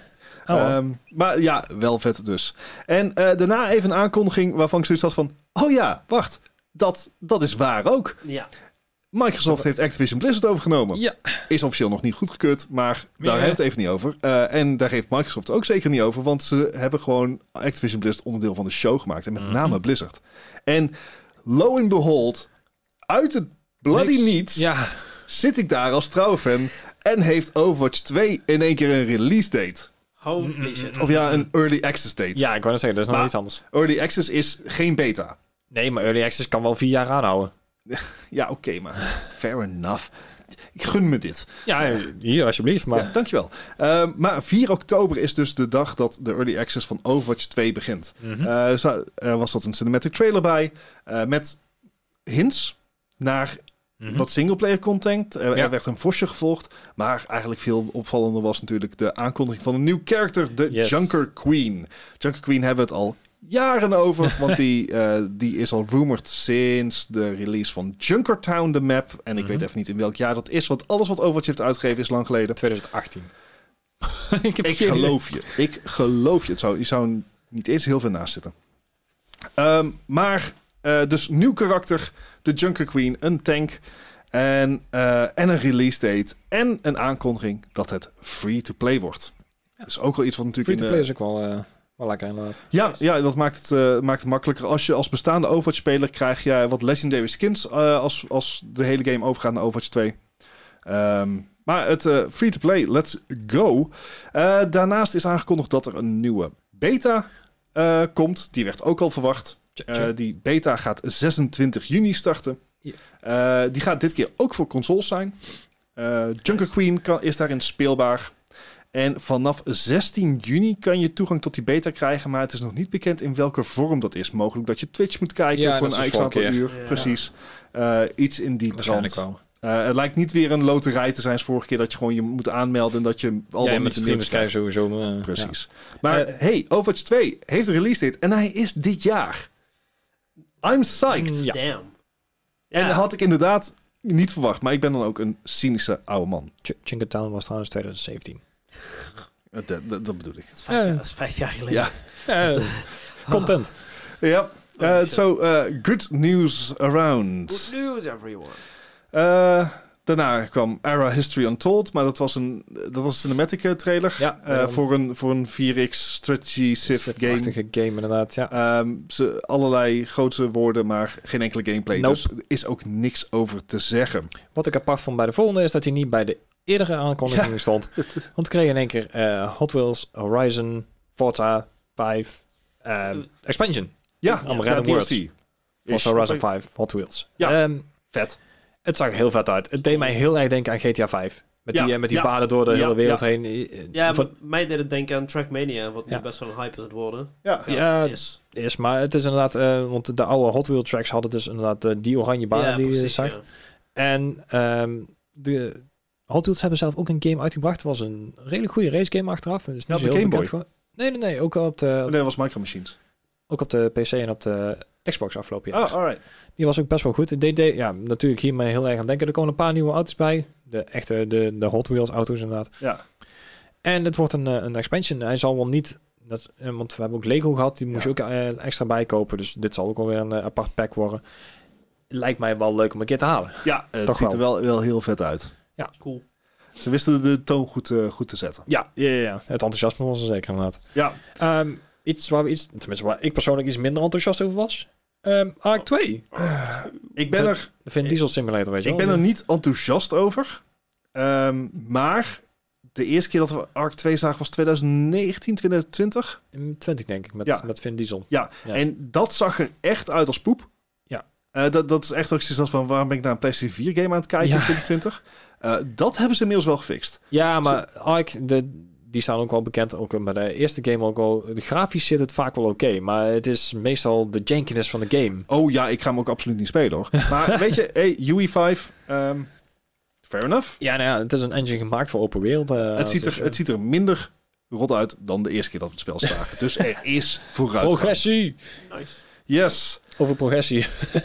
Maar ja, wel vet dus. En daarna even een aankondiging waarvan ik zoiets had van... Oh ja, wacht. Dat is waar ook. Ja. Microsoft heeft Activision Blizzard overgenomen. Ja. Is officieel nog niet goedgekeurd, maar daar hebben we het even niet over. En daar heeft Microsoft ook zeker niet over, want ze hebben gewoon Activision Blizzard onderdeel van de show gemaakt. En met name Blizzard. En lo and behold, uit het bloody niets zit ik daar als trouwe fan en heeft Overwatch 2 in één keer een release date. Holy shit. Of ja, een early access date. Ja, ik wou net zeggen, dat is nog iets anders. Early access is geen beta. Nee, maar early access kan wel 4 jaar aanhouden. Ja, oké, maar fair enough. Ik gun me dit. Ja, hier alsjeblieft. Maar... Ja, dankjewel. Maar 4 oktober is dus de dag dat de early access van Overwatch 2 begint. Was dat een cinematic trailer bij. Met hints naar wat singleplayer content. Er werd een vosje gevolgd. Maar eigenlijk veel opvallender was natuurlijk de aankondiging van een nieuw character. De Junker Queen. Junker Queen hebben we het al jaren over, want die is al rumored sinds de release van Junkertown, de map. En ik weet even niet in welk jaar dat is, want alles wat Overwatch heeft uitgegeven is lang geleden. 2018. Ik geloof je. Ik geloof je. Je zou niet eens heel veel naast zitten. Maar dus nieuw karakter, de Junker Queen, een tank. En een release date. En een aankondiging dat het free-to-play wordt. Dat is ook wel iets wat natuurlijk... Free-to-play is ook wel lekker inderdaad. Ja, dat maakt het makkelijker. Als je als bestaande Overwatch-speler krijg je wat legendary skins als de hele game overgaat naar Overwatch 2. Maar het free-to-play, let's go. Daarnaast is aangekondigd dat er een nieuwe beta komt. Die werd ook al verwacht. Die beta gaat 26 juni starten. Yeah. Die gaat dit keer ook voor consoles zijn. Junker Queen is daarin speelbaar. En vanaf 16 juni kan je toegang tot die beta krijgen, maar het is nog niet bekend in welke vorm dat is. Mogelijk dat je Twitch moet kijken voor een x-aantal uur. Ja. Precies. Iets in die trant. Het lijkt niet weer een loterij te zijn als vorige keer dat je gewoon je moet aanmelden en dat je al dan met streamers krijgt sowieso. Precies. Maar Overwatch 2 heeft een release date en hij is dit jaar. I'm psyched. Damn. En dat had ik inderdaad niet verwacht, maar ik ben dan ook een cynische oude man. Chinatown was trouwens 2017. Dat bedoel ik. Dat is 5 jaar geleden. Ja. Content. Ja. Good news around. Good news, everyone. Daarna kwam Era History Untold, maar dat was een cinematic trailer. Ja, voor een 4X strategy civ game. Prachtige game inderdaad, ja. Allerlei grote woorden, maar geen enkele gameplay. Nope. Dus er is ook niks over te zeggen. Wat ik apart vond bij de volgende is dat hij niet bij de eerdere aankondiging stond. Want we kregen in één keer Hot Wheels, Horizon, Forza 5, Expansion. Ja, allemaal random words. Forza Horizon 5, Hot Wheels. Ja, vet. Het zag er heel vet uit. Het deed mij heel erg denken aan GTA 5. Met die paden door de hele wereld heen. Ja, mij deed het denken aan Trackmania, wat nu best wel een hype is aan het worden. Is. Maar het is inderdaad... want de oude Hot Wheels tracks hadden dus inderdaad die oranje banen die je zag. Ja. En de Hot Wheels hebben zelf ook een game uitgebracht. Het was een redelijk goede race game achteraf. Dus niet op de Game Boy? Nee. Ook op de... Nee, dat was Micro Machines. Ook op de PC en op de Xbox afgelopen jaar. Oh, alright. Die was ook best wel goed. Ja, natuurlijk hiermee heel erg aan denken. Er komen een paar nieuwe auto's bij. De Hot Wheels auto's inderdaad. Ja. En het wordt een expansion. Hij zal wel niet... want we hebben ook Lego gehad. Die moest je ook extra bijkopen. Dus dit zal ook alweer een apart pack worden. Lijkt mij wel leuk om een keer te halen. Ja, het ziet er wel heel vet uit. Ja. Cool. Ze wisten de toon goed te zetten. Ja. Het enthousiasme was er zeker inderdaad. Ja. Tenminste waar ik persoonlijk iets minder enthousiast over was. Ark 2. Ik ben de Vin Diesel Simulator, weet je wel. Ik ben er niet enthousiast over. Maar de eerste keer dat we Ark 2 zagen was 2019, 2020? 20 denk ik, met Vin Diesel. Ja, en dat zag er echt uit als poep. Ja. Dat is echt ook zoiets van, waarom ben ik naar een PlayStation 4 game aan het kijken in 2020? Dat hebben ze inmiddels wel gefixt. Ja, maar Ark, die staan ook wel bekend. Ook bij de eerste game ook al. De grafisch zit het vaak wel oké, maar het is meestal de jankiness van de game. Oh ja, ik ga hem ook absoluut niet spelen hoor. Maar weet je, UE5, fair enough. Ja, het is een engine gemaakt voor open wereld. Het ziet er minder rot uit dan de eerste keer dat we het spel zagen. Dus er is vooruitgang. Progressie. Nice. Yes. Over progressie.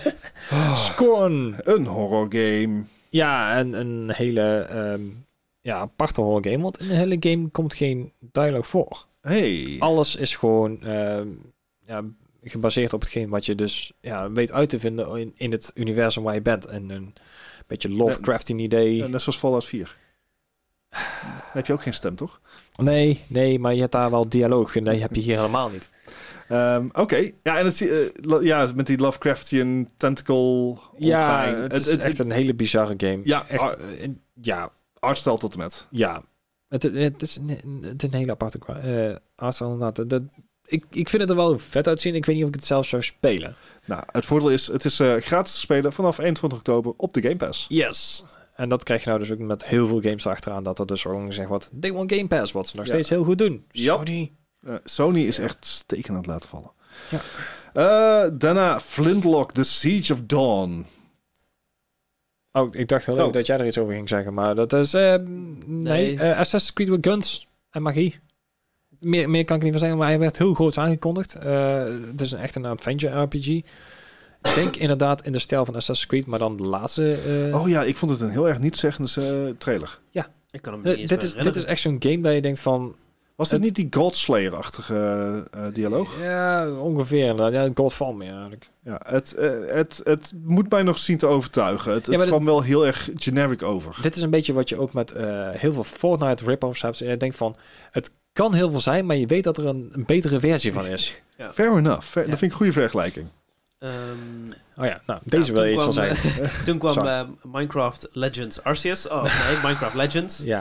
Scorn. Een horror game. Ja, een hele aparte horror game. Want in de hele game komt geen dialoog voor. Hey. Alles is gewoon gebaseerd op hetgeen wat je dus weet uit te vinden in het universum waar je bent. En een beetje Lovecraftian idee. En net zoals Fallout 4. Dan heb je ook geen stem, toch? Nee, maar je hebt daar wel dialoog. En die heb je hier helemaal niet. Oké. Ja, en het met die Lovecraftian tentacle. Ja, het is echt een hele bizarre game. Ja, echt. Artstyle tot en met. Ja, het is een hele aparte artstyle inderdaad. Ik vind het er wel vet uitzien. Ik weet niet of ik het zelf zou spelen. Nou, het voordeel is, het is gratis te spelen vanaf 21 oktober op de Game Pass. Yes. En dat krijg je nou dus ook met heel veel games achteraan. Dat er dus gewoon gezegd wordt, Day One Game Pass, wat ze nog steeds heel goed doen. Sony. Sony is echt steken aan het laten vallen. Ja. Daarna Flintlock, The Siege of Dawn. Oh, ik dacht heel leuk dat jij er iets over ging zeggen. Maar dat is... nee. Assassin's Creed with guns en magie. Meer kan ik niet van zeggen, maar hij werd heel groots aangekondigd. Het is echt een adventure RPG. Ik denk inderdaad in de stijl van Assassin's Creed, maar dan de laatste... Oh ja, ik vond het een heel erg niet-zeggende trailer. Ja. Ik kan hem niet dit is echt zo'n game dat je denkt van... Was dit niet die Godslayer-achtige dialoog? Ja, ongeveer. Ja, Godfall meer eigenlijk. Ja, het moet mij nog zien te overtuigen. Het kwam wel heel erg generic over. Dit is een beetje wat je ook met heel veel Fortnite rip-offs hebt. Je denkt van, het kan heel veel zijn, maar je weet dat er een betere versie van is. Ja. Fair enough. Dat vind ik een goede vergelijking. Deze wil je iets van zijn. Toen kwam Minecraft Legends Arceus. Oh nee, Minecraft Legends. Ja.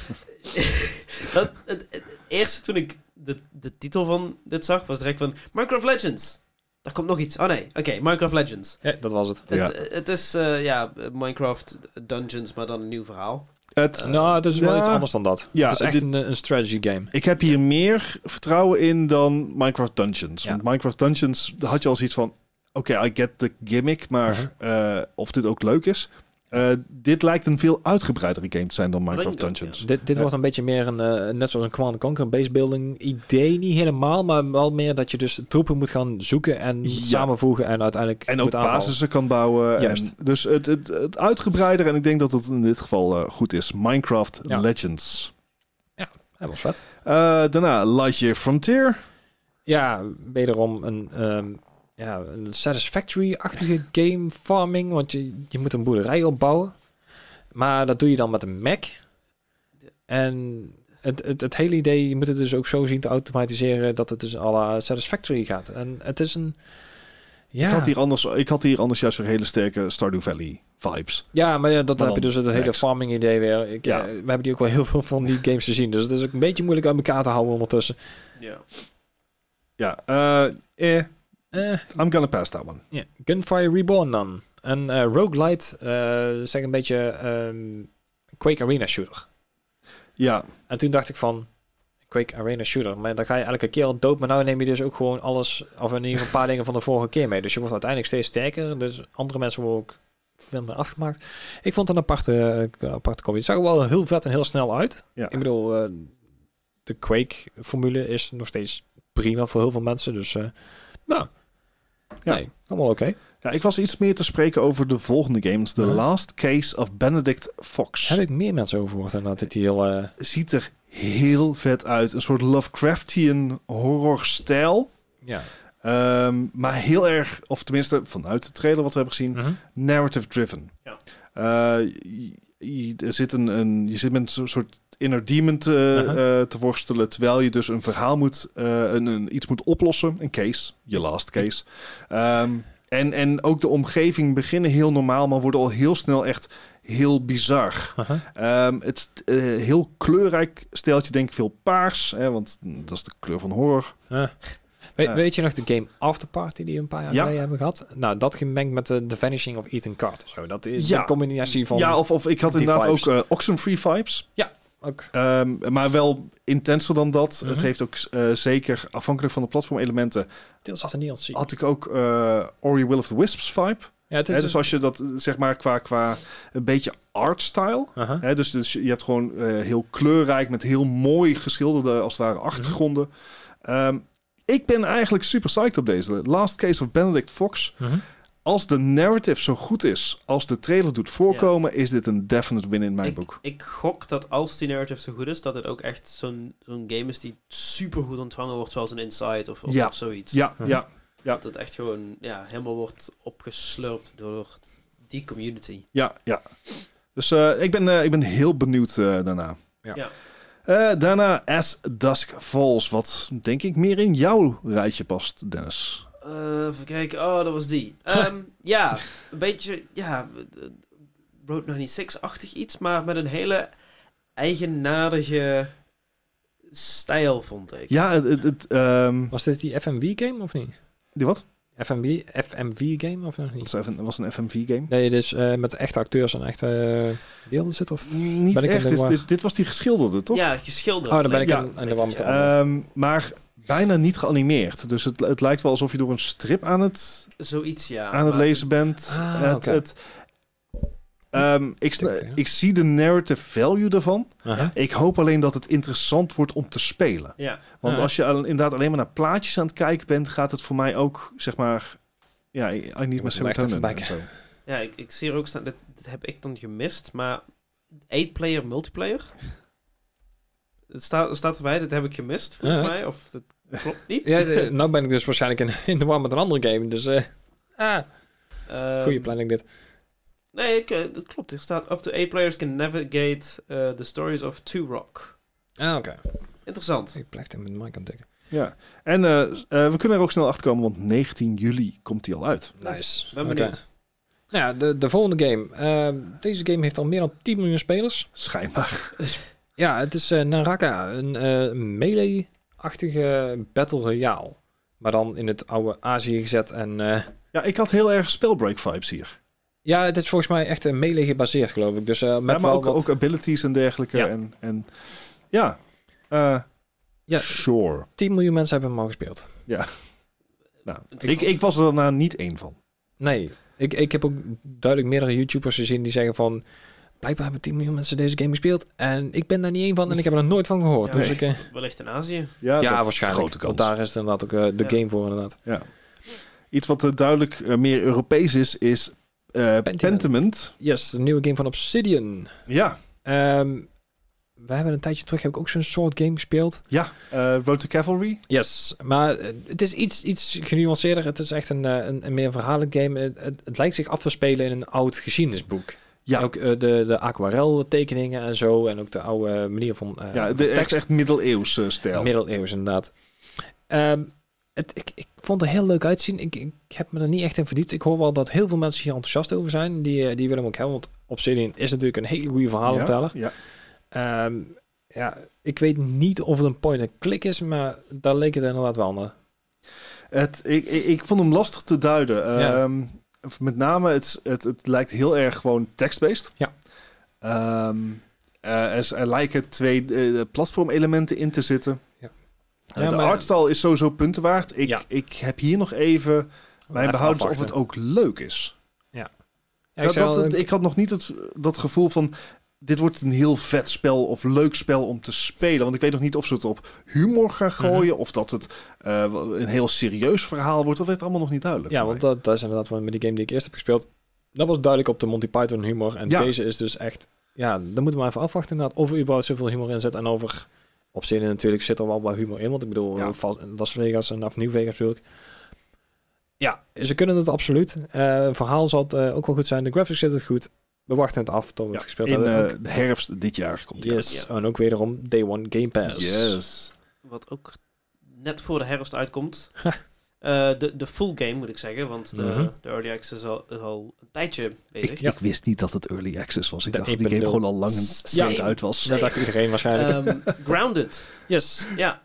Het eerste toen ik de titel van dit zag, was direct van Minecraft Legends. Daar komt nog iets. Oh nee, oké, Minecraft Legends. Ja, dat was het. Het is Minecraft Dungeons, maar dan een nieuw verhaal. Het is wel iets anders dan dat. Ja, het is echt een strategy game. Ik heb hier meer vertrouwen in dan Minecraft Dungeons. Ja. Want Minecraft Dungeons, daar had je al zoiets van... Oké, I get the gimmick, maar of dit ook leuk is... dit lijkt een veel uitgebreidere game te zijn dan Minecraft Dungeons. Ja. Dit wordt een beetje meer net zoals een Command & Conquer base building idee, niet helemaal, maar wel meer dat je dus troepen moet gaan zoeken en samenvoegen en uiteindelijk en ook basissen kan bouwen. Juist. En dus het uitgebreider en ik denk dat het in dit geval goed is. Minecraft Legends. Ja, dat was vet. Daarna Lightyear Frontier. Ja, wederom een Satisfactory-achtige game farming, want je moet een boerderij opbouwen. Maar dat doe je dan met een Mac. En het hele idee, je moet het dus ook zo zien te automatiseren dat het dus à la Satisfactory gaat. En het is een... Ja. Ik had hier anders juist weer hele sterke Stardew Valley vibes. Ja, maar dan heb je dus het hele farming idee weer. We hebben die ook wel heel veel van die games gezien. Dus het is ook een beetje moeilijk uit elkaar te houden ondertussen. I'm gonna pass that one. Yeah. Gunfire Reborn dan. Een roguelite, zeg een beetje Quake Arena shooter. Ja. En toen dacht ik van, Quake Arena shooter, maar dan ga je elke keer al dood, maar nou neem je dus ook gewoon alles, of in ieder geval een paar dingen van de vorige keer mee. Dus je wordt uiteindelijk steeds sterker, dus andere mensen worden ook veel meer afgemaakt. Ik vond het een aparte comedy. Het zag er wel heel vet en heel snel uit. Ja. Ik bedoel, de Quake-formule is nog steeds prima voor heel veel mensen, dus nee, allemaal oké. Ja, ik was iets meer te spreken over de volgende games. The Last Case of Benedict Fox. Heb ik meer mensen over gehoord en dat dit heel... Ziet er heel vet uit. Een soort Lovecraftian horror-stijl. Ja. Maar heel erg, of tenminste vanuit de trailer wat we hebben gezien, narrative-driven. Ja. Je zit met een soort inner demon te worstelen, terwijl je dus een verhaal moet, iets moet oplossen. Een case, je last case. En ook de omgeving beginnen heel normaal, maar worden al heel snel echt heel bizar. Het heel kleurrijk steltje, denk ik veel paars, want dat is de kleur van horror. Weet je nog de game Afterparty die we een paar jaar geleden hebben gehad? Nou, dat gemengd met The Vanishing of Ethan Carter. Zo. Dat is de combinatie van... Ja, of ik had inderdaad vibes. Ook Oxenfree vibes. Ja, ook. Maar wel intenser dan dat. Het heeft ook zeker, afhankelijk van de platformelementen... Deels had er niet ontzien. Had ik ook Ori Will of the Wisps vibe. Ja, het is dus als je dat, zeg maar, qua een beetje artstyle. Dus je hebt gewoon heel kleurrijk met heel mooi geschilderde, als het ware, achtergronden. Ik ben eigenlijk super psyched op deze. Last Case of Benedict Fox. Als de narrative zo goed is als de trailer doet voorkomen, is dit een definite win in mijn boek. Ik gok dat als die narrative zo goed is, dat het ook echt zo'n game is die super goed ontvangen wordt, zoals een Inside of zoiets. Ja. Dat het echt gewoon helemaal wordt opgeslurpt door die community. Ja. Dus ik ben heel benieuwd daarna. Ja. Daarna As Dusk Falls, wat denk ik meer in jouw rijtje past, Dennis. Even kijken. Oh, dat was die. Een beetje, Road 96-achtig iets, maar met een hele eigenaardige stijl, vond ik. Ja, was dit die FMV-game of niet? Die wat? FMV-game of nog niet? Dat was een FMV-game? Nee, dus met echte acteurs en echte beelden zit? Of niet echt. Dit was die geschilderde, toch? Ja, geschilderd. Oh, dan ben ik aan de war met de andere. Maar bijna niet geanimeerd. Dus het lijkt wel alsof je door een strip aan het lezen bent. Ik zie de narrative value ervan. Ik hoop alleen dat het interessant wordt om te spelen. Ja. Want als je inderdaad alleen maar naar plaatjes aan het kijken bent, gaat het voor mij ook, zeg maar... Ja, niet meer serotonin en zo. Ja, ik zie er ook staan, dat heb ik dan gemist, maar 8-player multiplayer? Het staat erbij, dat heb ik gemist, volgens mij. Of dat klopt niet. Ja, nou ben ik dus waarschijnlijk in de war met een andere game. Dus, goeie planning dit. Nee, dat klopt. Er staat, up to 8 players can navigate the stories of Two Rock. Oké. Interessant. Ik blijf hem met de mic aan tikken. Ja, en we kunnen er ook snel achter komen, want 19 juli komt die al uit. Nice. Ben benieuwd. Nou ja, de volgende game. Deze game heeft al meer dan 10 miljoen spelers. Schijnbaar. Ja, het is Naraka, een melee-achtige Battle Royale. Maar dan in het oude Azië gezet en... Ja, ik had heel erg Spellbreak vibes hier. Ja, het is volgens mij echt een melee gebaseerd, geloof ik. Dus, met maar wel ook abilities en dergelijke. Ja. Ja, sure. 10 miljoen mensen hebben hem al gespeeld. Ja. Nou, ik was er daarna niet één van. Nee, ik heb ook duidelijk meerdere YouTubers gezien die zeggen van... Blijkbaar hebben 10 miljoen mensen deze game gespeeld. En ik ben daar niet één van en ik heb er nog nooit van gehoord. Ja, Dus wellicht in Azië. Ja, waarschijnlijk. Grote kans. Want daar is het inderdaad ook de game voor inderdaad. Ja. Iets wat duidelijk meer Europees is Pentiment. Yes, de nieuwe game van Obsidian. Ja. We hebben een tijdje terug heb ik ook zo'n soort game gespeeld. Ja, Road to Cavalry. Yes, maar het is iets genuanceerder. Het is echt een meer verhalengame. Het lijkt zich af te spelen in een oud geschiedenisboek. Ja. Ook de aquareltekeningen en zo. En ook de oude manier van echt middeleeuws stijl. Middeleeuws, inderdaad. Ik vond het er heel leuk uitzien. Ik heb me er niet echt in verdiept. Ik hoor wel dat heel veel mensen hier enthousiast over zijn. Die willen hem ook hebben. Want Obsidian is natuurlijk een hele goede verhalenverteller. Ja. Ik weet niet of het een point-and-click is, maar daar leek het inderdaad wel naar. Ik vond hem lastig te duiden. Met name, het lijkt heel erg gewoon text-based. Ja. Er lijken 2 platformelementen in te zitten. Ja. De artstyle is sowieso punten waard. Ik heb hier nog even mijn behoudens of het ook leuk is. Ja. Ik had nog niet dat gevoel van... Dit wordt een heel vet spel of leuk spel om te spelen. Want ik weet nog niet of ze het op humor gaan gooien... of dat het een heel serieus verhaal wordt. Dat werd allemaal nog niet duidelijk. Ja, want dat is inderdaad met die game die ik eerst heb gespeeld. Dat was duidelijk op de Monty Python humor. En deze is dus echt... Ja, dan moeten we maar even afwachten inderdaad. Of er überhaupt zoveel humor in zit. En over... Op zin natuurlijk zit er wel wat humor in. Want ik bedoel, Las Vegas en New Vegas natuurlijk. Ja, ze kunnen het absoluut. Verhaal zal het ook wel goed zijn. De graphics zitten goed. We wachten het af tot we het gespeeld hebben. In de herfst dit jaar komt het. Yes, en ook wederom Day One Game Pass. Yes. Wat ook net voor de herfst uitkomt. De full game moet ik zeggen, want de Early Access is al een tijdje bezig. Ik wist niet dat het Early Access was. Ik dacht dat die game gewoon al lang uit was. Dat dacht iedereen waarschijnlijk. Grounded. Yes. Ja.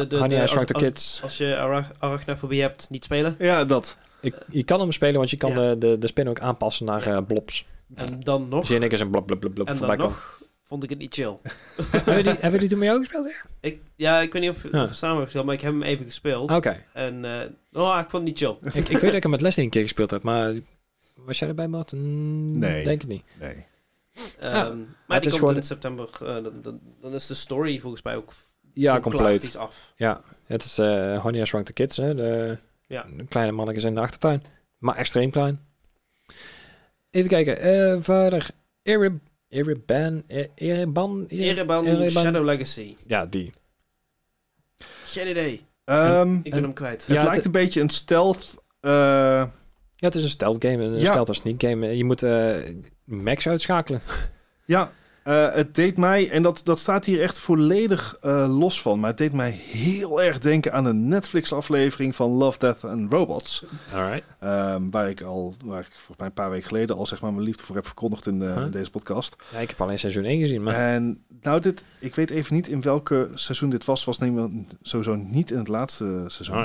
Als je arachnofobie hebt, niet spelen. Ja, dat. Je kan hem spelen, want je kan de spin ook aanpassen naar blobs. En dan nog... Zie ik eens een blob en dan nog vond ik het niet chill. Hebben jullie toen met jou gespeeld? Ja? Ik weet niet of we samen hebben gespeeld, maar ik heb hem even gespeeld. Oké. En ik vond het niet chill. ik weet dat ik hem met Leslie een keer gespeeld heb, maar was jij erbij, Maarten? Nee. Denk ik niet. Nee. Maar die komt in september. Dan is de story volgens mij ook compleet af. Ja, het is Honey, I Shrunk the Kids, hè? De kleine mannetjes in de achtertuin. Maar extreem klein. Even kijken. Verder. Ereban Shadow Legacy. Ja, die. Geen idee. Ik ben hem kwijt. Het lijkt een beetje een stealth... Ja, het is een stealth game. Een stealth als sneak game. Je moet max uitschakelen. Ja, het deed mij... En dat staat hier echt volledig los van. Maar het deed mij heel erg denken aan een Netflix-aflevering van Love, Death and Robots. Alright. Waar ik volgens mij een paar weken geleden al zeg maar mijn liefde voor heb verkondigd in deze podcast. Ja, ik heb alleen seizoen 1 gezien. Maar... En nou, ik weet even niet in welke seizoen dit was. Was sowieso niet in het laatste seizoen.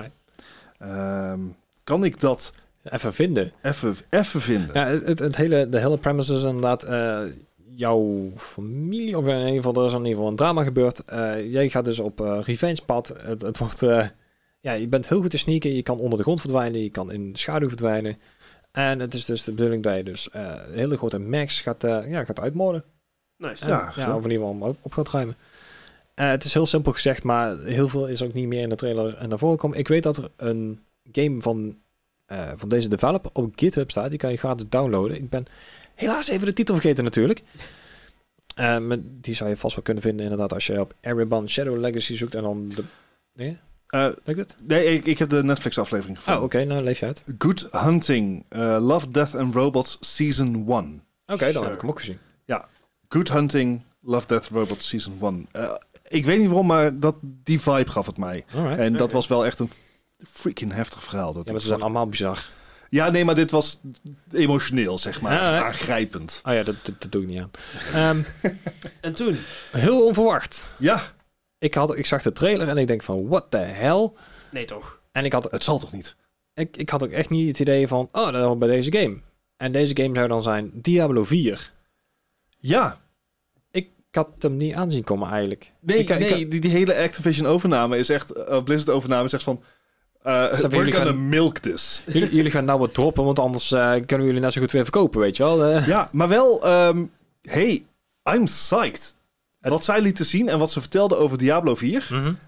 Kan ik dat... Even vinden. Even vinden. Ja, de hele premise is inderdaad... jouw familie, of in ieder geval, er is in ieder geval een drama gebeurd. Jij gaat dus op revenge pad. Het wordt... je bent heel goed te sneaken. Je kan onder de grond verdwijnen. Je kan in de schaduw verdwijnen. En het is dus de bedoeling dat je dus een hele grote max gaat uitmoorden. Nice. Of in ieder geval op gaat ruimen. Het is heel simpel gezegd, maar heel veel is ook niet meer in de trailer naar voren gekomen. Ik weet dat er een game van deze developer op GitHub staat. Die kan je gratis downloaden. Ik ben helaas even de titel vergeten natuurlijk. Die zou je vast wel kunnen vinden inderdaad als je op Ereban Shadow Legacy zoekt en dan de... Nee? Lukt het? Nee, ik heb de Netflix-aflevering gevonden. Oké, nou leef je uit. Good Hunting, Love, Death and Robots Season 1. Oké, dan heb ik hem ook gezien. Ja, Good Hunting, Love, Death, Robots Season 1. Ik weet niet waarom, maar die vibe gaf het mij. Alright. En dat was wel echt een freaking heftig verhaal. Ja, maar ze zijn allemaal bizar. Ja, nee, maar dit was emotioneel, zeg maar. Ja, aangrijpend. Oh ja, dat doe ik niet aan. En toen? Heel onverwacht. Ja. Ik zag de trailer en ik denk van, what the hell? Nee, toch? En Het zal toch niet? ik had ook echt niet het idee van, dat hoort bij deze game. En deze game zou dan zijn Diablo 4. Ja. Ik had hem niet aanzien komen eigenlijk. Die hele Activision overname is echt... Blizzard overname is echt van... we're gonna milk this. Jullie gaan nou wat droppen, want anders kunnen jullie net zo goed weer verkopen, weet je wel. Ja, maar wel... hey, I'm psyched. Wat zij lieten zien en wat ze vertelden over Diablo 4... Mm-hmm.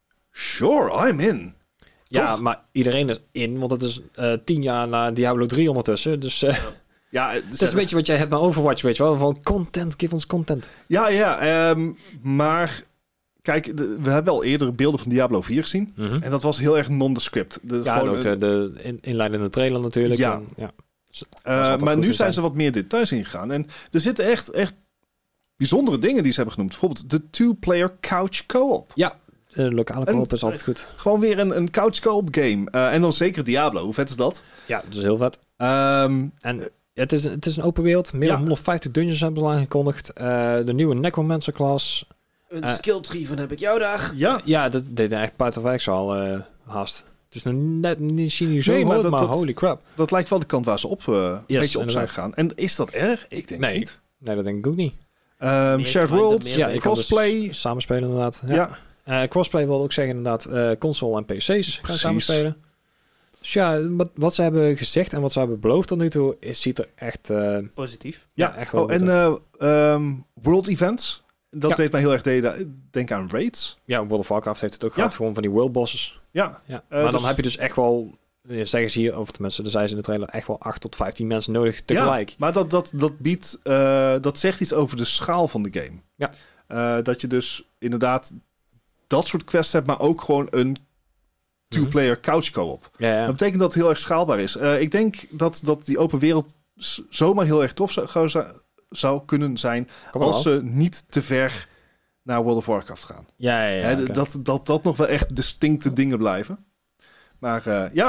Sure, I'm in. Ja, Toch? maar iedereen is in, want het is 10 jaar na Diablo 3 ondertussen. Dus Ja, het is een beetje wat jij hebt met Overwatch, weet je wel. Van content, give ons content. Ja, maar... Kijk, we hebben al eerder beelden van Diablo 4 gezien. Mm-hmm. En dat was heel erg nondescript. Ja, en ook de inleidende trailer natuurlijk. Ja. En, ja. Maar nu zijn ze wat meer details ingegaan. En er zitten echt bijzondere dingen die ze hebben genoemd. Bijvoorbeeld de 2-player couch co-op. Ja, lokale co-op is altijd goed. Gewoon weer een couch co-op game. En dan zeker Diablo. Hoe vet is dat? Ja, dat is heel vet. En Het is een open wereld. Meer dan 150 dungeons hebben ze al aangekondigd. De nieuwe Necromancer class. Een skill tree van heb ik jou daar. Ja, dat deed echt part of X al haast. Dus nog net niet zien jullie zo Nee, maar groot, maar dat- holy crap. dat lijkt wel de kant waar ze een beetje op zijn inderdaad. gegaan. En is dat erg? Ik denk Nee. niet. Nee, dat denk ik ook niet. Shared kleine, Worlds, meer Ja, je kan crossplay. dus samenspelen inderdaad. Ja. Crossplay wil ook zeggen inderdaad console en PC's gaan Precies. samenspelen. Dus ja, wat ze hebben gezegd en wat ze hebben beloofd tot nu toe, ziet er echt, Positief. echt wel goed en uit. World Events. Dat Ja. deed mij heel erg denken aan raids. Ja, World of Warcraft heeft het ook Ja. gehad, gewoon van die world bosses. Ja. Ja. Maar dus- dan heb je dus echt wel, zeggen ze hier, of tenminste, zei ze in de trailer, echt wel 8 tot 15 mensen nodig tegelijk. Ja, maar dat biedt... dat zegt iets over de schaal van de game. Ja. Dat je dus inderdaad dat soort quests hebt, maar ook gewoon een two-player couch co-op. Ja, Dat betekent dat het heel erg schaalbaar is. Ik denk dat die open wereld zomaar heel erg tof zou kunnen zijn als ze niet te ver naar World of Warcraft gaan. Ja, oké. Dat nog wel echt distincte dingen blijven. Maar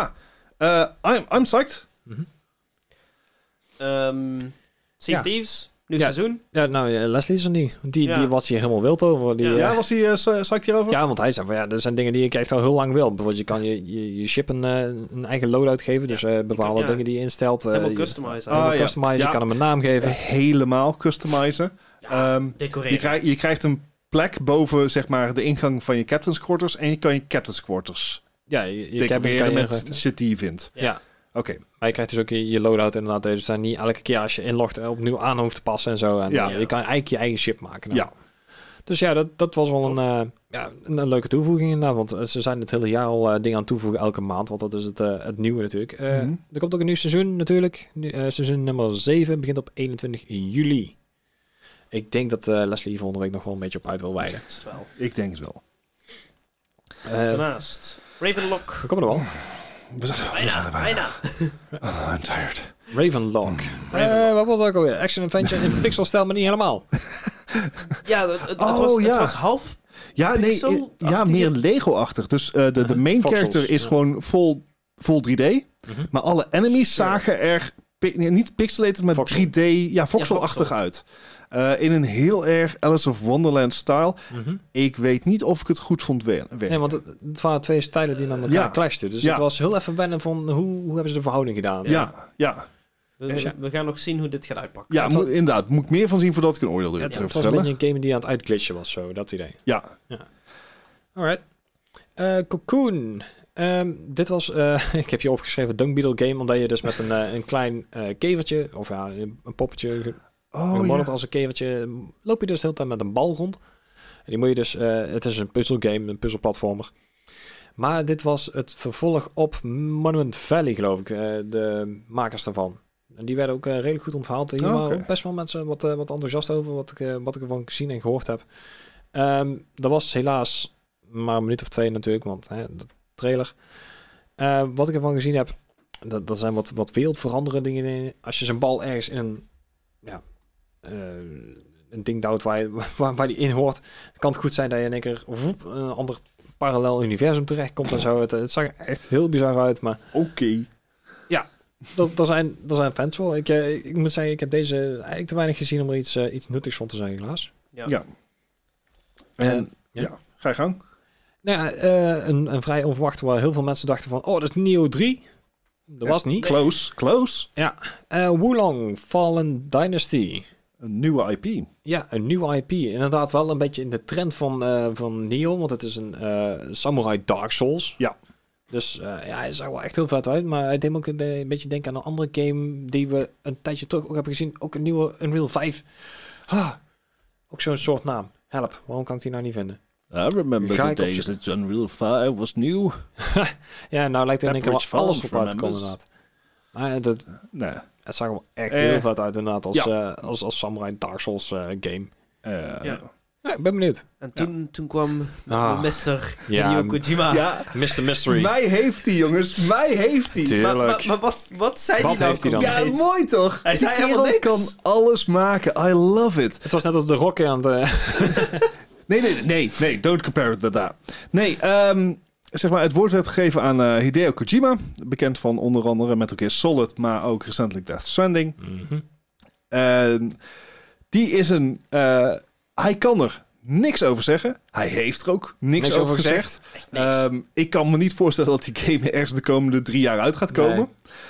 I'm psyched. Sea Ja. of Thieves, nieuw Ja. seizoen. Ja, nou, Leslie is er niet. Die was hier helemaal wild over. Die, Ja. Was hij psyched hierover? Ja, want hij zei van ja, er zijn dingen die ik echt al heel lang wil. Bijvoorbeeld je kan je ship een eigen loadout geven. Dus bepaalde ja. dingen die je instelt. Helemaal je- customizen. helemaal ja. customizen. Ja. Je kan hem een naam geven. Helemaal customizen. Decoreren. Je krijgt een plek boven zeg maar de ingang van je captain's quarters en je kan je captain's quarters Ja, je cabin kan decoreren je met inrichten. shit die je vindt. Ja. Oké. Maar je krijgt dus ook je loadout inderdaad. Dus daar niet elke keer als je inlogt opnieuw aan hoeft te passen en zo. En Ja. je kan eigenlijk je eigen ship maken. Nou. Ja. Dus ja, dat was wel een leuke toevoeging inderdaad. Want ze zijn het hele jaar al dingen aan het toevoegen elke maand. Want dat is het nieuwe natuurlijk. Mhm. Er komt ook een nieuw seizoen natuurlijk. Seizoen nummer 7 begint op 21 juli. Ik denk dat Leslie volgende week nog wel een beetje op uit wil wijden. Dat is het wel. Ik denk het wel. Daarnaast, Ravenlock. We komen er wel. We zijn erbij. Bijna. I'm tired. Ravenlock. Ravenlock. Wat was dat ook alweer? Action adventure in pixelstijl, maar niet helemaal. Ja, het ja. was half. Ja, nee, Pixel-achtige? meer Lego-achtig. Dus de main Voxels, character is ja. gewoon vol 3D. Maar alle enemies Sure. zagen er niet pixelated, maar Voxel. 3D, voxel-achtig voxel. uit. In een heel erg Alice of Wonderland style. Ik weet niet of ik het goed vond werken. Nee, want het waren twee stijlen die naar elkaar Ja. clashten. Dus Ja. het was heel even wennen van hoe hebben ze de verhouding gedaan. Ja. We gaan nog zien hoe dit gaat uitpakken. Inderdaad. Moet ik meer van zien voordat ik een oordeel durf Het te was een vertellen. beetje een game die aan het uitglitchen was, zo, dat idee. Ja. Alright. Cocoon. Dit was, ik heb je opgeschreven, Dung Beetle game, omdat je dus met een klein kevertje, of ja, een poppetje, gemodeld als een kevertje, loop je dus de hele tijd met een bal rond. En die moet je dus, het is een puzzelgame, een puzzelplatformer. Maar dit was het vervolg op Monument Valley, geloof ik, de makers daarvan. En die werden ook redelijk goed onthaald. Hier waren ook best wel mensen wat enthousiast over, wat ik ervan gezien en gehoord heb. Dat was helaas maar een minuut of 2 natuurlijk, want de trailer. Wat ik ervan gezien heb, dat zijn wat wereldveranderende dingen. Als je zo'n bal ergens in een ding duwt waar die in hoort, kan het goed zijn dat je in één keer een ander parallel universum terechtkomt en zo. Het zag er echt heel bizar uit, maar... Oké. Ja, daar zijn fans voor. Ik moet zeggen, ik heb deze eigenlijk te weinig gezien om er iets nuttigs van te zeggen, helaas. Ja. En ga je gang. Nou ja, een vrij onverwacht waar heel veel mensen dachten van, dat is Neo 3. Dat was niet. Close. Ja. Wulong Fallen Dynasty. Een nieuwe IP. Ja, een nieuwe IP. Inderdaad wel een beetje in de trend van Neo, want het is een Samurai Dark Souls. Ja. Dus hij zag wel echt heel vet uit, maar hij deed me ook een beetje denken aan een andere game die we een tijdje terug ook hebben gezien. Ook een nieuwe Unreal 5. Ook zo'n soort naam. Help, waarom kan ik die nou niet vinden? I remember the days that Unreal 5 was new. Ja, nou lijkt er in één keer wel alles op uit te komen inderdaad. Maar het zag er wel echt heel vet uit inderdaad als Samurai Dark Souls game. Ja, ik ben benieuwd. En toen kwam Mr. Hideo Kojima. Ja, Mr. Mystery. Mij heeft hij, jongens. Mij heeft hij. Maar wat zei hij nou? Heeft hij dan? Ja, mooi toch? Hij zei helemaal niks. Kan alles maken. I love it. Het was net als de Rock aan de... Nee. Don't compare it to that. Nee, zeg maar, het woord werd gegeven aan Hideo Kojima. Bekend van onder andere Metal Gear Solid, maar ook recentelijk Death Stranding. Die is hij kan er niks over zeggen. Hij heeft er ook niks over gezegd. Ik kan me niet voorstellen dat die game ergens de komende 3 jaar uit gaat komen.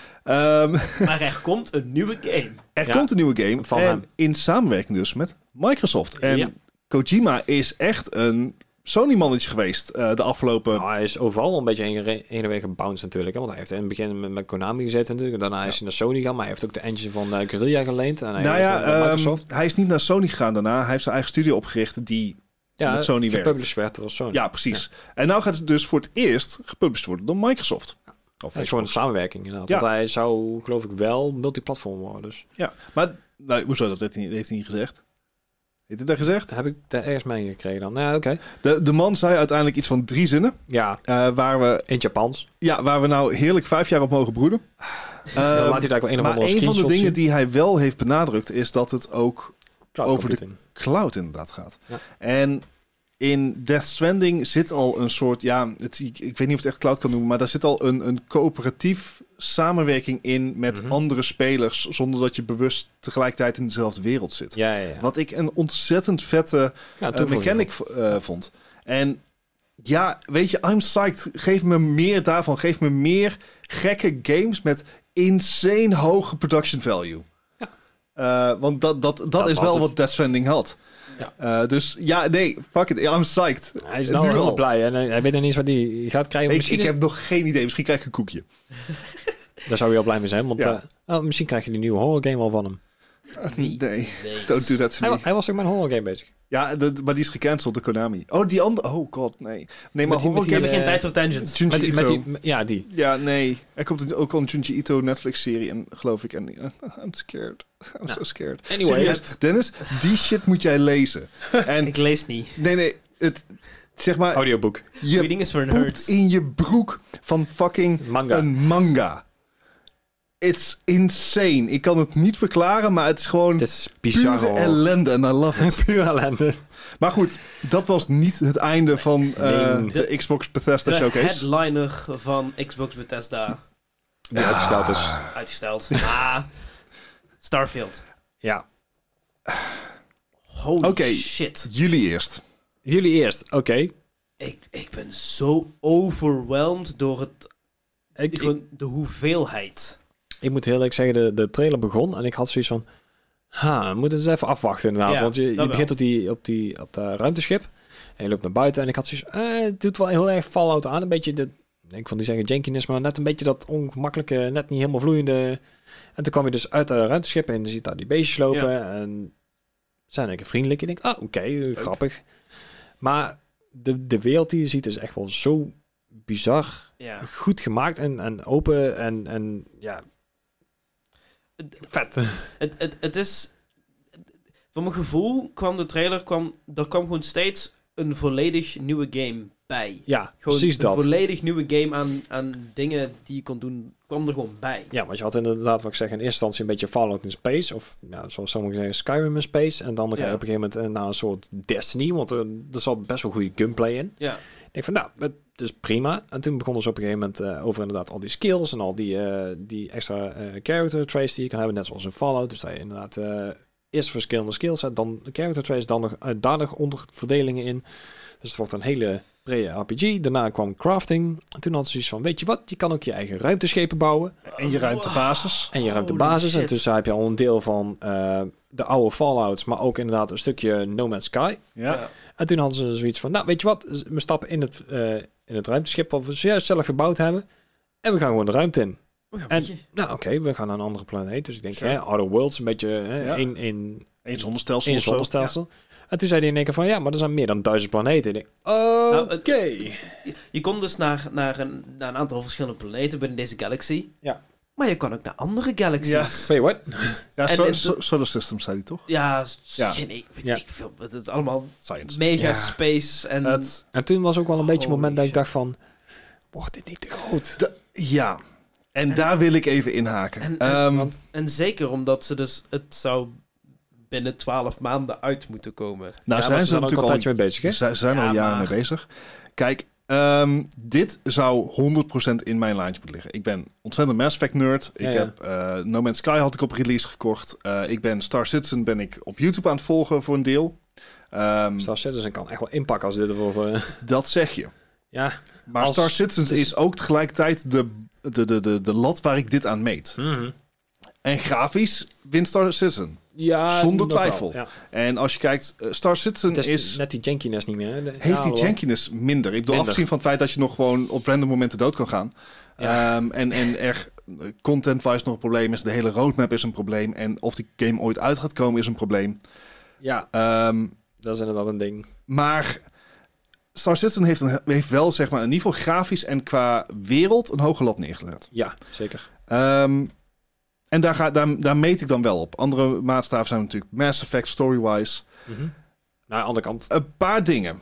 Maar er komt een nieuwe game. Er komt een nieuwe game van hem. In samenwerking dus met Microsoft. En Kojima is echt een Sony-mannetje geweest de afgelopen... Nou, hij is overal wel een beetje heen en weer gebounced natuurlijk. Hè? Want hij heeft in het begin met Konami gezeten natuurlijk. Daarna is hij naar Sony gegaan. Maar hij heeft ook de engine van Guerrilla geleend. En hij Microsoft. Hij is niet naar Sony gegaan daarna. Hij heeft zijn eigen studio opgericht die met Sony werkt. Gepublished werd door Sony. Ja, precies. Ja. En nou gaat het dus voor het eerst gepublished worden door Microsoft. Het is gewoon een samenwerking inderdaad. Ja. Want hij zou, geloof ik, wel multiplatform worden. Dus. Ja, maar hoezo? Dat heeft hij niet gezegd. Heeft hij dat gezegd? Heb ik daar ergens mee gekregen dan? Nou, oké. De man zei uiteindelijk iets van 3 zinnen. Ja, waar we... in het Japans. Ja, waar we nou heerlijk 5 jaar op mogen broeden. Dan laat hij daar wel een of andere screenshot van de dingen zien. die hij wel heeft benadrukt is dat het ook cloud over computing. De cloud inderdaad gaat. Ja. En in Death Stranding zit al een soort... ik weet niet of het echt cloud kan noemen, maar daar zit al een coöperatief samenwerking in met andere spelers, zonder dat je bewust tegelijkertijd in dezelfde wereld zit. Ja. Wat ik een ontzettend vette mechanic vond. En ja, weet je, I'm psyched. Geef me meer daarvan. Geef me meer gekke games met insane hoge production value. Ja. Want dat is wel wat Death Stranding had. Ja. Dus ja, nee, fuck it. I'm psyched. Hij is nou heel blij. En hij weet nog niet eens wat hij gaat krijgen. Ik heb nog geen idee. Misschien krijg ik een koekje. Daar zou je wel blij mee zijn. Want misschien krijg je die nieuwe horror game wel van hem. Nee. Don't do that to me. Hij was ook met een horror game bezig. Ja, maar die is gecanceld door Konami. Oh, die andere... Oh god, nee. Nee, maar horror game... geen tijd voor tangents. Junji Ito. Die. Ja, nee. Er komt ook al een Junji Ito Netflix-serie en geloof ik. En I'm scared. I'm so scared. Anyway. Serieus, Dennis, die shit moet jij lezen. En ik lees niet. Nee. Zeg maar... Audioboek. Reading is for nerds. In je broek van fucking een manga. It's insane. Ik kan het niet verklaren, maar het is gewoon pure ellende. En I love it. Pure ellende. Maar goed, dat was niet het einde van de Xbox Bethesda Showcase. De headliner van Xbox Bethesda. Die uitgesteld is. Uitgesteld. Starfield. Ja. Holy shit. Jullie eerst. Oké. Ik ben zo overwhelmed door de hoeveelheid. Ik moet heel eerlijk zeggen, de trailer begon en ik had zoiets van... we moeten eens even afwachten inderdaad. Want je begint op dat ruimteschip en je loopt naar buiten en ik had zoiets... het doet wel heel erg Fallout aan. Een beetje ik wil niet zeggen jankiness, maar net een beetje dat ongemakkelijke, net niet helemaal vloeiende. En toen kwam je dus uit dat ruimteschip en je ziet daar die beestjes lopen en zijn een keer vriendelijk. Je denkt, oké, grappig. Maar de wereld die je ziet is echt wel zo bizar goed gemaakt en open en ja... Vet. Het is... Van mijn gevoel kwam de trailer... Er kwam gewoon steeds een volledig nieuwe game bij. Ja, Gewoon precies dat. Een volledig nieuwe game aan dingen die je kon doen, kwam er gewoon bij. Ja, want je had inderdaad, wat ik zeg, in eerste instantie een beetje Fallout in Space. Of zoals sommigen zeggen, Skyrim in Space. En dan ga je op een gegeven moment naar een soort Destiny. Want er zat best wel goede gunplay in. Ja. Ik denk van, het is prima. En toen begonnen ze op een gegeven moment over inderdaad al die skills en al die extra character traits die je kan hebben. Net zoals in Fallout. Dus dat je inderdaad eerst verschillende skills hebt, dan de character traits, dan nog uitdadig onderverdelingen in. Dus het wordt een hele pre-RPG. Daarna kwam crafting. En toen hadden ze zoiets van, weet je wat, je kan ook je eigen ruimteschepen bouwen. En je ruimtebasis. En je ruimtebasis. En dus heb je al een deel van de oude Fallouts, maar ook inderdaad een stukje No Man's Sky. Ja. En toen hadden ze zoiets van, nou weet je wat, we stappen in het ruimteschip wat we zojuist zelf gebouwd hebben. En we gaan gewoon de ruimte in. En oké, we gaan naar een andere planeet. Dus ik denk, Outer Worlds, een beetje één zonnestelsel. Ja. En toen zei hij in één keer van, ja, maar er zijn meer dan 1000 planeten. Ik denk, oké. Je kon dus naar een aantal verschillende planeten binnen deze galaxy. Ja. Maar je kan ook naar andere galaxies. Ja. Wait, what? Ja, Solar System zei hij toch? Ja, ik veel. Het is allemaal science. Mega space. En toen was ook wel een beetje het moment dat ik dacht van, wordt dit niet te groot? Ja. En daar wil ik even inhaken. En zeker omdat ze dus het zou binnen 12 maanden uit moeten komen. Nou, zijn ze natuurlijk al mee bezig, hè? Ze zijn al jaren mee bezig. Kijk, dit zou 100% in mijn lijntje moeten liggen. Ik ben ontzettend Mass Effect nerd. Ik heb No Man's Sky had ik op release gekocht. Ik ben Star Citizen ben ik op YouTube aan het volgen voor een deel. Star Citizen kan echt wel inpakken als dit ervoor... Dat zeg je. Ja. Maar Star Citizen is ook tegelijkertijd de lat waar ik dit aan meet. Mm-hmm. En grafisch wint Star Citizen. Ja, zonder twijfel. Ja. En als je kijkt, Star Citizen is net die jankiness niet meer. Heeft die jankiness minder. Ik bedoel, afgezien van het feit dat je nog gewoon op random momenten dood kan gaan. Ja. En er content-wise nog een probleem is. De hele roadmap is een probleem. En of die game ooit uit gaat komen is een probleem. Ja, dat is inderdaad een ding. Maar Star Citizen heeft wel, zeg maar, in ieder geval grafisch en qua wereld een hoge lat neergelegd. Ja, zeker. En daar meet ik dan wel op. Andere maatstaven zijn natuurlijk Mass Effect, story-wise. Mm-hmm. Nou, aan de andere kant. Een paar dingen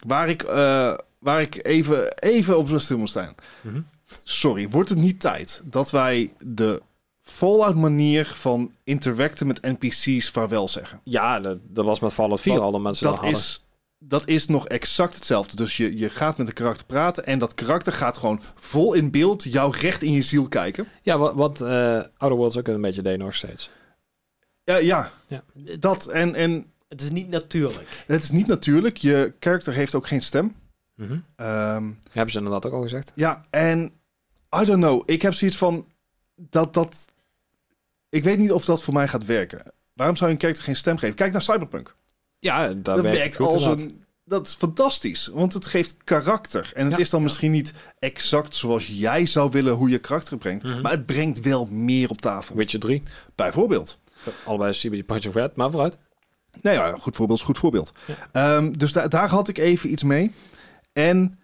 waar ik even op stil moet staan. Mm-hmm. Sorry, wordt het niet tijd dat wij de Fallout manier van interacten met NPC's vaarwel zeggen? Ja, dat was met Fallout 4 al de mensen dat hadden. Dat is nog exact hetzelfde. Dus je gaat met een karakter praten en dat karakter gaat gewoon vol in beeld jou recht in je ziel kijken. Ja, wat Outer Worlds ook een beetje deed nog steeds. Ja. Dat en het is niet natuurlijk. Het is niet natuurlijk. Je karakter heeft ook geen stem. Mm-hmm. Hebben ze inderdaad ook al gezegd. Ja, en I don't know. Ik heb zoiets van dat ik weet niet of dat voor mij gaat werken. Waarom zou je een karakter geen stem geven? Kijk naar Cyberpunk. Ja, dat werkt goed, als dat is fantastisch, want het geeft karakter. En het is dan misschien niet exact zoals jij zou willen hoe je karakter brengt, maar het brengt wel meer op tafel. Witcher 3. Bijvoorbeeld. Allebei CBD Project Red, maar vooruit. Nou ja, goed voorbeeld is goed voorbeeld. Ja. Dus daar had ik even iets mee. En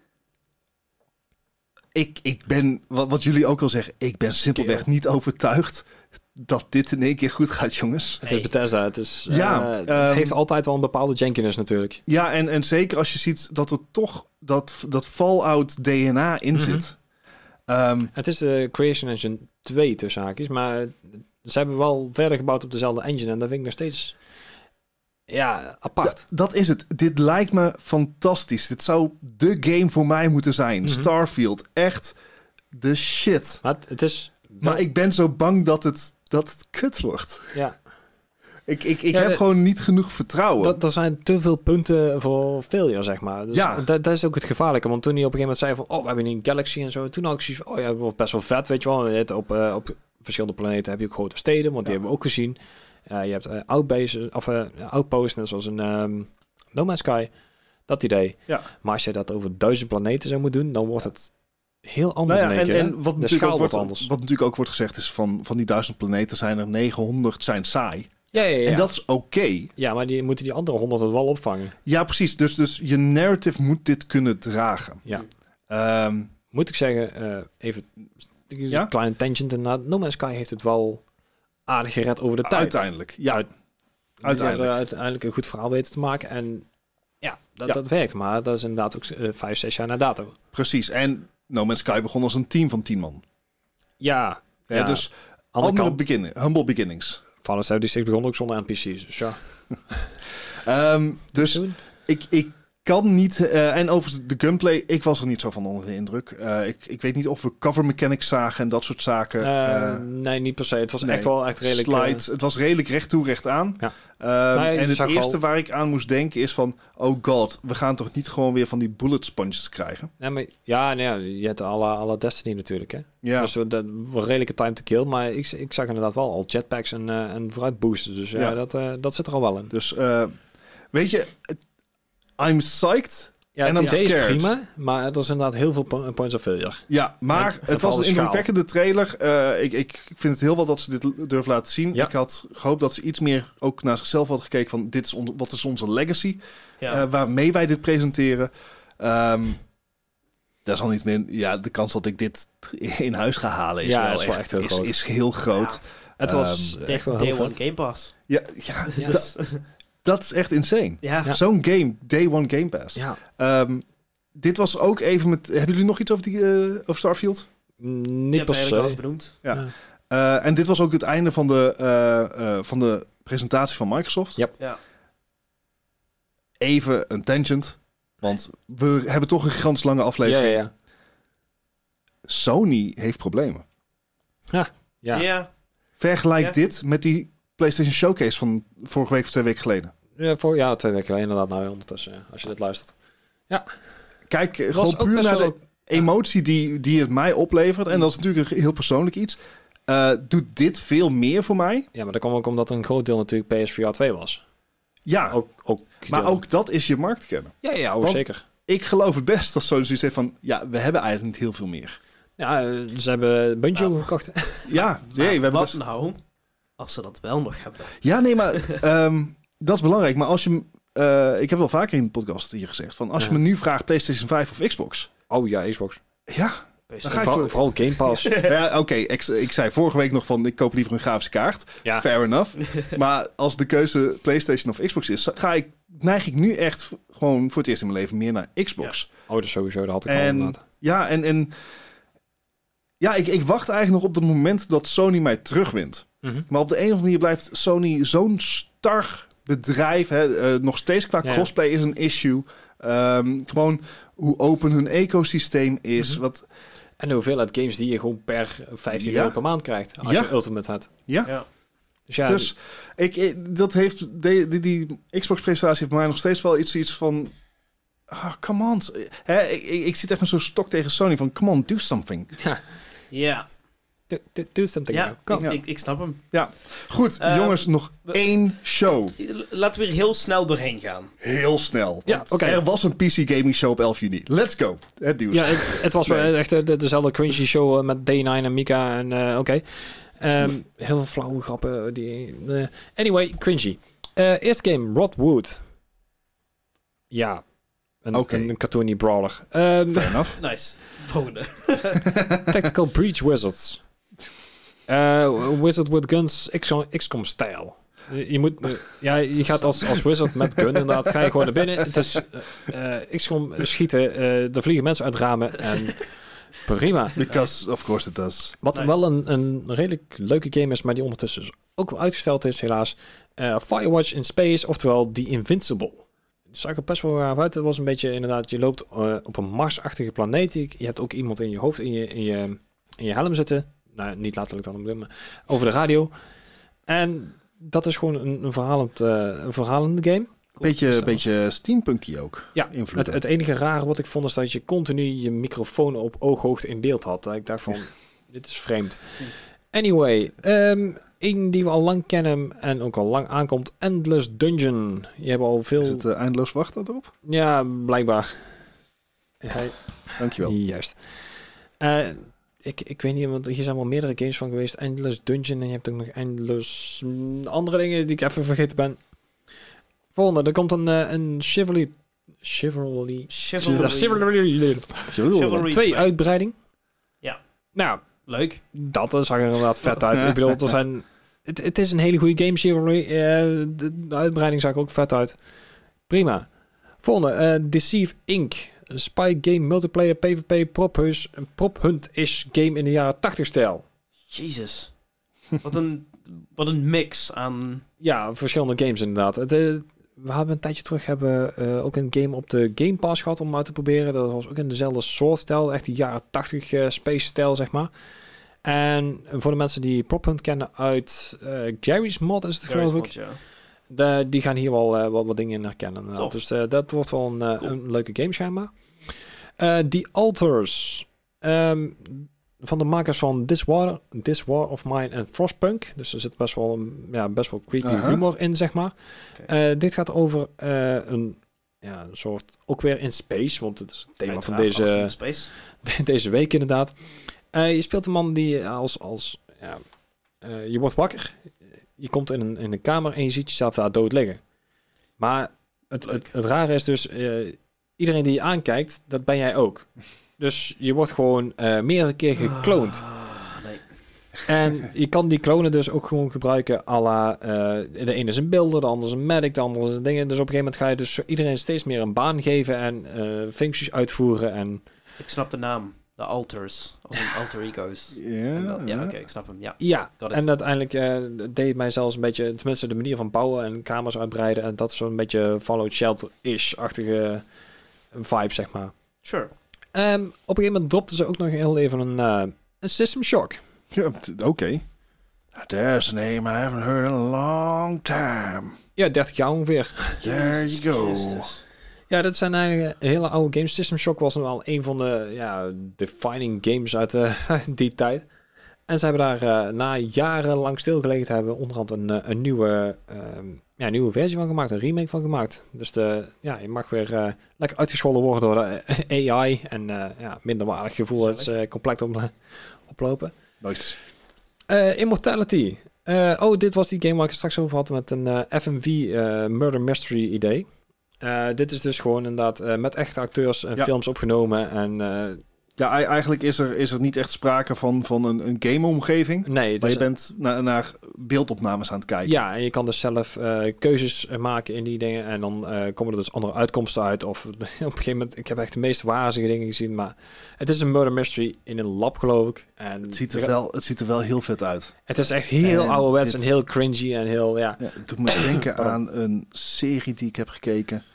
ik ben, wat jullie ook al zeggen, ik ben simpelweg niet overtuigd dat dit in één keer goed gaat, jongens. Het is Bethesda. Het is, het heeft altijd wel een bepaalde jankiness natuurlijk. Ja, en zeker als je ziet dat er toch dat Fallout DNA in zit. Het is de Creation Engine 2 tussen haakjes, maar ze hebben wel verder gebouwd op dezelfde engine en dat vind ik nog steeds apart. Dat is het. Dit lijkt me fantastisch. Dit zou de game voor mij moeten zijn. Starfield, echt de shit. Maar het is... Maar ik ben zo bang dat het kut wordt. Ja. Ik heb gewoon niet genoeg vertrouwen. Er zijn te veel punten voor failure, zeg maar. Dus dat is ook het gevaarlijke. Want toen hij op een gegeven moment zei van... we hebben een Galaxy en zo. Toen had ik zoiets van... dat wordt best wel vet, weet je wel. Op verschillende planeten heb je ook grote steden. Want die hebben we ook gezien. Je hebt outposts, net zoals een No Man's Sky. Dat idee. Ja. Maar als je dat over 1000 planeten zou moeten doen... dan wordt het heel anders en wat natuurlijk ook wordt gezegd is... van die 1000 planeten zijn er 900 zijn saai. Ja. En dat is oké. Ja, maar die moeten die andere 100 het wel opvangen. Ja, precies. Dus je narrative moet dit kunnen dragen. Ja. Moet ik zeggen, even een kleine tangent. No Man's Sky heeft het wel aardig gered over de tijd. Uiteindelijk, ja. Uiteindelijk. Uiteindelijk een goed verhaal weten te maken. En ja, dat werkt. Maar dat is inderdaad ook 5-6 jaar na dato. Precies. En No Man's Sky begon als een team van 10 man. Ja. Dus humble beginnings. Fallout 76 begon ook zonder NPC's. Dus ja. Dus ik kan niet... en over de gunplay, ik was er niet zo van onder de indruk. Ik weet niet of we cover mechanics zagen en dat soort zaken. Nee, niet per se. Het was echt wel echt redelijk... Slides. Het was redelijk recht toe, recht aan. Ja. En het eerste waar ik aan moest denken is van... Oh god, we gaan toch niet gewoon weer van die bullet sponges krijgen? Nee, maar je hebt alle Destiny natuurlijk, hè? Ja. Dus dat was redelijke time to kill. Maar ik zag inderdaad wel al jetpacks en vooruit boosters. Dus dat zit er al wel in. Dus weet je... I'm psyched. Ja, en het I'm idee scared. is prima, maar er is inderdaad heel veel points of failure. Ja, maar het was een indrukwekkende trailer. Ik vind het heel wat dat ze dit durven laten zien. Ja. Ik had gehoopt dat ze iets meer ook naar zichzelf hadden gekeken van wat is onze legacy? Ja. Waarmee wij dit presenteren. Dat is al niet meer. Ja, de kans dat ik dit in huis ga halen is wel echt heel groot. Is heel groot. Ja. Het was echt wel Day heel One vet. Game Pass. Ja, Dus, dat is echt insane. ja. Zo'n game, Day One Game Pass. Ja. Dit was ook even met... Hebben jullie nog iets over Starfield? Niet per eigenlijk alles se. benoemd. Ja. En dit was ook het einde van de presentatie van Microsoft. Yep. Ja. Even een tangent. Want we hebben toch een gigantisch lange aflevering. Ja. Sony heeft problemen. Ja. Vergelijk dit met die PlayStation Showcase van vorige week of 2 weken geleden. Ja, 2 weken geleden inderdaad. Nou, ondertussen, als je dit luistert. Kijk, Was gewoon ook puur best naar wel- de emotie die het mij oplevert. En dat is natuurlijk een heel persoonlijk iets. Doet dit veel meer voor mij? Ja, maar dat kwam ook omdat een groot deel natuurlijk PSVR 2 was. Ja, Ook maar ook dat is je markt kennen. Ja, Want- zeker. Ik geloof het best dat Sony zoiets heeft van... Ja, we hebben eigenlijk niet heel veel meer. Ja, ze hebben Bungie Nou. gekocht. Ja, we hebben Wat dus- nou als ze dat wel nog hebben? Ja, nee, maar dat is belangrijk. Maar als je... ik heb het al vaker in de podcast hier gezegd. Van als je me nu vraagt PlayStation 5 of Xbox. Oh ja, Xbox. Ja, dan ga ik Vooral Game Pass. ja, oké. Ik zei vorige week nog van... Ik koop liever een grafische kaart. Ja. Fair enough. Maar als de keuze PlayStation of Xbox is... neig ik nu echt gewoon voor het eerst in mijn leven meer naar Xbox. Oh, dat sowieso. Dat had ik al En inderdaad. ja, ja, ik wacht eigenlijk nog op het moment dat Sony mij terugwint. Maar op de een of andere manier blijft Sony zo'n star bedrijf. Hè? Nog steeds qua crossplay is een issue. Gewoon hoe open hun ecosysteem is. Wat... En de hoeveelheid games die je gewoon per 15 euro per maand krijgt. Als je Ultimate hebt. Ja. Dus dat heeft die Xbox-presentatie heeft bij mij nog steeds wel iets van... come on. Ik zit echt met zo'n stok tegen Sony van... Come on, do something. Ja. Do something. Ja, Kom. ik snap hem. Ja, goed. Jongens, nog 1 show. Laten we er heel snel doorheen gaan. Heel snel. Ja, oké. Er was een PC Gaming Show op 11 juni. Let's go. Het nieuws. Ja, het was wel echt dezelfde cringy show met Day9 en Mika. En oké. Heel veel flauwe grappen. Anyway, cringy. Eerste game, Rod Wood. Ja. Een cartoony brawler. Fair enough. Nice. Volgende. Tactical Breach Wizards. Wizard with guns, XCOM style. Je gaat als wizard met gun inderdaad, ga je gewoon naar binnen. Het is XCOM schieten, er vliegen mensen uit ramen en prima. Because of course it does. Wat wel een redelijk leuke game is, maar die ondertussen dus ook wel uitgesteld is helaas. Firewatch in Space, oftewel The Invincible. Het zag er best wel gaaf uit. Het was een beetje inderdaad, je loopt op een Mars-achtige planeet. Je hebt ook iemand in je hoofd, in je helm zitten. Nou, niet letterlijk dan, maar over de radio. En dat is gewoon een verhalende game. Beetje steampunky ook. Ja, het enige rare wat ik vond is dat je continu je microfoon op ooghoogte in beeld had. Ik dacht van, dit is vreemd. Anyway, een die we al lang kennen en ook al lang aankomt, Endless Dungeon. Je hebt al veel... Is het eindeloos wachten erop? Ja, blijkbaar. Dankjewel. Juist. Ik weet niet, want hier zijn wel meerdere games van geweest. Endless Dungeon en je hebt ook nog Endless... andere dingen die ik even vergeten ben. Volgende, er komt een Chivalry 2 uitbreiding. Ja. Nou, leuk. dat zag er inderdaad vet uit. Ik bedoel, er zijn Het is een hele goede game, Chivalry. De uitbreiding zag er ook vet uit. Prima. Volgende, Deceive Inc. Een spy game, multiplayer, PvP, prop hunt-ish game in de jaren 80-stijl. Jezus. Wat een mix aan... Ja, verschillende games inderdaad. We hebben een tijdje terug ook een game op de Game Pass gehad om uit te proberen. Dat was ook in dezelfde soort stijl. Echt die jaren 80 space stijl, zeg maar. En voor de mensen die Prop Hunt kennen uit Gary's Mod is het, geloof ik. Ja. Die gaan hier wel wat dingen in herkennen. Dus dat wordt wel een leuke game, schijnbaar. The Alters. Van de makers van This War of Mine en Frostpunk. Dus er zit best wel creepy humor in, zeg maar. Okay. Dit gaat over een soort... Ook weer in space, want het is het thema van deze week inderdaad. Je speelt een man die je wordt wakker. Je komt in een kamer en je ziet jezelf daar dood liggen. Maar het rare is dus... iedereen die je aankijkt, dat ben jij ook. Dus je wordt gewoon meerdere keer gekloond. Nee. En je kan die klonen dus ook gewoon gebruiken à la... de ene is een builder, de andere is een medic, de andere is een ding. Dus op een gegeven moment ga je dus iedereen steeds meer een baan geven en functies uitvoeren. En... Ik snap de naam. De Alters. Als een alter ego's. Oké, ik snap hem. Ja, en uiteindelijk deed het mij zelfs een beetje... Tenminste, de manier van bouwen en kamers uitbreiden. En dat is zo'n beetje Fallout Shelter-ish-achtige vibe, zeg maar. Sure. Op een gegeven moment dropten ze ook nog heel even een System Shock. Ja, oké. There's a name I haven't heard in a long time. Ja, 30 jaar ongeveer. There you go. Christus. Ja, dat zijn eigenlijk hele oude games. System Shock was nog wel een van de defining games uit die tijd. En ze hebben daar na jarenlang stilgelegen te hebben onderhand een nieuwe versie van gemaakt. Een remake van gemaakt. Dus je mag weer lekker uitgescholden worden door de AI. En minderwaardig gevoel is compleet oplopen. Nice. Immortality. Dit was die game waar ik het straks over had met een FMV Murder Mystery idee. Dit is dus gewoon inderdaad met echte acteurs en films opgenomen. En, eigenlijk is er niet echt sprake van een game-omgeving. Nee. Maar je bent naar beeldopnames aan het kijken. Ja, en je kan dus zelf keuzes maken in die dingen. En dan komen er dus andere uitkomsten uit. Of op een gegeven moment, ik heb echt de meest wazige dingen gezien. Maar het is een murder mystery in een lab, geloof ik. En het ziet er wel heel vet uit. Het is echt heel ouderwets en heel cringy. En heel, het doet me denken aan een serie die ik heb gekeken.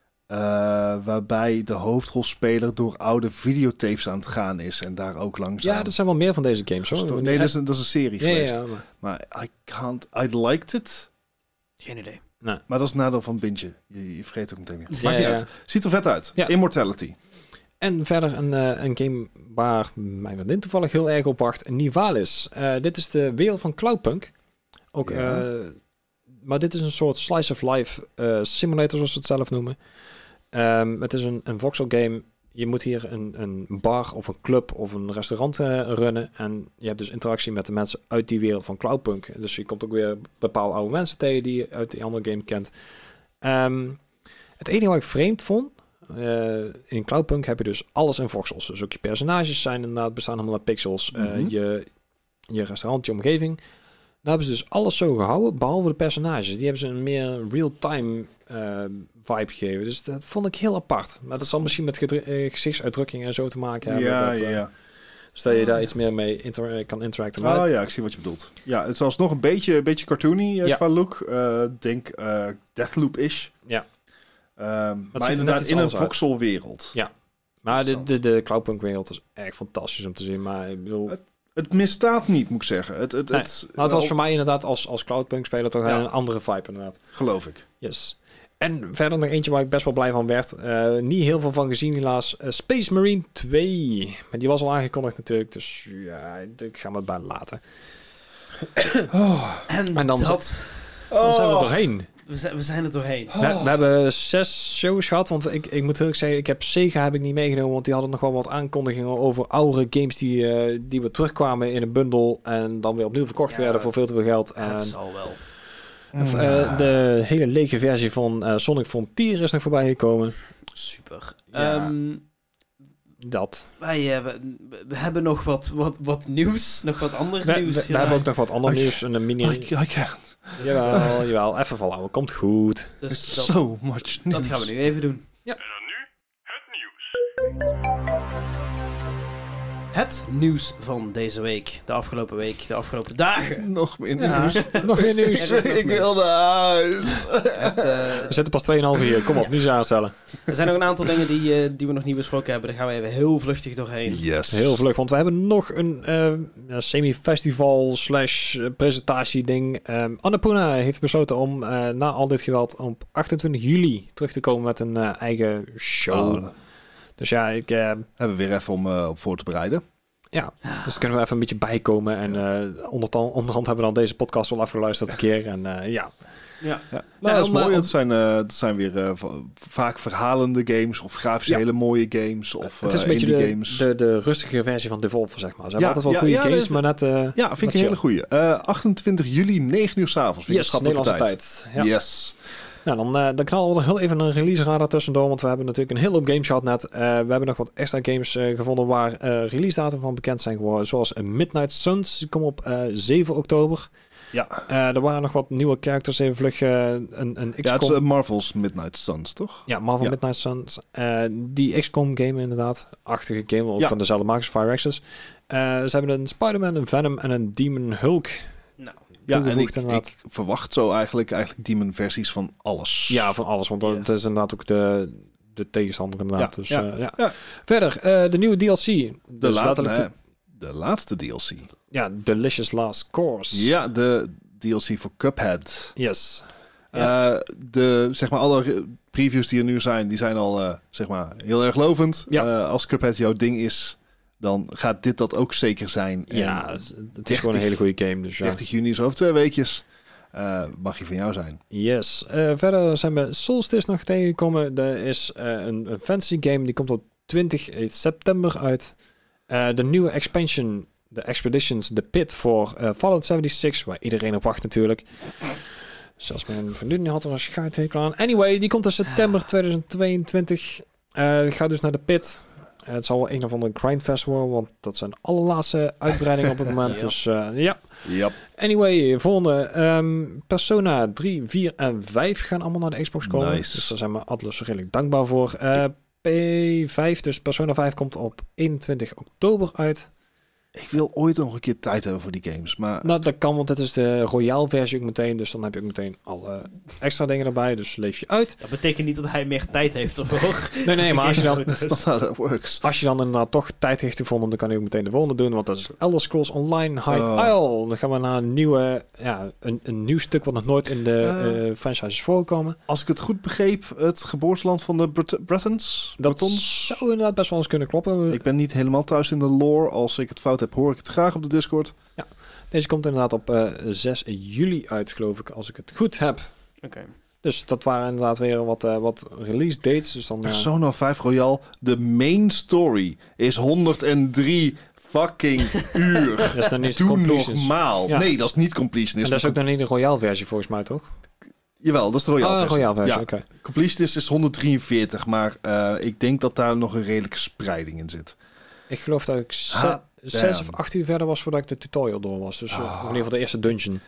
Waarbij de hoofdrolspeler door oude videotapes aan het gaan is en daar ook langzaam... Ja, er zijn wel meer van deze games, hoor. Nee, dat is een serie geweest. Ja, maar I liked it. Geen idee. Nee. Maar dat is het nadeel van bingen. Je vreet ook meteen meer. Ja, Maakt niet uit. Ziet er vet uit. Ja. Immortality. En verder een game waar mijn vriendin toevallig heel erg op wacht. Nivalis. Dit is de wereld van Cloudpunk. Ook, maar dit is een soort slice of life simulator, zoals ze het zelf noemen. Het is een voxel game. Je moet hier een bar of een club of een restaurant runnen. En je hebt dus interactie met de mensen uit die wereld van Cloudpunk. Dus je komt ook weer bepaalde oude mensen tegen die je uit die andere game kent. Het enige wat ik vreemd vond... in Cloudpunk heb je dus alles in voxels. Dus ook je personages zijn inderdaad bestaan allemaal uit pixels. Je restaurant, je omgeving. Daar hebben ze dus alles zo gehouden, behalve de personages. Die hebben ze een meer real-time vibe gegeven. Dus dat vond ik heel apart. Maar dat zal misschien met gezichtsuitdrukking en zo te maken hebben. Ja. Dus dat je daar iets meer mee kan interacten. Maar ik zie wat je bedoelt. Ja, het was nog een beetje cartoony qua look. Denk Deathloop-ish. Ja. Maar inderdaad in een voxelwereld. Ja. Maar de Cloudpunk-wereld is echt fantastisch om te zien. Maar ik bedoel... Het misstaat niet, moet ik zeggen. Het was voor mij inderdaad als Cloudpunk-speler toch een andere vibe inderdaad. Geloof ik. Yes. En verder nog eentje waar ik best wel blij van werd. Niet heel veel van gezien helaas. Space Marine 2. Maar die was al aangekondigd natuurlijk. Dus ja, ik ga me het bij laten. En dan zijn we doorheen. We zijn er doorheen. We hebben 6 shows gehad. Want ik moet heel zeggen, ik heb Sega heb ik niet meegenomen. Want die hadden nog wel wat aankondigingen over oude games die weer terugkwamen in een bundel. En dan weer opnieuw verkocht werden voor veel te veel geld. Dat zal wel. De hele lege versie van Sonic Frontier is nog voorbij gekomen. Super. Ja. dat. We hebben nog wat nieuws. Nog wat ander nieuws. We hebben ook nog wat ander nieuws. Een mini... Jawel. Even volhouden. Komt goed. Dus so much nieuws. Dat gaan we nu even doen. Ja. En dan nu het nieuws. Het nieuws van deze week. De afgelopen dagen. Nog meer nieuws. Nog meer nieuws. Ik wil naar huis. We zitten pas 2,5 uur. Kom op, nu eens aanstellen. Er zijn nog een aantal dingen die we nog niet besproken hebben. Daar gaan we even heel vluchtig doorheen. Yes. Heel vlug, want we hebben nog een semi-festival / presentatie ding. Annapurna heeft besloten om na al dit geweld op 28 juli terug te komen met een eigen show. Oh. Dus ja, hebben we weer even om op voor te bereiden. Ja, dus kunnen we even een beetje bijkomen. En onderhand hebben we dan deze podcast wel afgeluisterd een keer. En ja. Nou, dat is mooi. Het zijn weer vaak verhalende games of grafisch hele mooie games. Of het is een beetje de rustige versie van Devolver, zeg maar. Ze hebben altijd wel goede games, maar net... ja, vind ik een hele goeie. 28 juli, 9 uur 's avonds. Yes, Nederlandse tijd. Ja. Yes. Nou, dan knallen we er heel even een release radar tussendoor, want we hebben natuurlijk een hele hoop games gehad net. We hebben nog wat extra games gevonden waar release datum van bekend zijn geworden, zoals Midnight Suns, die komen op 7 oktober. Ja. Er waren nog wat nieuwe characters, even vlug een XCOM. Ja, het is Marvel's Midnight Suns, toch? Ja, Marvel Midnight Suns. Die XCOM game inderdaad, achtige game, ook van dezelfde makers, Firaxis. Ze hebben een Spider-Man, een Venom en een Demon Hulk. Nou. Ja, en ik verwacht zo eigenlijk Demon-versies van alles. Ja, van alles, want het is inderdaad ook de tegenstander inderdaad. Dus, ja. Verder, de nieuwe DLC. De laatste DLC. Ja, Delicious Last Course. Ja, de DLC voor Cuphead. Yes. Zeg maar, alle previews die er nu zijn, die zijn al zeg maar heel erg lovend. Ja. Als Cuphead jouw ding is, dan gaat dit dat ook zeker zijn. Ja, het is gewoon een hele goede game. Dus 30 juni is over 2 weekjes. Mag je van jou zijn. Yes. Verder zijn we Solstice nog tegengekomen. Er is een fantasy game, die komt op 20 september uit. De nieuwe expansion, de Expeditions, The Pit voor Fallout 76, waar iedereen op wacht natuurlijk. Zelfs mijn vriendin had er een schuithekel aan. Anyway, die komt in september 2022. Gaat dus naar de Pit. Het zal wel een of andere grindfest worden, want dat zijn de allerlaatste uitbreidingen op het moment. Dus ja. Yep. Anyway, volgende. Persona 3, 4 en 5 gaan allemaal naar de Xbox komen. Nice. Dus daar zijn we Atlus redelijk dankbaar voor. P5, dus Persona 5 komt op 21 oktober uit. Ik wil ooit nog een keer tijd hebben voor die games, maar... Nou, dat kan, want het is de Royale versie ook meteen. Dus dan heb je ook meteen alle extra dingen erbij. Dus leef je uit. Dat betekent niet dat hij meer tijd heeft ervoor. Nee, maar als je dan... Als je dan inderdaad toch tijd heeft gevonden, dan kan je ook meteen de volgende doen. Want dat is Elder Scrolls Online High Isle. Dan gaan we naar een nieuwe... Ja, een nieuw stuk wat nog nooit in de franchises voorkomen. Als ik het goed begreep, het geboorteland van de Bretons? Dat zou inderdaad best wel eens kunnen kloppen. Ik ben niet helemaal thuis in de lore. Als ik het fout heb, hoor ik het graag op de Discord. Ja, deze komt inderdaad op 6 juli uit, geloof ik, als ik het goed heb. Oké. Dus dat waren inderdaad weer wat release dates. Dus dan, Persona 5 Royal, de main story is 103 fucking uur. Dat is dan niet Doe normaal. Ja. Nee, dat is niet completion. En dat is ook nog niet de Royale versie volgens mij, toch? Jawel, dat is de Royale versie. Ja. Okay. Completionist is 143, maar ik denk dat daar nog een redelijke spreiding in zit. Ik geloof dat ik 6 of 8 uur verder was voordat ik de tutorial door was. Dus in ieder geval de eerste dungeon.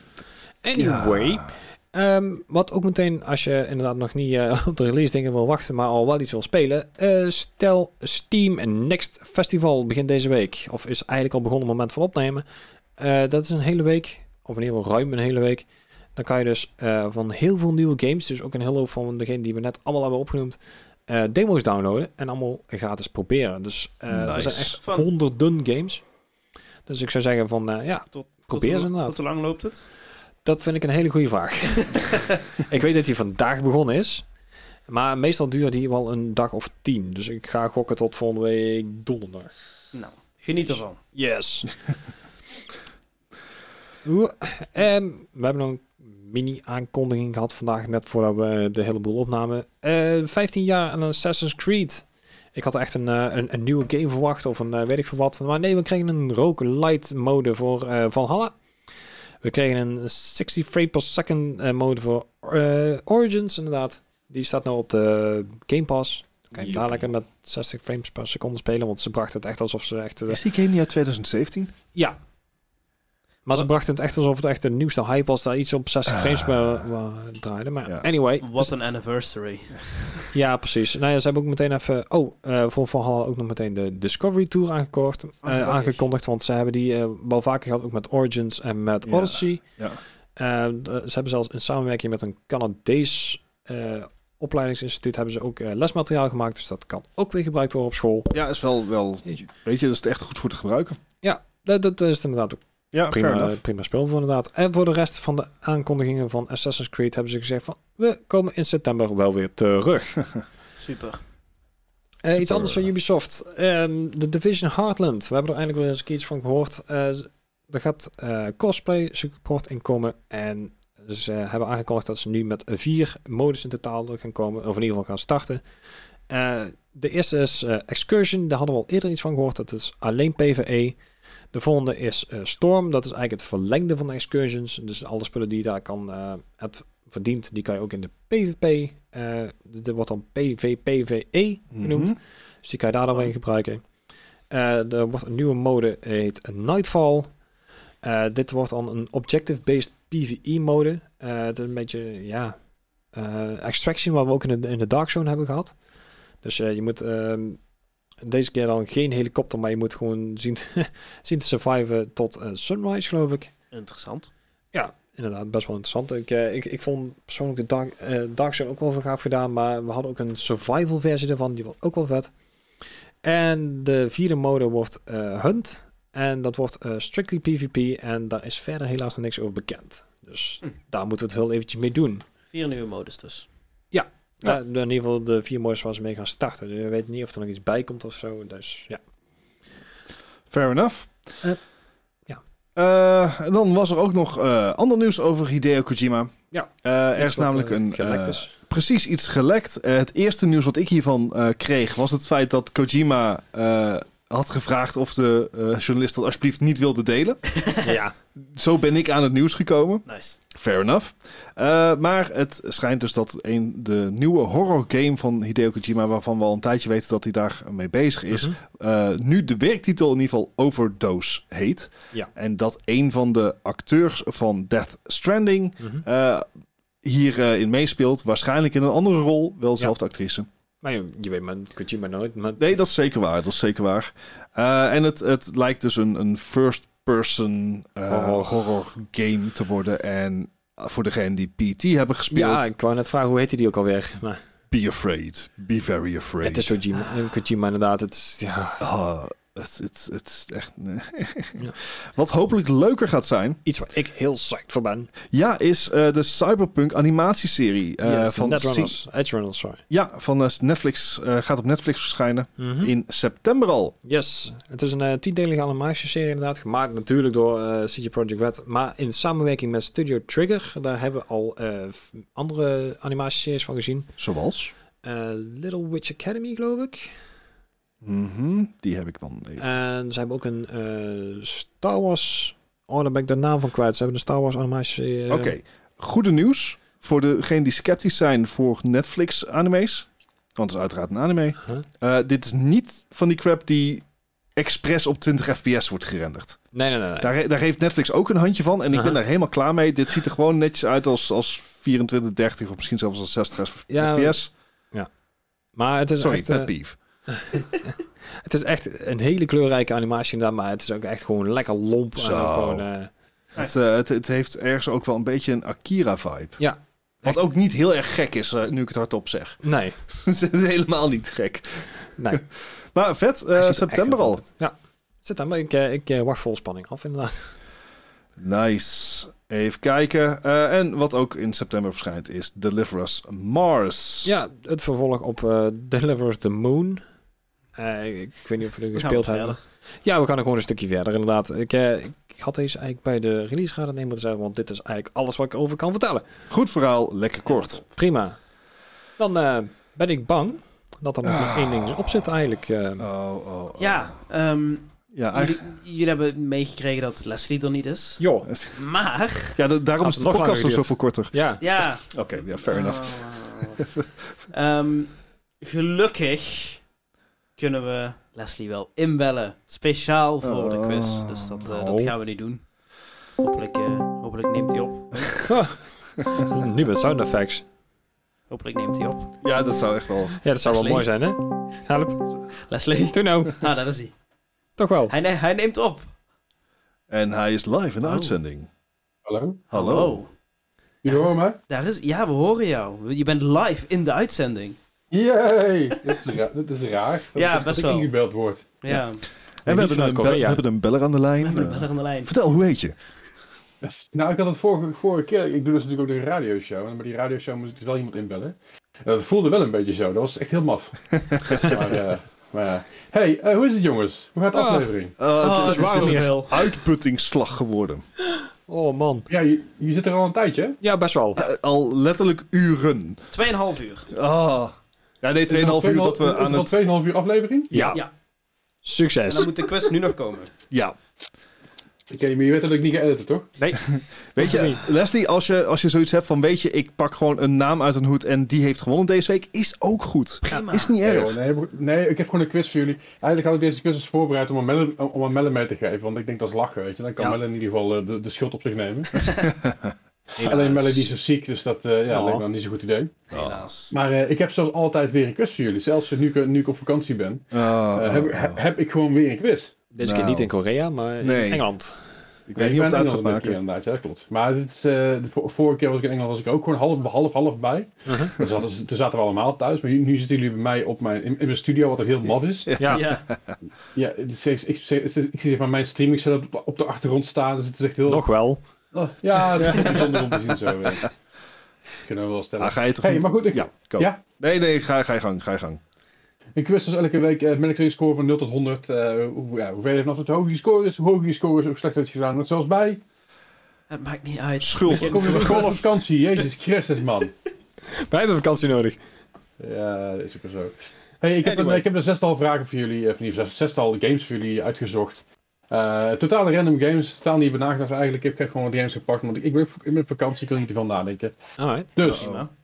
Anyway, wat ook meteen, als je inderdaad nog niet op de release dingen wil wachten, maar al wel iets wil spelen. Stel Steam Next Festival begint deze week. Of is eigenlijk al begonnen op het moment van opnemen. Dat is een hele week. Of in ieder geval ruim een hele week. Dan kan je dus van heel veel nieuwe games, dus ook een hele hoop van degene die we net allemaal hebben opgenoemd, demo's downloaden en allemaal gratis proberen. Dus er zijn echt honderden games. Dus ik zou zeggen van, probeer ze inderdaad. Tot hoe lang loopt het? Dat vind ik een hele goede vraag. Ik weet dat hij vandaag begonnen is. Maar meestal duurt hij wel een dag of 10. Dus ik ga gokken tot volgende week donderdag. Nou, geniet ervan. Yes. We hebben nog een mini-aankondiging gehad vandaag, net voordat we de hele boel opnamen. 15 jaar aan Assassin's Creed. Ik had echt een nieuwe game verwacht, of een weet ik veel wat. Maar nee, we kregen een roguelite mode voor Valhalla. We kregen een 60 frame per second mode voor Origins, inderdaad. Die staat nou op de Game Pass. kan je daar lekker met 60 frames per seconde spelen. Want ze brachten het echt alsof ze echt... Is die game niet uit 2017? Ja. Maar ze brachten het echt alsof het echt de nieuwste hype was. Daar iets op 60 frames per draaide. Maar anyway. What an anniversary. Ja, precies. Nou ja, ze hebben ook meteen even... voor Valhalla ook nog meteen de Discovery Tour aangekondigd. Want ze hebben die wel vaker gehad, ook met Origins en met Odyssey. Ja. Ze hebben zelfs in samenwerking met een Canadees opleidingsinstituut hebben ze ook lesmateriaal gemaakt. Dus dat kan ook weer gebruikt worden op school. Ja, is wel weet je, dat is echt goed voor te gebruiken. Ja, dat is het inderdaad ook. Ja, prima spel voor inderdaad. En voor de rest van de aankondigingen van Assassin's Creed hebben ze gezegd van, we komen in september wel weer terug. Super. Iets anders van Ubisoft. The Division Heartland. We hebben er eindelijk wel eens iets van gehoord. Er gaat cosplay support in komen. En ze hebben aangekondigd dat ze nu met 4 modus in totaal gaan komen. Of in ieder geval gaan starten. De eerste is Excursion. Daar hadden we al eerder iets van gehoord. Dat is alleen PvE. De volgende is Storm. Dat is eigenlijk het verlengde van de Excursions. Dus alle spullen die je daar kan het verdient, die kan je ook in de PvP. Dit wordt dan PvPvE genoemd. Dus die kan je daar dan in gebruiken. Er wordt een nieuwe mode, heet Nightfall. Dit wordt dan een objective-based PvE mode. Het is een beetje, Extraction, wat we ook in de Dark Zone hebben gehad. Dus je moet deze keer dan geen helikopter, maar je moet gewoon zien te surviven tot sunrise, geloof ik. Interessant. Ja, inderdaad, best wel interessant. Ik vond persoonlijk de Dark Zone ook wel gaaf gedaan, maar we hadden ook een survival versie ervan, die was ook wel vet. En de 4e mode wordt Hunt. En dat wordt strictly PvP. En daar is verder helaas nog niks over bekend. Dus daar moeten we het heel eventjes mee doen. 4 nieuwe modus dus. Ja. In ieder geval de 4 modus waar ze mee gaan starten. Dus je weet niet of er nog iets bij komt of zo. Dus ja. Fair enough. En dan was er ook nog ander nieuws over Hideo Kojima. Ja. Er is namelijk een precies iets gelekt. Het eerste nieuws wat ik hiervan kreeg was het feit dat Kojima had gevraagd of de journalist dat alsjeblieft niet wilde delen. Ja. Zo ben ik aan het nieuws gekomen. Nice. Fair enough. Maar het schijnt dus dat de nieuwe horror game van Hideo Kojima, waarvan we al een tijdje weten dat hij daar mee bezig is, nu de werktitel in ieder geval Overdose heet. Ja. En dat een van de acteurs van Death Stranding hierin meespeelt. Waarschijnlijk in een andere rol, wel dezelfde actrice. Maar je weet maar Kojima nooit. Maar... Nee, dat is zeker waar. En het lijkt dus een first-person horror game te worden. En voor degenen die PT hebben gespeeld... Ja, ik wou net vragen, hoe heette die ook alweer? Maar... Be afraid. Be very afraid. Het is Kojima inderdaad. Het is... Ja. Het is echt... Ja. Wat hopelijk leuker gaat zijn... Iets waar ik heel psyched voor ben. Ja, is de Cyberpunk animatieserie. Van Edge Runners, sorry. Ja, van Netflix. Gaat op Netflix verschijnen. In september al. Yes. Het is een 10-delige animatieserie inderdaad. Gemaakt natuurlijk door CD Projekt Red. Maar in samenwerking met Studio Trigger. Daar hebben we al andere animatieseries van gezien. Zoals? Little Witch Academy, geloof ik. Die heb ik dan even. En ze hebben ook een Star Wars... Oh, daar ben ik de naam van kwijt. Ze hebben een Star Wars animatie... Oké. Goede nieuws voor degenen die sceptisch zijn voor Netflix anime's. Want het is uiteraard een anime. Dit is niet van die crap die expres op 20 fps wordt gerenderd. Nee. Daar heeft Netflix ook een handje van. En ik ben daar helemaal klaar mee. Dit ziet er gewoon netjes uit als 24, 30 of misschien zelfs als 60 fps. Ja. Maar het is Sorry, echt... pet peeve. Het is echt een hele kleurrijke animatie inderdaad, maar het is ook echt gewoon lekker lomp. Zo. En gewoon, het heeft ergens ook wel een beetje een Akira-vibe. Ja. Wat ook niet heel erg gek is, nu ik het hardop zeg. Nee. Het is helemaal niet gek. Nee. Maar vet, september al. Ja, september. Ik wacht vol spanning af inderdaad. Nice. Even kijken. En wat ook in september verschijnt is Deliver Us Mars. Ja, het vervolg op Deliver Us the Moon. Ik weet niet of we er gespeeld hebben. Ja, we gaan er gewoon een stukje verder inderdaad. Ik had deze eigenlijk bij de release gaan nemen moeten zeggen, want dit is eigenlijk alles wat ik over kan vertellen. Goed verhaal, lekker kort. Prima. Dan ben ik bang dat er nog maar één ding op zit eigenlijk. Ja, ja, eigenlijk... jullie hebben meegekregen dat Leslie er niet is. Joh. Maar... Ja, daarom is de podcast nog zoveel korter. Ja. Oké, fair enough. gelukkig kunnen we Leslie wel inbellen. Speciaal voor de quiz. Dus dat gaan we niet doen. Hopelijk neemt hij op. Nu met sound effects. Hopelijk neemt hij op. Ja, dat zou echt wel... Ja, dat zou wel Leslie. mooi zijn, hè? Help. Leslie. Doe nou. Daar is hij. Toch wel. Hij neemt op. En hij is live in de uitzending. Hallo? Hallo. Jullie horen mij? Daar is, ja, we horen jou. Je bent live in de uitzending. Yay! Dit is raar. Ja, dat best ik wel. ingebeld word. Ja. En we niet vanuit Korea. hebben een beller aan de lijn. We hebben een aan de lijn. Vertel, hoe heet je? Nou, ik had het vorige keer. Ik doe dus natuurlijk ook de radioshow. En bij die radioshow moest ik dus wel iemand inbellen. Dat voelde wel een beetje zo. Dat was echt heel maf. maar ja. Hey, hoe is het, jongens? Hoe gaat de aflevering? Het is waarom een zoveel? uitputtingsslag geworden. Oh, man. Ja, je zit er al een tijdje, hè? Ja, best wel. Al letterlijk uren. 2,5 uur. Ja, nee, 2,5 uur dat we aan het... Is het al 2,5 uur aflevering? Ja. Ja. En Succes. dan moet de quiz nu nog komen. Ja. Oké, maar je weet dat ik niet ga editen, toch? Nee. Weet je, Leslie, als je zoiets hebt van, weet je, ik pak gewoon een naam uit een hoed en die heeft gewonnen deze week, is ook goed. Prima. Is niet erg. Nee, ik heb gewoon een quiz voor jullie. Eigenlijk had ik deze quiz eens voorbereid om aan Melle mee te geven. Want ik denk dat is lachen, weet je. Dan kan Melle in ieder geval de schuld op zich nemen. Alleen Melle die is zo ziek, dus dat lijkt me niet zo'n goed idee. Helaas. Maar ik heb zoals altijd weer een quiz voor jullie. Zelfs nu ik op vakantie ben, heb ik gewoon weer een quiz. Deze keer niet in Korea, maar in Engeland. Ik weet niet of het uit gaat maken. Inderdaad, ja, dat klopt. Maar dit is, de vorige keer was ik in Engeland, was ik ook gewoon half bij. Toen zaten we allemaal thuis. Maar nu zitten jullie bij mij in mijn studio, wat er heel maf is. Ja. Ja, ik zie zeg maar mijn streaming setup op de achtergrond staan. Dus het is echt heel... Nog wel. Ja, dat is bijzonder om te zien zo. Kunnen we wel stellen. Ga je toch maar goed, go. Ja? Nee, ga je gang. Ik quiz dus elke week met een score van 0 tot 100. Hoeveel heeft nog het hoge score is? Hoe hoog je score is, hoe slecht het gedaan. Net zoals bij. Het maakt niet uit. Schuld. Kom je weer gewoon op vakantie. Jezus Christus, man. Wij hebben vakantie nodig. Ja, dat is ook zo. Hey, ik heb er 6 vragen voor jullie, of niet 6 games voor jullie uitgezocht. Totale random games, totaal niet benagedacht eigenlijk. Ik heb gewoon wat games gepakt, want ik ben op vakantie, ik wil niet te veel nadenken. Alright. Dus,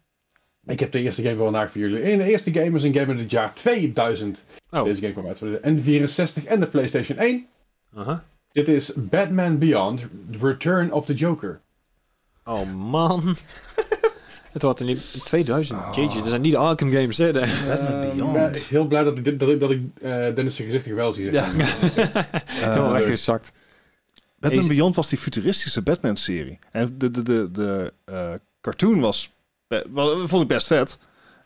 ik heb de eerste game voor vandaag voor jullie. En de eerste game is een game uit het jaar 2000. Deze game kwam uit voor de N64 en de PlayStation 1. Dit is Batman Beyond, The Return of the Joker. Oh man. Het wordt er niet 2000. Jeetje, dat zijn niet de Arkham games, hè? Batman Beyond. Heel blij dat ik Dennis' gezicht wel zie. Ja. Helemaal weggezakt. Batman Beyond was die futuristische Batman-serie. En de cartoon was... vond ik best vet.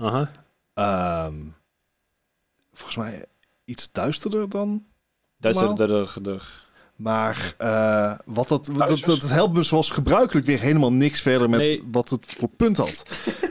Volgens mij iets duisterder dan... Duisterder. Maar dat helpt me zoals gebruikelijk weer helemaal niks verder met wat het voor punt had.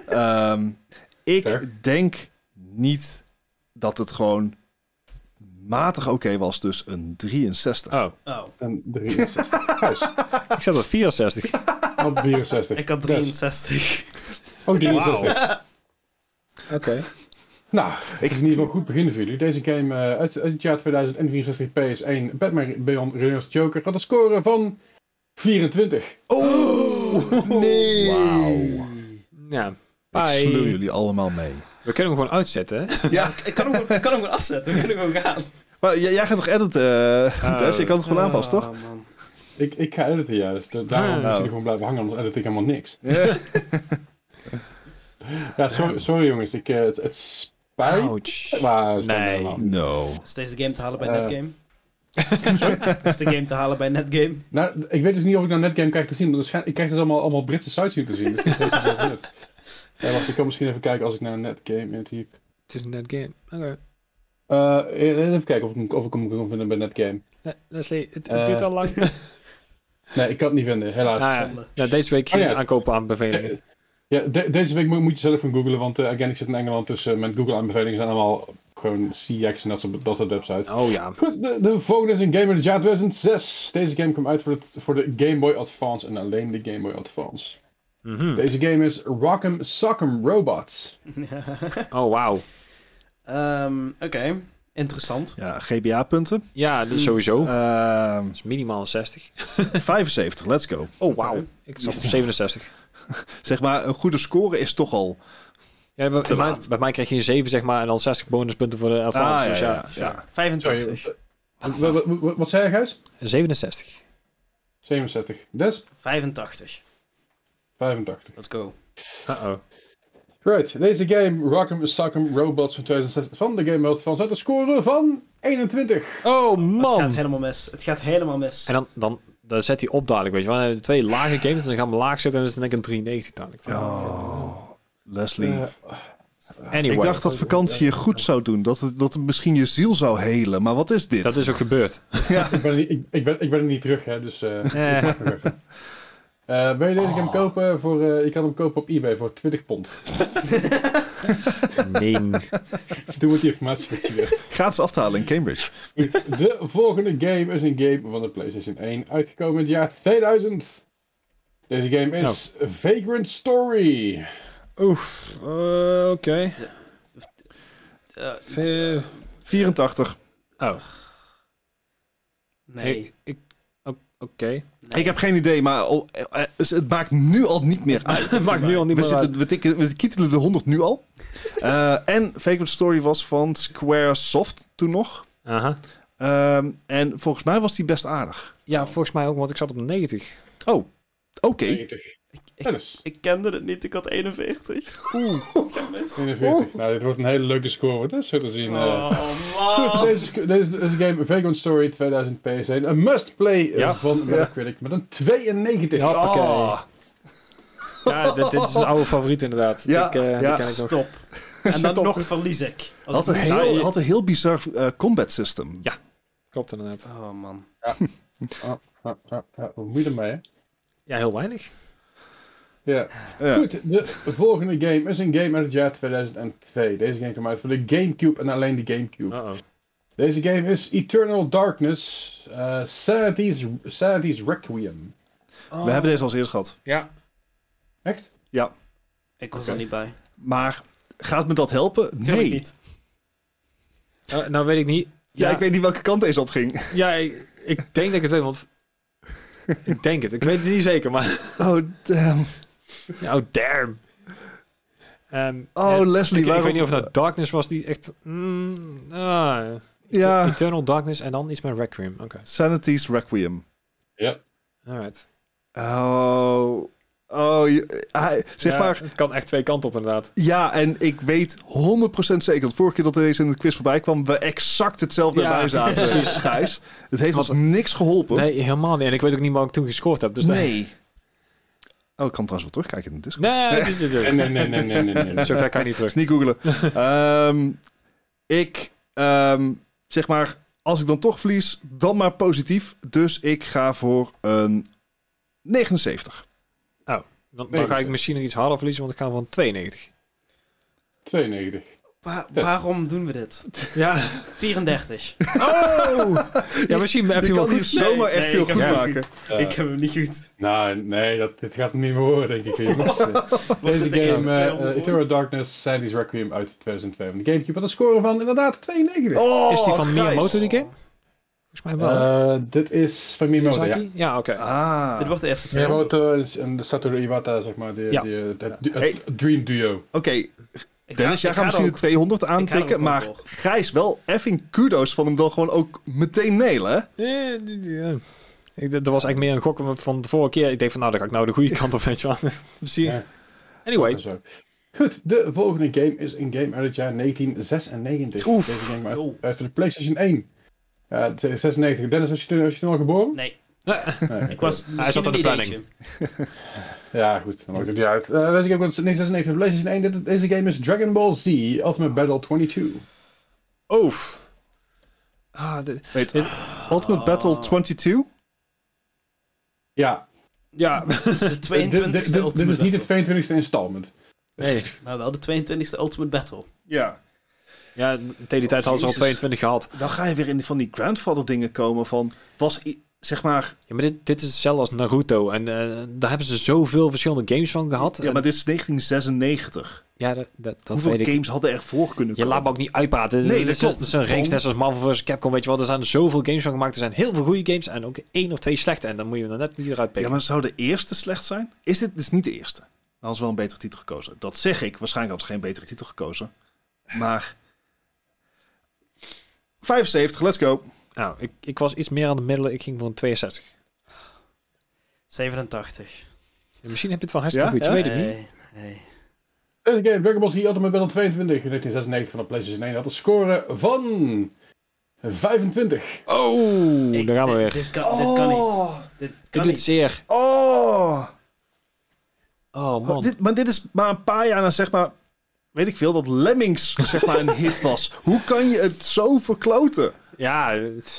Ik denk niet dat het gewoon matig oké was, dus een 63. Oh. Een 63. Ik zat op 64. Op 64. Ik had 63. Oh, 63. Oké. Nou, het is in ieder geval goed beginnen voor jullie. Deze game uit het jaar 2064 PS1, Batman Beyond Return of the Joker, had een score van 24. Oh, nee. Wauw. Ja, ik sleur jullie allemaal mee. We kunnen hem gewoon uitzetten, hè? Ja, ik kan hem gewoon afzetten. We kunnen gewoon gaan. Maar jij gaat toch editen, Des? Je kan het gewoon aanpassen, toch? Man. Ik ga editen, ja. Dus daarom moet je gewoon blijven hangen, anders edit ik helemaal niks. Ja, sorry jongens. Het spijt. Maar nee. No. Is deze game te halen bij Netgame? Is de game te halen bij Netgame? Nou, ik weet dus niet of ik naar Netgame krijg te zien. Want ik krijg dus allemaal Britse sites hier te zien. Dus dat is wel goed. Wacht, ik kan misschien even kijken als ik naar Netgame intyp. Het is een Netgame. Oké. Even kijken of ik hem kan vinden bij Netgame. Leslie, het duurt al lang. Nee, ik kan het niet vinden, helaas. Deze week geen aankopen aanbevelingen. Ja, deze week moet je zelf gaan googlen, want ik zit in Engeland, dus mijn Google-aanbevelingen zijn allemaal gewoon CX en dat soort websites. Oh ja. Goed, de volgende is een game uit het jaar 2006. Deze game kwam uit voor de Game Boy Advance en alleen de Game Boy Advance. Deze game is Rock'em Sock'em Robots. Oh, wauw. Oké. Interessant. Ja, GBA-punten. Ja, dat is sowieso. Dat is minimaal 60. 75, let's go. Oh, wauw. Ik zat op 67. Zeg maar, een goede score is toch al Ja, bij mij kreeg je een 7, zeg maar, en dan 60 bonuspunten voor de advance. Dus ja. 85. Sorry, wat zei je, Gijs? 67. 67. Des? 85. 85. Let's go. Uh-oh. Right, deze game, Rock'em Sock'em Robots van 2006 van de Game World van zet een score van 21. Oh, Het man! gaat helemaal mis. Het gaat helemaal mis. En dan zet hij op dadelijk, weet je wel. De 2 lage games, dan gaan we laag zitten en dan is het denk ik een 93 dadelijk. Leslie. Anyway. Ik dacht dat vakantie je goed zou doen. Dat het misschien je ziel zou helen. Maar wat is dit? Dat is ook gebeurd. Ik ben er niet terug, hè, dus... wacht nog even. Wil je deze game kopen voor... je kan hem kopen op eBay voor 20 pond. Nee. Doe met die informatie met je weer. Gratis af te halen in Cambridge. De volgende game is een game van de PlayStation 1, uitgekomen in het jaar 2000. Deze game is Vagrant Story. Oef. Oké. 84. Oh. Nee. Oké. Nee. Ik heb geen idee, maar het maakt nu al niet meer uit. Het maakt nu al niet meer uit. We kietelen de 100 nu al. En Vagrant Story was van Squaresoft toen nog. Aha. En volgens mij was die best aardig. Ja, volgens mij ook, want ik zat op de 90. Oh, oké. 90. Ik kende het niet, ik had 41. Oeh. 41. Nou, dit wordt een hele leuke score. Dat is zo te zien. Oh, man. Deze game, Vagrant Story 2000 PS1. Een must-play van Metacritic met een 92. Oké. Ja, dit is een oude favoriet inderdaad. Ja, die ken ik nog. Stop. En dan nog verlies ik. Had een heel bizar combat system. Ja, klopt inderdaad. Oh, man. Wat moet je ermee, hè? Ja, heel weinig. Ja. Goed, de volgende game is een game uit het jaar 2002. Deze game kwam uit voor de Gamecube en alleen de Gamecube. Uh-oh. Deze game is Eternal Darkness, Sanity's Requiem. We hebben deze al eerst gehad. Ja. Echt? Ja. Ik was er niet bij. Maar gaat me dat helpen? Tuurlijk Nee. niet. Nou weet ik niet. Ja, ik weet niet welke kant deze op ging. Ja, ik denk dat ik het weet, want... ik denk het. Ik weet het niet zeker, maar... Oh, damn. Oh, damn. Leslie, ik weet niet of dat Darkness was die echt... Ja. Eternal Darkness en dan iets met Requiem. Oké. Sanity's Requiem. Ja. Alright. Zeg maar... Het kan echt twee kanten op inderdaad. Ja, en ik weet 100% zeker, want vorige keer dat deze in de quiz voorbij kwam, we exact hetzelfde erbij zaten, precies, Gijs. Het heeft ons niks geholpen. Nee, helemaal niet. En ik weet ook niet waar ik toen gescoord heb. Dus nee. Oh, ik kan trouwens wel terugkijken in de Discord. Nee. Zo ver kan je niet terug. Niet googelen. Zeg maar, als ik dan toch verlies, dan maar positief. Dus ik ga voor een 79. Dan ga ik misschien nog iets harder verliezen, want ik ga van 92. 92. Waarom doen we dit? Ja. 34. Oh! Ja, misschien heb je wel goed. Zomaar echt veel goed maken. Ik heb hem niet goed. Nou, nee, dit gaat hem niet meer worden, denk ik. Deze game, Eternal Darkness, Sanity's Requiem uit 2002 van de Gamecube. Met een score van inderdaad 92. Oh, is die van Miyamoto, die game? Volgens mij wel. Dit is van Miyamoto, ja. Ja, oké. Ah. Dit wordt de eerste 200. Miyamoto en de Satoru Iwata, zeg maar. Het Dream Duo. Oké. Dennis, jij gaat misschien de 200 aantikken, maar Gijs wel effing kudos van hem dan gewoon ook meteen nailen, hè? Ja. Dat was eigenlijk meer een gok van de vorige keer. Ik denk van, nou, dan ga ik nou de goede kant op, weet je wel. Ja. Anyway. Goed, de volgende game is een game uit het jaar 1996. Oef. Deze game uit voor de PlayStation 1. 96. Dennis, was je toen al geboren? Nee. Nee. Ik was Hij zat aan de planning. Ja, goed. Dan maakt het niet uit. Deze game was 1996 voor PlayStation 1. Deze game is Dragon Ball Z Ultimate Battle 22. Oef. Ultimate Battle 22? Ja. Ja. Dit is de 22e Ultimate Dit is niet Battle. de 22e installment. Nee. Maar wel de 22e Ultimate Battle. Ja. Ja, tegen die tijd hadden ze al 22 gehad. Dan ga je weer in van die grandfather dingen komen van... zeg maar... Ja, maar dit is hetzelfde als Naruto. En daar hebben ze zoveel verschillende games van gehad. Ja, maar dit is 1996. Ja, dat Hoeveel weet ik. games hadden er voor kunnen Je komen? laat me ook niet uitpraten. Nee, dat klopt. Het is een reeks net zoals Marvel vs. Capcom, weet je wel. Er zijn zoveel games van gemaakt. Er zijn heel veel goede games en ook 1 of 2 slechte. En dan moet je er net niet eruit pikken. Ja, maar zou de eerste slecht zijn? Dit is niet de eerste. hadden ze wel een betere titel gekozen. Dat zeg ik. Waarschijnlijk hadden ze geen betere titel gekozen. Maar 75, let's go. Nou, ik was iets meer aan de middelen. Ik ging voor een 62. 87. Ja, misschien heb je het wel hartstikke goed. Je weet het niet. Nee. Deze game, Dragon Ball Z Ultimate Battle 22 in 1996 van de PlayStation 1 had een score van 25. Oh, daar gaan we weer. Dit kan niet. Dit kan Dit doet niet. zeer. Oh, Oh, man. maar dit is maar een paar jaar na, zeg maar, weet ik veel, dat Lemmings zeg maar een hit was. Hoe kan je het zo verkloten? Ja.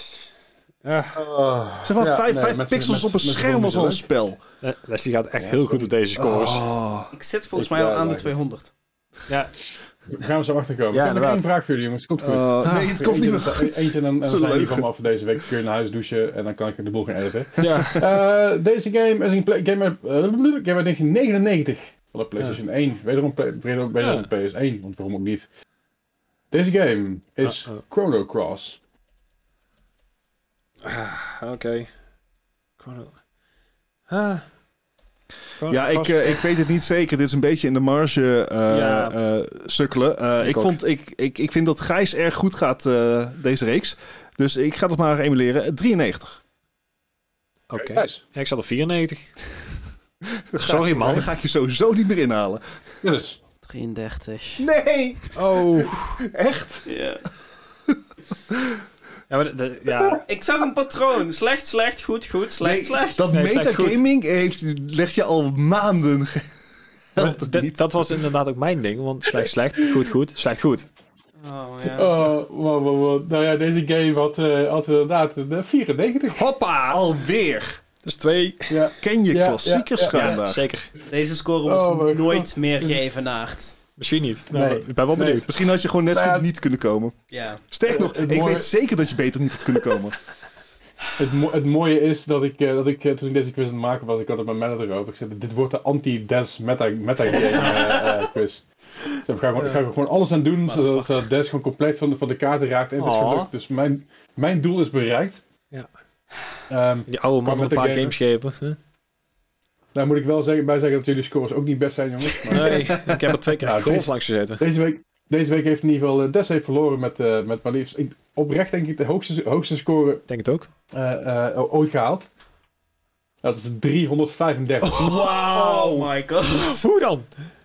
Zeg maar, 5 pixels op een scherm was al een spel. Leslie gaat echt heel goed op deze scores. Oh. Ik zit volgens mij al aan de 200. Ja. We gaan we zo achterkomen. Ja, Ik heb nog inderdaad. één vraag voor jullie, jongens. Komt goed. Nee, het komt niet meer goed. Eentje en dan Zo zijn jullie leuk. van me af voor deze week. Kun je naar huis douchen en dan kan ik de boel gaan editen. Ja. Deze game is een game uit 1999 van de PlayStation 1. Wederom PS1, want waarom ook niet. Deze game is Chrono Cross. Oké. Ja, ik weet het niet zeker. Dit is een beetje in de marge sukkelen. Ik vind dat Gijs erg goed gaat deze reeks. Dus ik ga het maar emuleren. 93. Oké. Nice. Ja, ik zat op 94. Sorry, man. Dan ga ik je sowieso niet meer inhalen. Dus, 33. Nee! Oh. Echt? Ja. Ja, maar ja. Ik zag een patroon. Slecht, slecht, goed, goed, slecht, Nee, slecht. dat Nee, slecht metagaming legt je al maanden. Helpt het niet. Dat was inderdaad ook mijn ding. Want slecht, slecht, goed, goed, slecht, goed. Oh, ja. nou ja, deze game had inderdaad de 94. Hoppa! Alweer. Dat is 2. Ja. Ken je klassiekers gaan Ja, daar? zeker. Deze score Oh wordt my nooit God. meer geëvenaard. Misschien niet. Nee. Nou, ik ben wel benieuwd. Misschien had je gewoon net zo Nou ja, goed niet kunnen komen. Ja. Sterk nog, het ik mooie- weet zeker dat je beter niet had kunnen komen. Het mooie is dat ik toen ik deze quiz aan het maken was, ik had het met manager over. Ik zei, dit wordt de anti-Des metagame quiz. Dus ik ga er gewoon alles aan doen, zodat Des gewoon compleet van de kaarten raakt. En het is gelukt. Dus mijn doel is bereikt. Ja. Die oude man een paar games geven. Huh? Nou moet ik wel zeggen dat jullie scores ook niet best zijn, jongens. Maar Nee, ik heb er 2 keer Nou, golf deze- langs gezeten. deze week heeft in ieder geval Des heeft verloren met maar liefst, oprecht denk ik de hoogste score Denk het ook. ooit gehaald. Dat is 335. Wauw! Oh my god. Hoe dan?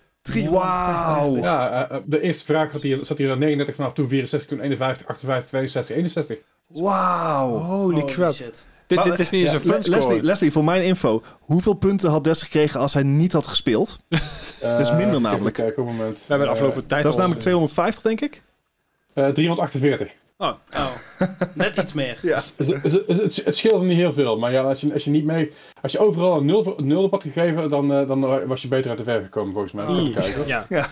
Wauw! Ja, de eerste vraag zat hier aan 39 vanaf, toen 64, toen 51, 58, 62, 61. Wauw! Holy crap. Shit. Dit is niet eens een fun score. Leslie, voor mijn info. Hoeveel punten had Des gekregen als hij niet had gespeeld? Dat is minder namelijk. Kijk, op een moment. We hebben de afgelopen tijd Dat is al- namelijk 250, denk ik. 348. Oh, net iets meer. Ja. Het scheelt niet heel veel, maar ja, als je overal een 0 op had gegeven, dan was je beter uit de verf gekomen volgens mij. Even kijken. Ja.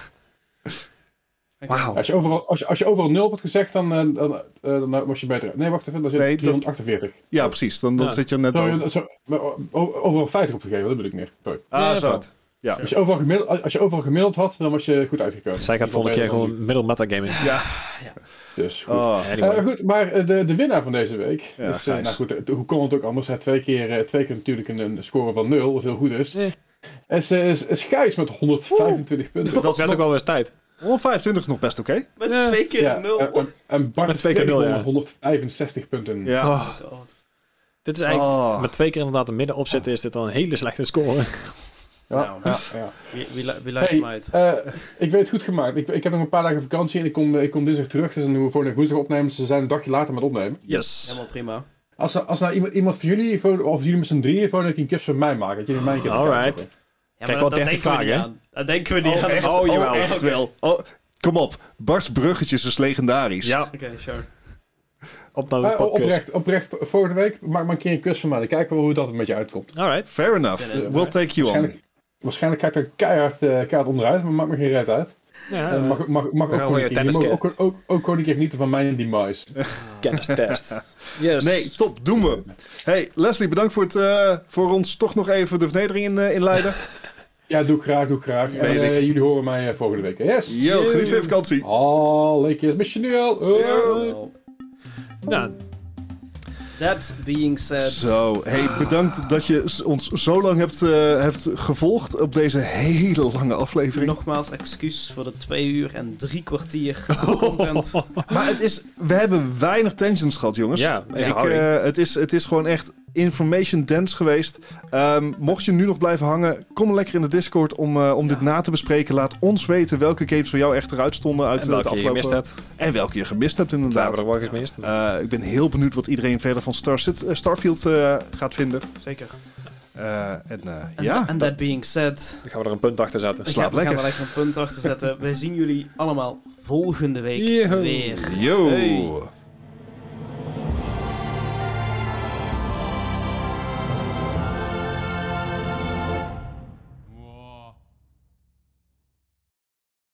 Wauw. Als je overal 0 had gezegd, dan was je beter. Nee, wacht even, dan zit Nee, dat- 348. Ja, precies. Dan Ja. zit je er net boven. Overal 50 opgegeven, dat bedoel ik meer. Sorry. Ja, zo. fout. Ja. Als je overal gemiddeld had, dan was je goed uitgekomen. Zij gaat volgende keer gewoon middel metagaming. Ja. Dus goed. Oh. Anyway. Goed, maar de winnaar van deze week Ja, is, Gijs. nou goed, hoe kon het ook anders? Twee keer natuurlijk een score van 0, wat heel goed is. Is Gijs met 125 punten. Dat werd ook wel eens tijd. 125 is nog best oké. Met Ja. 2 keer Ja, 0. en Bart Met is 2 keer 0, ja. 165 punten. Ja. Oh, God. dit is eigenlijk... Oh. Met 2 keer inderdaad de midden opzetten is dit al een hele slechte score. Nou. Ja. Wie lijkt hem uit? Ik weet het goed gemaakt. Ik heb nog een paar dagen vakantie en ik kom dinsdag terug. Dus dan doen we volgende woensdag opnemen. Dus ze zijn een dagje later met opnemen. Yes. Helemaal prima. Als nou iemand van jullie, of jullie met z'n drieën, een quiz van mij maken. Dat jullie mij een keer te Alright. kijken hebben. Ja, Kijk, maar wel 30 vragen, hè? Dat denken we niet aan. echt? Oh, jawel. echt wel. Oh, kom op. Bart's bruggetjes is legendarisch. Ja, Oké, sure. op naar de podcast. Oprecht, volgende week maak maar een keer een quiz van mij. Dan kijken we hoe dat met je uitkomt. Alright. Fair enough. Zin in. We'll take you on. Waarschijnlijk kijk ik er keihard onderuit, maar maakt me geen reet uit. Ja, Mag ook gaan gewoon we een je keer. tennis Je mag ook gewoon een keer genieten van mijn demise. kennistest. Yes. Nee, top. Doen we. Hey, Leslie, bedankt voor ons toch nog even de vernedering inleiden. Ja, doe ik graag. En Weet ik. jullie horen mij volgende week. Yes! Yo, geniet van je vakantie. Lekker. Mis je nu al? Yo. Wel, Nou, That being said... Zo, hey, bedankt dat je ons zo lang hebt gevolgd op deze hele lange aflevering. Nogmaals excuus voor de 2 uur en 3 kwartier content. Maar we hebben weinig tensions gehad, jongens. Ja, het is gewoon echt information dense geweest. Mocht je nu nog blijven hangen, kom lekker in de Discord om dit na te bespreken. Laat ons weten welke games voor jou echt eruit stonden uit de afgelopen... je gemist hebt. En welke je gemist hebt, inderdaad. Daar hebben we er wel gemist. Ik ben heel benieuwd wat iedereen verder van Starfield gaat vinden. Zeker. En that being said... Dan gaan we er een punt achter zetten. Slaap lekker. We gaan er even een punt achter zetten. Wij zien jullie allemaal volgende week Yeho. weer. Yo! Hey.